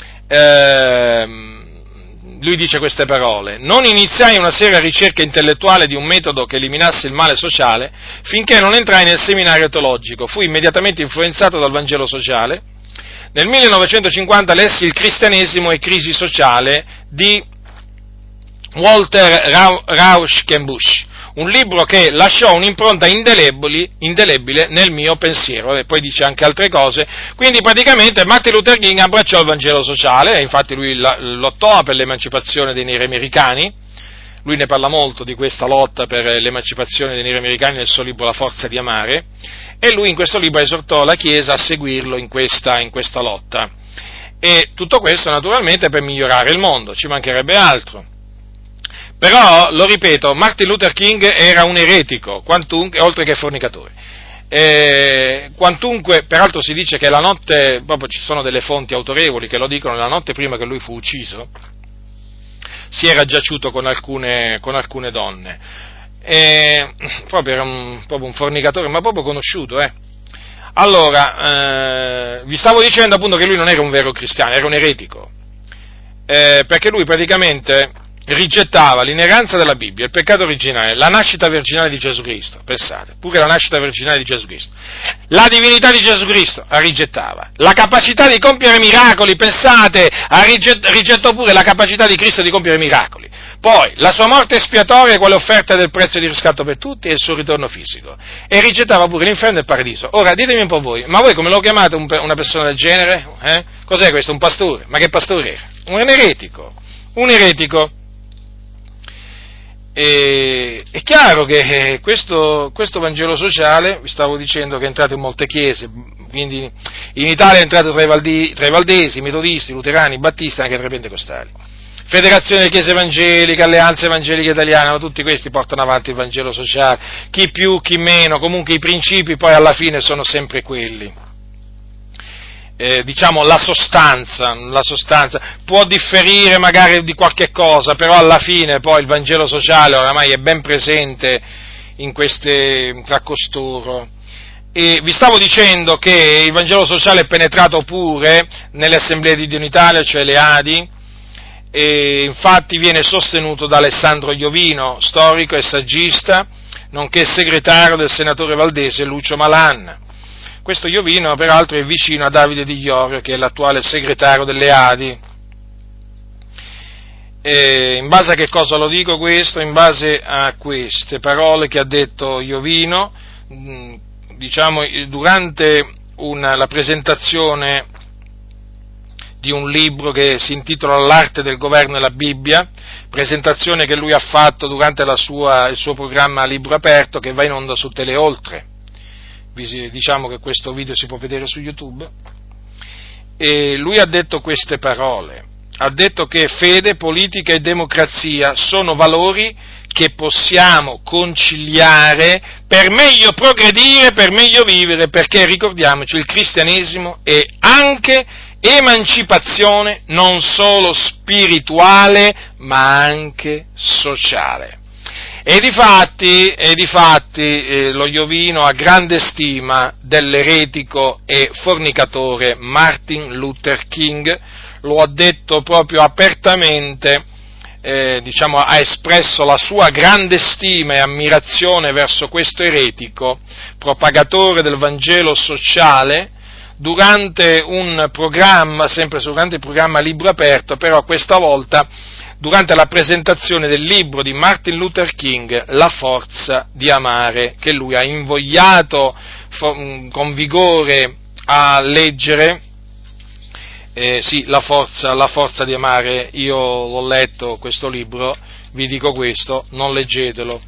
lui dice queste parole: non iniziai una seria ricerca intellettuale di un metodo che eliminasse il male sociale finché non entrai nel seminario teologico, fui immediatamente influenzato dal Vangelo sociale. Nel 1950 lessi Il cristianesimo e crisi sociale di Walter Rauschenbusch, un libro che lasciò un'impronta indelebile nel mio pensiero, e poi dice anche altre cose. Quindi praticamente Martin Luther King abbracciò il Vangelo sociale, e infatti lui lottò per l'emancipazione dei neri americani. Lui ne parla molto di questa lotta per l'emancipazione dei neri americani nel suo libro La forza di amare, e lui in questo libro esortò la Chiesa a seguirlo in questa lotta. E tutto questo naturalmente per migliorare il mondo, ci mancherebbe altro. Però, lo ripeto, Martin Luther King era un eretico, oltre che fornicatore. Quantunque, peraltro si dice che la notte, proprio ci sono delle fonti autorevoli che lo dicono, la notte prima che lui fu ucciso, si era giaciuto con alcune donne. Proprio era proprio un fornicatore, ma proprio conosciuto, Allora, vi stavo dicendo appunto che lui non era un vero cristiano, era un eretico, perché lui praticamente rigettava l'ineranza della Bibbia, il peccato originale, la nascita virginale di Gesù Cristo, pensate, pure la nascita virginale di Gesù Cristo, la divinità di Gesù Cristo la rigettava, la capacità di compiere miracoli, pensate, rigettò pure la capacità di Cristo di compiere miracoli, poi la sua morte espiatoria, quale offerta del prezzo di riscatto per tutti, e il suo ritorno fisico, e rigettava pure l'inferno e il paradiso. Ora ditemi un po' voi, ma voi come lo chiamate una persona del genere? Cos'è questo, un pastore? Ma che pastore era? un eretico. È chiaro che questo Vangelo sociale, vi stavo dicendo che è entrato in molte chiese, quindi in Italia è entrato tra i valdesi, i metodisti, i luterani, i battisti, anche tra i pentecostali. Federazione delle Chiese Evangeliche, Alleanza Evangelica Italiana, ma tutti questi portano avanti il Vangelo sociale, chi più, chi meno, comunque i principi poi alla fine sono sempre quelli. Diciamo la sostanza può differire magari di qualche cosa, però alla fine poi il Vangelo sociale oramai è ben presente tra costoro. E vi stavo dicendo che il Vangelo sociale è penetrato pure nelle assemblee di Dio in Italia, cioè le ADI, e infatti viene sostenuto da Alessandro Iovino, storico e saggista, nonché segretario del senatore valdese Lucio Malan. Questo Iovino, peraltro, è vicino a Davide Di Iorio, che è l'attuale segretario delle ADI. E in base a che cosa lo dico questo? In base a queste parole che ha detto Iovino, diciamo, durante la presentazione di un libro che si intitola L'arte del governo e la Bibbia, presentazione che lui ha fatto durante il suo programma Libro Aperto, che va in onda su Teleoltre. Diciamo che questo video si può vedere su YouTube, e lui ha detto queste parole, ha detto che fede, politica e democrazia sono valori che possiamo conciliare per meglio progredire, per meglio vivere, perché ricordiamoci, il cristianesimo è anche emancipazione non solo spirituale ma anche sociale. E difatti lo Iovino ha grande stima dell'eretico e fornicatore Martin Luther King, lo ha detto proprio apertamente, ha espresso la sua grande stima e ammirazione verso questo eretico, propagatore del Vangelo sociale, durante un programma, durante il programma Libro Aperto, però questa volta durante la presentazione del libro di Martin Luther King, La forza di amare, che lui ha invogliato con vigore a leggere. La forza di amare, io l'ho letto questo libro, vi dico questo, non leggetelo.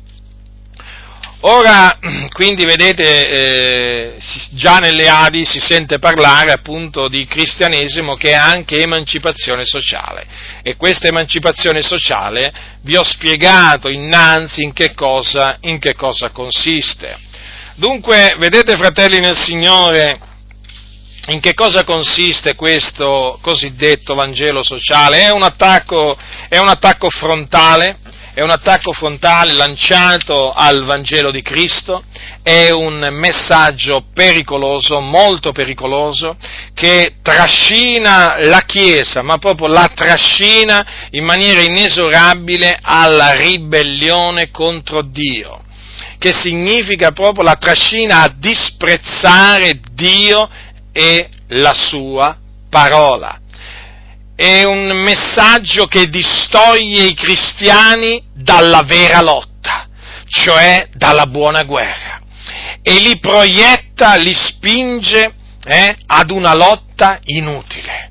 Ora, quindi vedete, già nelle ADI si sente parlare appunto di cristianesimo che è anche emancipazione sociale, e questa emancipazione sociale vi ho spiegato innanzi in che cosa consiste. Dunque, vedete, fratelli nel Signore, in che cosa consiste questo cosiddetto Vangelo sociale? È un attacco frontale. È un attacco frontale lanciato al Vangelo di Cristo, è un messaggio pericoloso, molto pericoloso, che trascina la Chiesa, ma proprio la trascina in maniera inesorabile alla ribellione contro Dio, che significa proprio la trascina a disprezzare Dio e la sua parola. È un messaggio che distoglie i cristiani dalla vera lotta, cioè dalla buona guerra, e li proietta, li spinge ad una lotta inutile.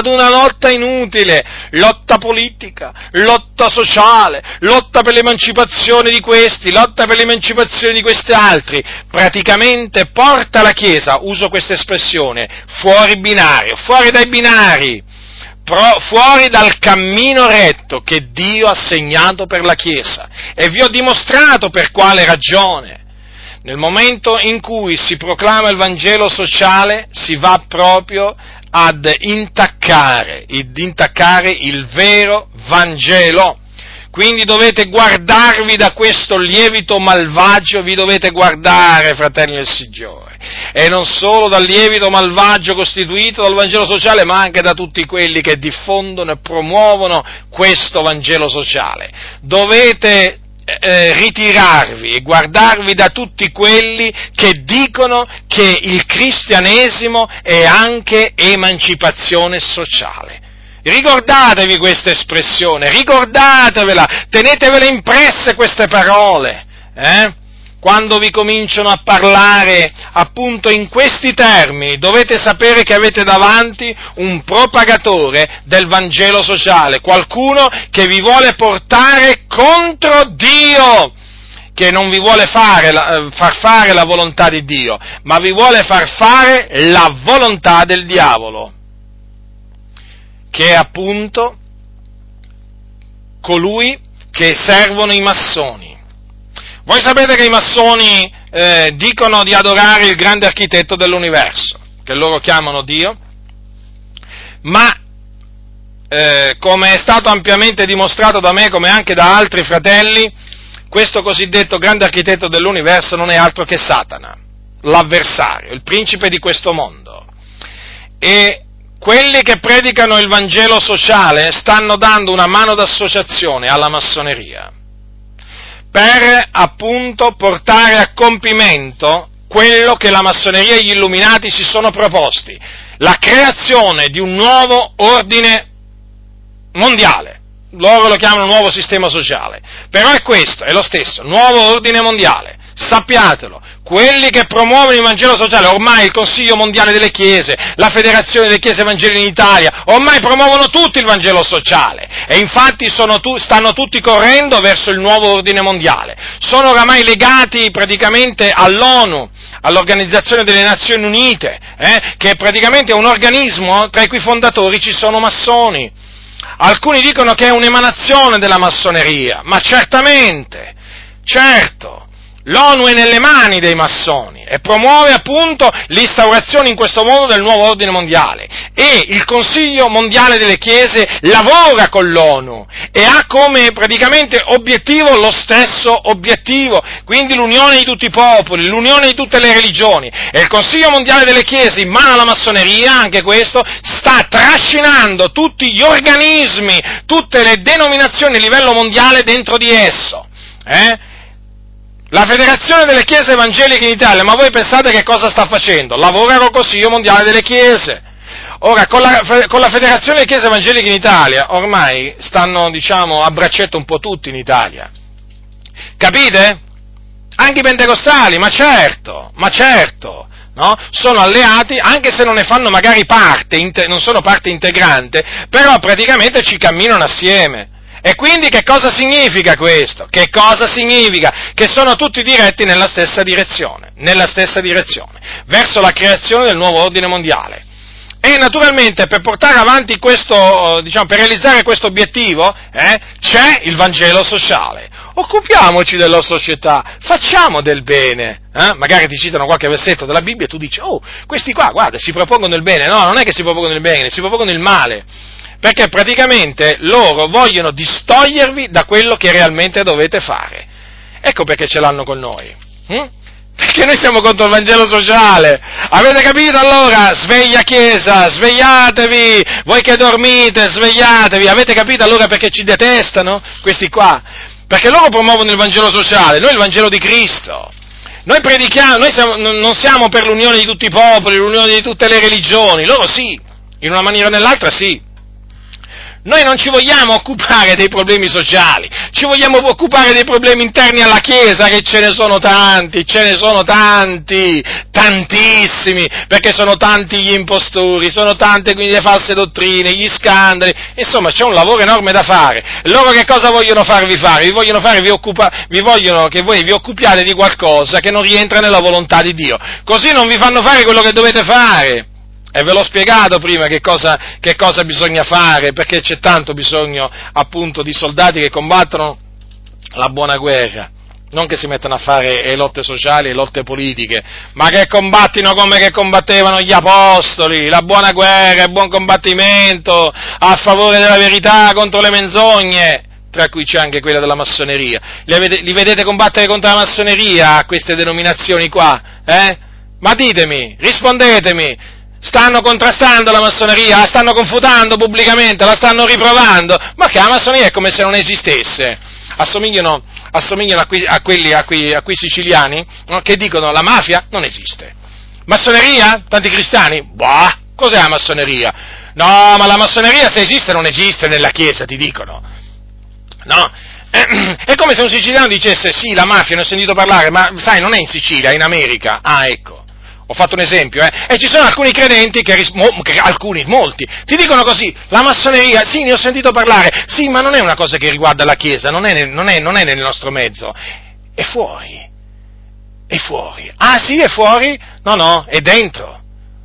Lotta politica, lotta sociale, lotta per l'emancipazione di questi, lotta per l'emancipazione di questi altri. Praticamente porta la Chiesa, uso questa espressione, fuori binario, fuori dai binari, fuori dal cammino retto che Dio ha segnato per la Chiesa, e vi ho dimostrato per quale ragione. Nel momento in cui si proclama il Vangelo sociale si va proprio ad intaccare il vero Vangelo. Quindi dovete guardarvi da questo lievito malvagio, vi dovete guardare, fratelli del Signore, e non solo dal lievito malvagio costituito dal Vangelo sociale, ma anche da tutti quelli che diffondono e promuovono questo Vangelo sociale. Dovete ritirarvi e guardarvi da tutti quelli che dicono che il cristianesimo è anche emancipazione sociale. Ricordatevi questa espressione, ricordatevela, tenetevele impresse queste parole, quando vi cominciano a parlare appunto in questi termini, dovete sapere che avete davanti un propagatore del Vangelo sociale, qualcuno che vi vuole portare contro Dio, che non vi vuole far fare la volontà di Dio, ma vi vuole far fare la volontà del diavolo, che è appunto colui che servono i massoni. Voi sapete che i massoni dicono di adorare il grande architetto dell'universo, che loro chiamano Dio, ma come è stato ampiamente dimostrato da me, come anche da altri fratelli, questo cosiddetto grande architetto dell'universo non è altro che Satana, l'avversario, il principe di questo mondo. E quelli che predicano il Vangelo sociale stanno dando una mano d'associazione alla massoneria, per appunto portare a compimento quello che la massoneria e gli illuminati si sono proposti, la creazione di un nuovo ordine mondiale. Loro lo chiamano nuovo sistema sociale, però è questo, è lo stesso, nuovo ordine mondiale, sappiatelo. Quelli che promuovono il Vangelo sociale, ormai il Consiglio Mondiale delle Chiese, la Federazione delle Chiese Evangeliche in Italia, ormai promuovono tutti il Vangelo sociale, e infatti stanno tutti correndo verso il nuovo ordine mondiale. Sono oramai legati praticamente all'ONU, all'Organizzazione delle Nazioni Unite, che praticamente è un organismo tra i cui fondatori ci sono massoni. Alcuni dicono che è un'emanazione della massoneria, ma certamente, certo, l'ONU è nelle mani dei massoni e promuove appunto l'instaurazione in questo modo del nuovo ordine mondiale, e il Consiglio Mondiale delle Chiese lavora con l'ONU e ha come praticamente obiettivo lo stesso obiettivo, quindi l'unione di tutti i popoli, l'unione di tutte le religioni, e il Consiglio Mondiale delle Chiese, in mano alla massoneria, anche questo, sta trascinando tutti gli organismi, tutte le denominazioni a livello mondiale dentro di esso, La Federazione delle Chiese Evangeliche in Italia, ma voi pensate che cosa sta facendo? Lavora col Consiglio Mondiale delle Chiese. Ora, con la Federazione delle Chiese Evangeliche in Italia, ormai stanno, a braccetto un po' tutti in Italia. Capite? Anche i pentecostali, ma certo, no? Sono alleati, anche se non ne fanno magari parte, non sono parte integrante, però praticamente ci camminano assieme. E quindi che cosa significa questo? Che cosa significa? Che sono tutti diretti nella stessa direzione, verso la creazione del nuovo ordine mondiale. E naturalmente per portare avanti questo, per realizzare questo obiettivo, c'è il Vangelo sociale. Occupiamoci della società, facciamo del bene. Magari ti citano qualche versetto della Bibbia e tu dici, questi qua, guarda, si propongono il bene. No, non è che si propongono il bene, si propongono il male. Perché praticamente loro vogliono distogliervi da quello che realmente dovete fare. Ecco perché ce l'hanno con noi. Perché noi siamo contro il Vangelo sociale. Avete capito allora? Sveglia Chiesa, svegliatevi! Voi che dormite, svegliatevi! Avete capito allora perché ci detestano questi qua? Perché loro promuovono il Vangelo sociale, noi il Vangelo di Cristo. Noi predichiamo, non siamo per l'unione di tutti i popoli, l'unione di tutte le religioni, loro sì, in una maniera o nell'altra sì. Noi non ci vogliamo occupare dei problemi sociali, ci vogliamo occupare dei problemi interni alla Chiesa, che ce ne sono tanti, tantissimi, perché sono tanti gli impostori, sono tante quindi le false dottrine, gli scandali, insomma c'è un lavoro enorme da fare. Loro che cosa vogliono farvi fare? Vi vogliono che voi vi occupiate di qualcosa che non rientra nella volontà di Dio, così non vi fanno fare quello che dovete fare. E ve l'ho spiegato prima che cosa bisogna fare, perché c'è tanto bisogno appunto di soldati che combattono la buona guerra, non che si mettano a fare lotte sociali e lotte politiche, ma che combattino come che combattevano gli apostoli, la buona guerra, il buon combattimento, a favore della verità contro le menzogne, tra cui c'è anche quella della massoneria. Li vedete combattere contro la massoneria, queste denominazioni qua? Ma ditemi, rispondetemi! Stanno contrastando la massoneria, la stanno confutando pubblicamente, la stanno riprovando, ma che la massoneria è come se non esistesse. Assomigliano a quei siciliani, no, che dicono la mafia non esiste. Massoneria? Tanti cristiani? Bah, cos'è la massoneria? No, ma la massoneria se esiste non esiste nella Chiesa, ti dicono. No, È come se un siciliano dicesse, sì, la mafia, ne ho sentito parlare, ma sai, non è in Sicilia, è in America. Ah, ecco. Ho fatto un esempio, e ci sono alcuni credenti molti, ti dicono così, la massoneria, sì, ne ho sentito parlare, sì, ma non è una cosa che riguarda la Chiesa, non è nel nostro mezzo, è fuori, ah sì, è fuori? No, è dentro,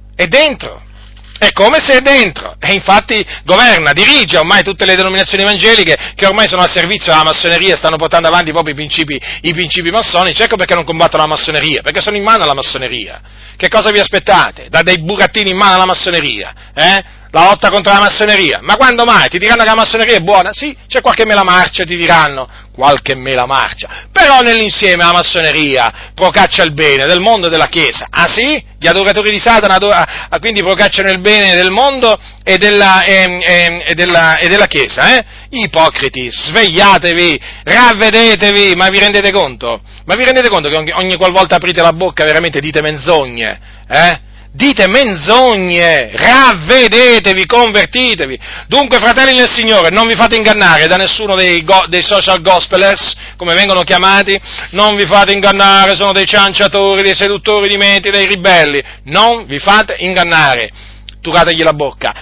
è come se è dentro, e infatti governa, dirige ormai tutte le denominazioni evangeliche che ormai sono al servizio della massoneria, stanno portando avanti proprio i principi massonici. Ecco perché non combattono la massoneria, perché sono in mano alla massoneria. Che cosa vi aspettate? Da dei burattini in mano alla massoneria, La lotta contro la massoneria. Ma quando mai? Ti diranno che la massoneria è buona? Sì, c'è qualche mela marcia, ti diranno, qualche mela marcia. Però nell'insieme la massoneria procaccia il bene del mondo e della Chiesa. Ah sì? Gli adoratori di Satana quindi procacciano il bene del mondo e della Chiesa, Ipocriti, svegliatevi, ravvedetevi, ma vi rendete conto? Ma vi rendete conto che ogni qualvolta aprite la bocca veramente dite menzogne, Dite menzogne, ravvedetevi, convertitevi. Dunque, fratelli nel Signore, non vi fate ingannare da nessuno dei social gospelers, come vengono chiamati, non vi fate ingannare, sono dei cianciatori, dei seduttori di menti, dei ribelli, non vi fate ingannare. Turategli la bocca.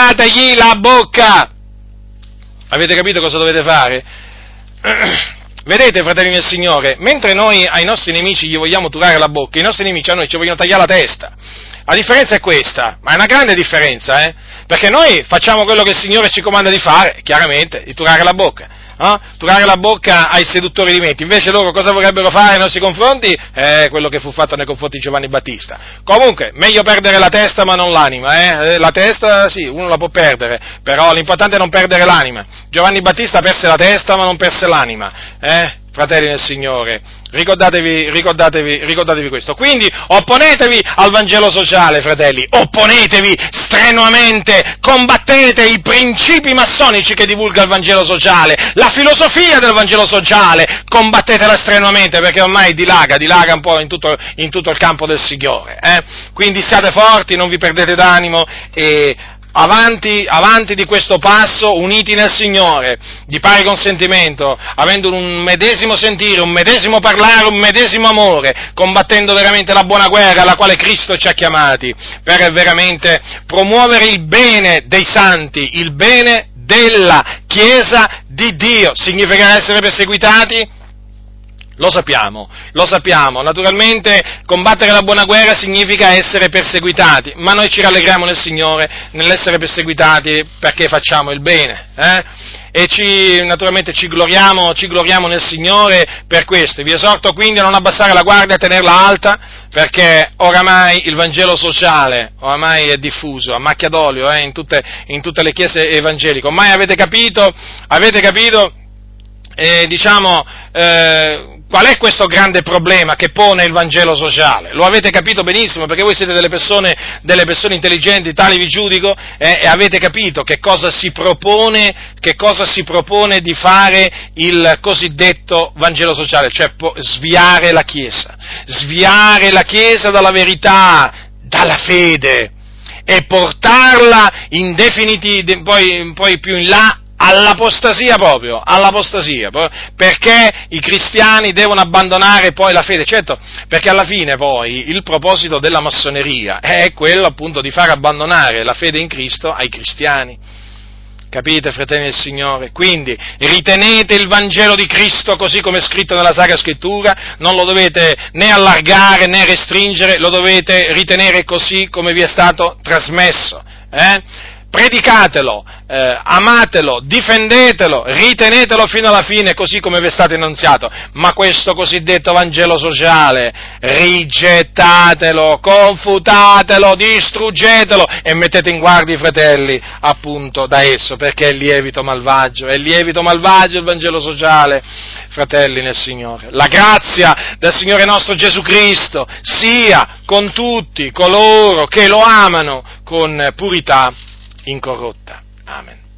Avete capito cosa dovete fare? Vedete, fratelli nel Signore, mentre noi ai nostri nemici gli vogliamo turare la bocca, i nostri nemici a noi ci vogliono tagliare la testa. La differenza è questa, ma è una grande differenza, perché noi facciamo quello che il Signore ci comanda di fare, chiaramente, di turare la bocca, turare la bocca ai seduttori di menti. Invece loro cosa vorrebbero fare nei nostri confronti? Quello che fu fatto nei confronti di Giovanni Battista. Comunque, meglio perdere la testa ma non l'anima, La testa, sì, uno la può perdere, però l'importante è non perdere l'anima. Giovanni Battista perse la testa ma non perse l'anima, Fratelli nel Signore, ricordatevi questo. Quindi opponetevi al Vangelo sociale, fratelli, opponetevi strenuamente, combattete i principi massonici che divulga il Vangelo sociale, la filosofia del Vangelo sociale, combattetela strenuamente perché ormai dilaga un po' in tutto il campo del Signore, Quindi siate forti, non vi perdete d'animo e avanti di questo passo, uniti nel Signore, di pari consentimento, avendo un medesimo sentire, un medesimo parlare, un medesimo amore, combattendo veramente la buona guerra alla quale Cristo ci ha chiamati, per veramente promuovere il bene dei santi, il bene della Chiesa di Dio. Significa essere perseguitati? Lo sappiamo, naturalmente combattere la buona guerra significa essere perseguitati, ma noi ci rallegriamo nel Signore nell'essere perseguitati perché facciamo il bene, E naturalmente ci gloriamo nel Signore per questo. Vi esorto quindi a non abbassare la guardia, a tenerla alta, perché oramai il Vangelo sociale, oramai è diffuso, a macchia d'olio, in tutte le chiese evangeliche. Ormai avete capito, qual è questo grande problema che pone il Vangelo sociale? Lo avete capito benissimo, perché voi siete delle persone intelligenti, tali vi giudico, e avete capito che cosa si propone di fare il cosiddetto Vangelo sociale, cioè sviare la Chiesa dalla verità, dalla fede, e portarla in definitiva, poi più in là, all'apostasia, perché i cristiani devono abbandonare poi la fede, certo, perché alla fine poi il proposito della massoneria è quello appunto di far abbandonare la fede in Cristo ai cristiani. Capite, fratelli del Signore? Quindi ritenete il Vangelo di Cristo così come è scritto nella Sacra Scrittura, non lo dovete né allargare né restringere, lo dovete ritenere così come vi è stato trasmesso, Predicatelo, amatelo, difendetelo, ritenetelo fino alla fine così come vi è stato annunziato, ma questo cosiddetto Vangelo sociale rigettatelo, confutatelo, distruggetelo e mettete in guardia i fratelli appunto da esso, perché è lievito malvagio il Vangelo sociale, fratelli nel Signore. La grazia del Signore nostro Gesù Cristo sia con tutti coloro che lo amano con purità incorrotta. Amen.